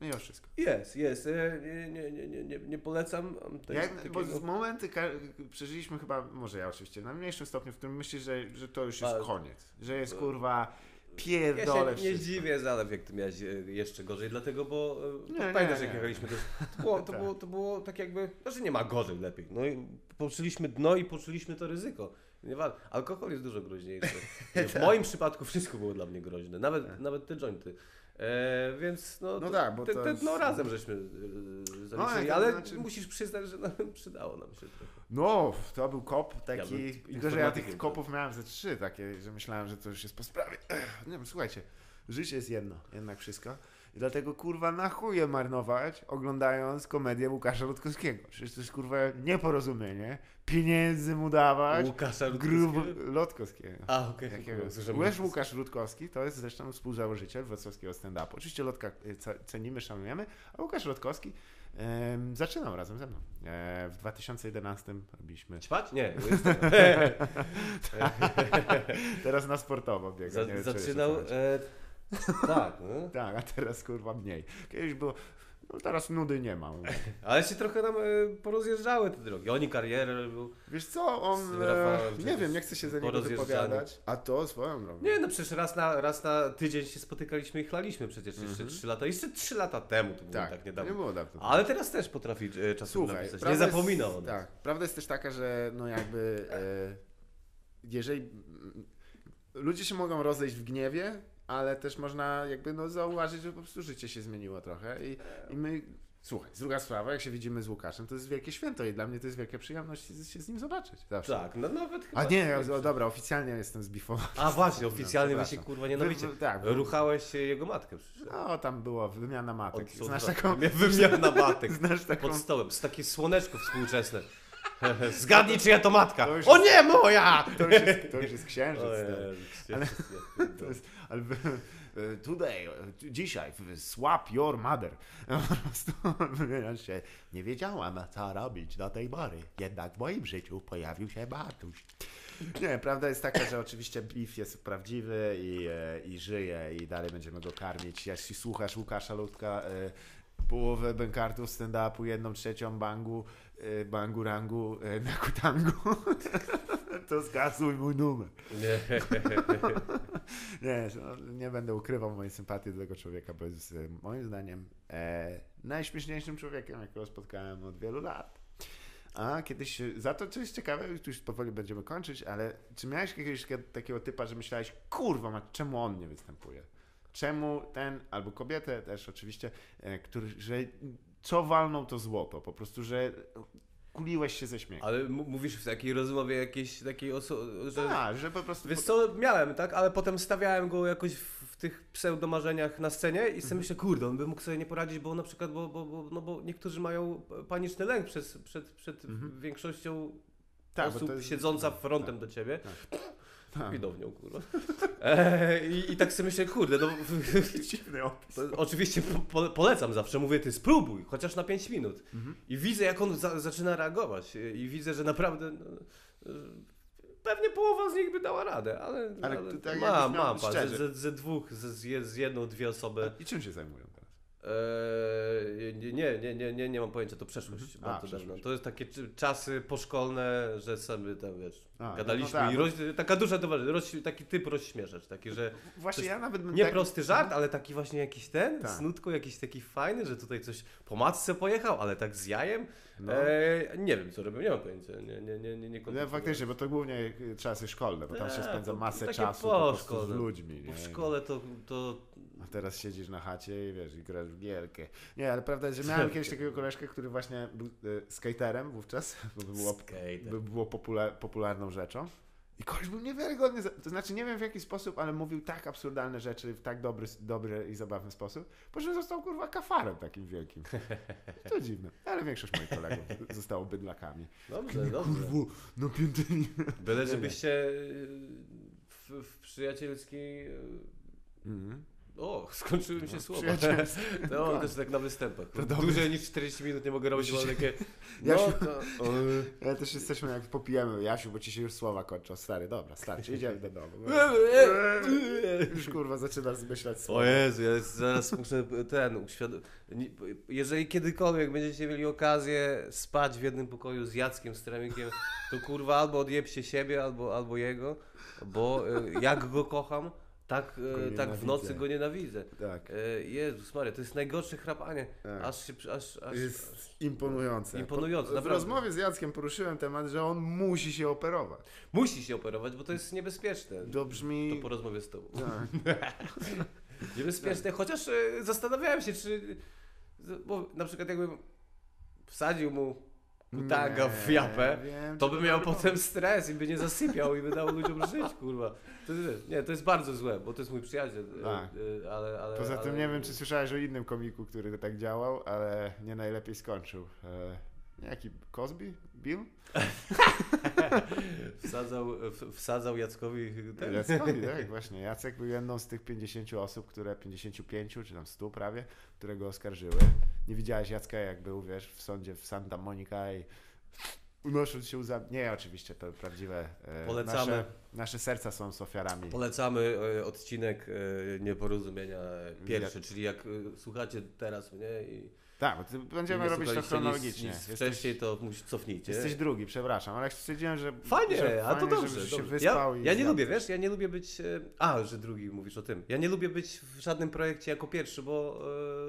[SPEAKER 1] No i o wszystko.
[SPEAKER 3] Jest. Nie polecam
[SPEAKER 1] Bo z momenty przeżyliśmy chyba, może ja oczywiście, na mniejszym stopniu, w którym myślisz, że to już jest koniec. Że jest kurwa pierdolę
[SPEAKER 3] Ja się nie dziwię, Zalew, jak ty miałeś jeszcze gorzej, dlatego, bo
[SPEAKER 1] nie.
[SPEAKER 3] pamiętasz, jak jechaliśmy, to było tak jakby, że nie ma gorzej, lepiej. No i poczuliśmy dno i poczuliśmy to ryzyko. Alkohol jest dużo groźniejszy. W moim przypadku wszystko było dla mnie groźne, nawet te jointy. Więc
[SPEAKER 1] tak, bo to
[SPEAKER 3] dno razem żeśmy zaliczyli, ale musisz przyznać, że przydało nam się trochę.
[SPEAKER 1] No, to był kop taki, tylko że ja tych
[SPEAKER 3] informatykiem,
[SPEAKER 1] kopów miałem ze 3 takie, że myślałem, że to już jest po sprawie. Nie wiem, słuchajcie, życie jest jedno, jednak wszystko. I dlatego kurwa na chuje marnować, oglądając komedię Łukasza Rutkowskiego. Przecież to jest kurwa nieporozumienie. Pieniędzy mu dawać.
[SPEAKER 3] Łukasza
[SPEAKER 1] Lotkowskiego.
[SPEAKER 3] A, okej.
[SPEAKER 1] Łukasz Rutkowski to jest zresztą współzałożyciel wrocławskiego stand-upu. Oczywiście Lotka cenimy, szanujemy, a Łukasz Rutkowski zaczynał razem ze mną. W 2011 robiliśmy...
[SPEAKER 3] Ćpać? Nie.
[SPEAKER 1] Teraz na sportowo biega.
[SPEAKER 3] Zaczynał... tak. No.
[SPEAKER 1] Tak, a teraz kurwa mniej. Kiedyś było... No teraz nudy nie ma.
[SPEAKER 3] Ale się trochę nam porozjeżdżały te drogi. Oni karierę robią.
[SPEAKER 1] Wiesz co, on... nie wiem, nie chcę się za niego wypowiadać. A to swoją drogą.
[SPEAKER 3] Nie, no przecież raz na tydzień się spotykaliśmy i chlaliśmy przecież jeszcze 3 lata. Jeszcze 3 lata temu to było tak niedawno.
[SPEAKER 1] Nie było dawno.
[SPEAKER 3] Ale teraz też potrafi czasem napisać. Nie zapomina o nas.
[SPEAKER 1] Tak, prawda jest też taka, że no jakby jeżeli ludzie się mogą rozejść w gniewie, ale też można jakby zauważyć, że po prostu życie się zmieniło trochę i my, słuchaj, druga sprawa, jak się widzimy z Łukaszem, to jest wielkie święto i dla mnie to jest wielka przyjemność się z nim zobaczyć. Zawsze.
[SPEAKER 3] Tak, no nawet chyba...
[SPEAKER 1] A nie, dobra, oficjalnie jestem zbifowany.
[SPEAKER 3] A właśnie, oficjalnie wy się kurwa nienawidzicie.
[SPEAKER 1] Tak.
[SPEAKER 3] Ruchałeś jego matkę przecież.
[SPEAKER 1] No, tam była wymiana matek.
[SPEAKER 3] Znasz taką... Wymiana matek.
[SPEAKER 1] Znasz taką...
[SPEAKER 3] Pod stołem, z takie słoneczko współczesne. Zgadnij, czyja to matka. O nie, moja!
[SPEAKER 1] To już jest księżyc. Dzisiaj, swap your mother. Po prostu się nie wiedziałam, co robić do tej pory. Jednak w moim życiu pojawił się Bartuś. Nie, prawda jest taka, że oczywiście beef jest prawdziwy i żyje i dalej będziemy go karmić. Jeśli słuchasz Łukasza Ludka, połowę bękartów stand-upu, 1/3 bangu rangu na kutangu, to skasuj mój numer. Nie będę ukrywał mojej sympatii do tego człowieka, bo jest moim zdaniem najśmieszniejszym człowiekiem, jakiego spotkałem od wielu lat. A kiedyś, za to co jest ciekawe, tu już powoli będziemy kończyć, ale czy miałeś jakiegoś takiego typa, że myślałeś, kurwa, czemu on nie występuje? Czemu ten, albo kobietę też oczywiście, że co walną to złoto, po prostu, że kuliłeś się ze śmiechu.
[SPEAKER 3] Ale mówisz w takiej rozmowie jakiejś takiej osoby, że...
[SPEAKER 1] Tak, że po prostu...
[SPEAKER 3] Wiesz co, miałem, tak, ale potem stawiałem go jakoś w tych pseudomarzeniach na scenie i sobie myślę, kurde, on by mógł sobie nie poradzić, bo na przykład, bo niektórzy mają paniczny lęk przed większością osób siedząca frontem do ciebie. Widownią, kurwa. I tak sobie myślę, kurde, no...
[SPEAKER 1] Dziwny opis.
[SPEAKER 3] Oczywiście polecam zawsze, mówię, ty spróbuj, chociaż na 5 minut. I widzę, jak on zaczyna reagować. I widzę, że naprawdę... pewnie połowa z nich by dała radę, ale
[SPEAKER 1] tak
[SPEAKER 3] mam z jedną, 2 osoby.
[SPEAKER 1] I czym się zajmują teraz?
[SPEAKER 3] Nie mam pojęcia, to przeszłość bardzo dawno. To jest takie czasy poszkolne, że sobie tam, wiesz, gadaliśmy i taka dusza towarzyszy, taki typ rozśmieszacz, taki, że
[SPEAKER 1] właśnie ja nawet
[SPEAKER 3] nie prosty żart, ale taki właśnie jakiś snutko, jakiś taki fajny, że tutaj coś po matce pojechał, ale tak z jajem. Nie wiem, co robią, nie mam pojęcia, nie
[SPEAKER 1] faktycznie, bo to głównie czasy szkolne, bo tam się spędza masę czasu po prostu z ludźmi.
[SPEAKER 3] W szkole to...
[SPEAKER 1] A teraz siedzisz na chacie i wiesz, i grasz w gierkę. Nie, ale prawda jest, że miałem kiedyś takiego koleżkę, który właśnie był skaterem wówczas, bo było popularną rzeczą. I koleś był niewiarygodny, to znaczy nie wiem w jaki sposób, ale mówił tak absurdalne rzeczy w tak dobry i zabawny sposób, po czym został kurwa kafarem takim wielkim. To dziwne, ale większość moich kolegów zostało bydlakami.
[SPEAKER 3] Dobrze.
[SPEAKER 1] Kurwa, napiętymi.
[SPEAKER 3] Byle żebyście w przyjacielskiej O, skończyły mi się słowa.
[SPEAKER 1] Przyjaciel.
[SPEAKER 3] No, też tak na występach.
[SPEAKER 1] dobry.
[SPEAKER 3] Dłużej niż 40 minut nie mogę robić, mam takie...
[SPEAKER 1] Jasiu.
[SPEAKER 3] No, to...
[SPEAKER 1] Ale też jesteśmy jak popijemy, Jasiu, bo ci się już słowa kończą. Stary, dobra, starczy, idziemy do domu. Już kurwa zaczynasz zmyślać słowa.
[SPEAKER 3] O Jezu, ja zaraz muszę jeżeli kiedykolwiek będziecie mieli okazję spać w jednym pokoju z Jackiem Stremikiem, to kurwa albo odjebcie siebie, albo jego, bo jak go kocham, tak w nocy go nienawidzę.
[SPEAKER 1] Tak.
[SPEAKER 3] Jezus Maria, to jest najgorsze chrapanie.
[SPEAKER 1] Tak.
[SPEAKER 3] Aż
[SPEAKER 1] Jest imponujące.
[SPEAKER 3] Imponujące,
[SPEAKER 1] W
[SPEAKER 3] naprawdę.
[SPEAKER 1] rozmowie z Jackiem poruszyłem temat, że on musi się operować.
[SPEAKER 3] Musi się operować, bo to jest niebezpieczne.
[SPEAKER 1] To brzmi...
[SPEAKER 3] To po rozmowie z tobą.
[SPEAKER 1] Tak.
[SPEAKER 3] Niebezpieczne, chociaż zastanawiałem się, czy... Bo na przykład jakbym wsadził mu kutanga w japę,
[SPEAKER 1] wiem,
[SPEAKER 3] to
[SPEAKER 1] czy
[SPEAKER 3] by miał
[SPEAKER 1] robią.
[SPEAKER 3] potem stres i by nie zasypiał i by dał ludziom żyć, kurwa. To jest bardzo złe, bo to jest mój przyjaciel,
[SPEAKER 1] Tak.
[SPEAKER 3] ale...
[SPEAKER 1] Poza tym nie wiem, czy słyszałeś o innym komiku, który tak działał, ale nie najlepiej skończył. Jaki? Cosby? Bill?
[SPEAKER 3] Wsadzał Jackowi ten.
[SPEAKER 1] Jackowi, tak, właśnie. Jacek był jedną z tych 50 osób, 55 czy tam 100 prawie, które go oskarżyły. Nie widziałeś Jacka, jak był, wiesz, w sądzie w Santa Monica i unosząc się łzami. Nie, oczywiście, to prawdziwe.
[SPEAKER 3] Polecamy.
[SPEAKER 1] Nasze serca są z ofiarami.
[SPEAKER 3] Polecamy odcinek Nieporozumienia pierwszy, czyli jak słuchacie teraz mnie i
[SPEAKER 1] Tak, bo będziemy
[SPEAKER 3] nie
[SPEAKER 1] robić to
[SPEAKER 3] słuchaliście
[SPEAKER 1] chronologicznie.
[SPEAKER 3] nic wcześniej, to cofnijcie.
[SPEAKER 1] Jesteś drugi, przepraszam, ale stwierdziłem, że
[SPEAKER 3] Fajnie,
[SPEAKER 1] że
[SPEAKER 3] a to
[SPEAKER 1] fajnie,
[SPEAKER 3] dobrze.
[SPEAKER 1] żebyś się
[SPEAKER 3] dobrze.
[SPEAKER 1] wyspał i
[SPEAKER 3] Ja nie
[SPEAKER 1] zjadł
[SPEAKER 3] lubię,
[SPEAKER 1] coś.
[SPEAKER 3] wiesz, ja nie lubię być... że drugi mówisz o tym. Ja nie lubię być w żadnym projekcie jako pierwszy, bo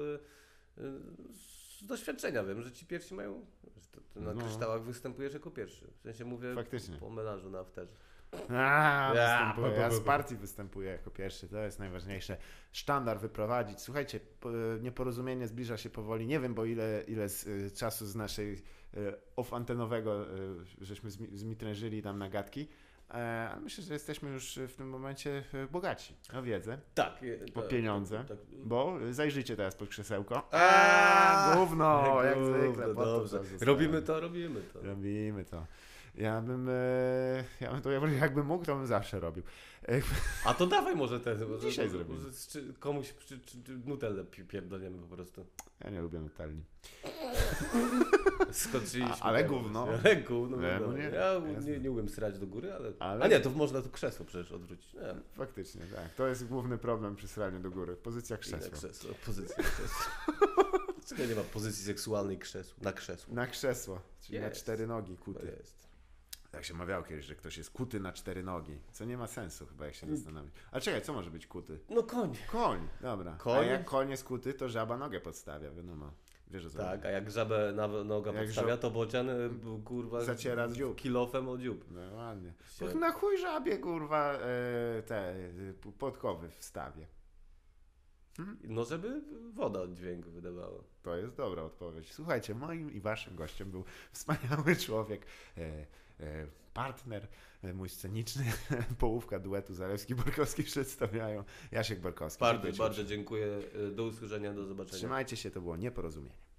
[SPEAKER 3] z doświadczenia wiem, że ci pierwsi mają... Że to na
[SPEAKER 1] No.
[SPEAKER 3] kryształach występujesz jako pierwszy. W sensie mówię
[SPEAKER 1] Faktycznie.
[SPEAKER 3] po melanżu na afterze.
[SPEAKER 1] Występuję. Ja z partii występuję jako pierwszy, to jest najważniejsze. Sztandar wyprowadzić. Słuchajcie, nieporozumienie zbliża się powoli. Nie wiem, bo ile z czasu z naszej off-antenowego żeśmy zmitrężyli tam na gadki. Ale myślę, że jesteśmy już w tym momencie bogaci o wiedzę,
[SPEAKER 3] Tak.
[SPEAKER 1] o pieniądze,
[SPEAKER 3] tak.
[SPEAKER 1] bo zajrzyjcie teraz pod krzesełko.
[SPEAKER 3] Gówno,
[SPEAKER 1] jak zwykle. po to
[SPEAKER 3] dobrze.
[SPEAKER 1] to zostałem.
[SPEAKER 3] Robimy to.
[SPEAKER 1] Robimy to. Ja bym to, jakbym mógł, to bym zawsze robił.
[SPEAKER 3] A to dawaj może ten.
[SPEAKER 1] Dzisiaj zrobimy.
[SPEAKER 3] Komuś czy Nutellę pierdolniemy po prostu.
[SPEAKER 1] Ja nie lubię nutelli.
[SPEAKER 3] Skończyliśmy.
[SPEAKER 1] Ale gówno.
[SPEAKER 3] Ale gówno.
[SPEAKER 1] Nie,
[SPEAKER 3] no,
[SPEAKER 1] no nie.
[SPEAKER 3] Ja
[SPEAKER 1] Jasne.
[SPEAKER 3] nie umiem srać do góry,
[SPEAKER 1] Ale-
[SPEAKER 3] A nie, to można to krzesło przecież odwrócić. Nie.
[SPEAKER 1] Faktycznie, tak. To jest główny problem przy sraniu do góry. Pozycja
[SPEAKER 3] Inne
[SPEAKER 1] krzesła.
[SPEAKER 3] krzesło. Pozycja krzesła. Dlaczego nie ma pozycji seksualnej krzesła? Na krzesło.
[SPEAKER 1] Na krzesło, czyli na
[SPEAKER 3] Jest.
[SPEAKER 1] 4 nogi
[SPEAKER 3] To
[SPEAKER 1] kuty.
[SPEAKER 3] jest.
[SPEAKER 1] Tak się mawiało kiedyś, że ktoś jest kuty na 4 nogi. Co nie ma sensu chyba, jak się zastanowić. A czekaj, co może być kuty?
[SPEAKER 3] No koń.
[SPEAKER 1] Koń, dobra.
[SPEAKER 3] Koń?
[SPEAKER 1] A jak koń jest kuty, to żaba nogę podstawia, wiadomo. Wiesz o co
[SPEAKER 3] Tak,
[SPEAKER 1] chodzi.
[SPEAKER 3] a jak żabę noga
[SPEAKER 1] Jak
[SPEAKER 3] podstawia, to bocian kurwa
[SPEAKER 1] Zaciera dziób.
[SPEAKER 3] kilofem o dziób.
[SPEAKER 1] No ładnie.
[SPEAKER 3] Się-
[SPEAKER 1] Na chuj żabie, kurwa, podkowy wstawię.
[SPEAKER 3] No żeby woda dźwięk wydawała.
[SPEAKER 1] To jest dobra odpowiedź. Słuchajcie, moim i waszym gościem był wspaniały człowiek, partner mój sceniczny, połówka duetu Zalewski-Borkowski przedstawiają Jasiek Borkowski. Dziękuję ci
[SPEAKER 3] Bardzo dziękuję. Do usłyszenia, do zobaczenia.
[SPEAKER 1] Trzymajcie się, to było Nieporozumienie.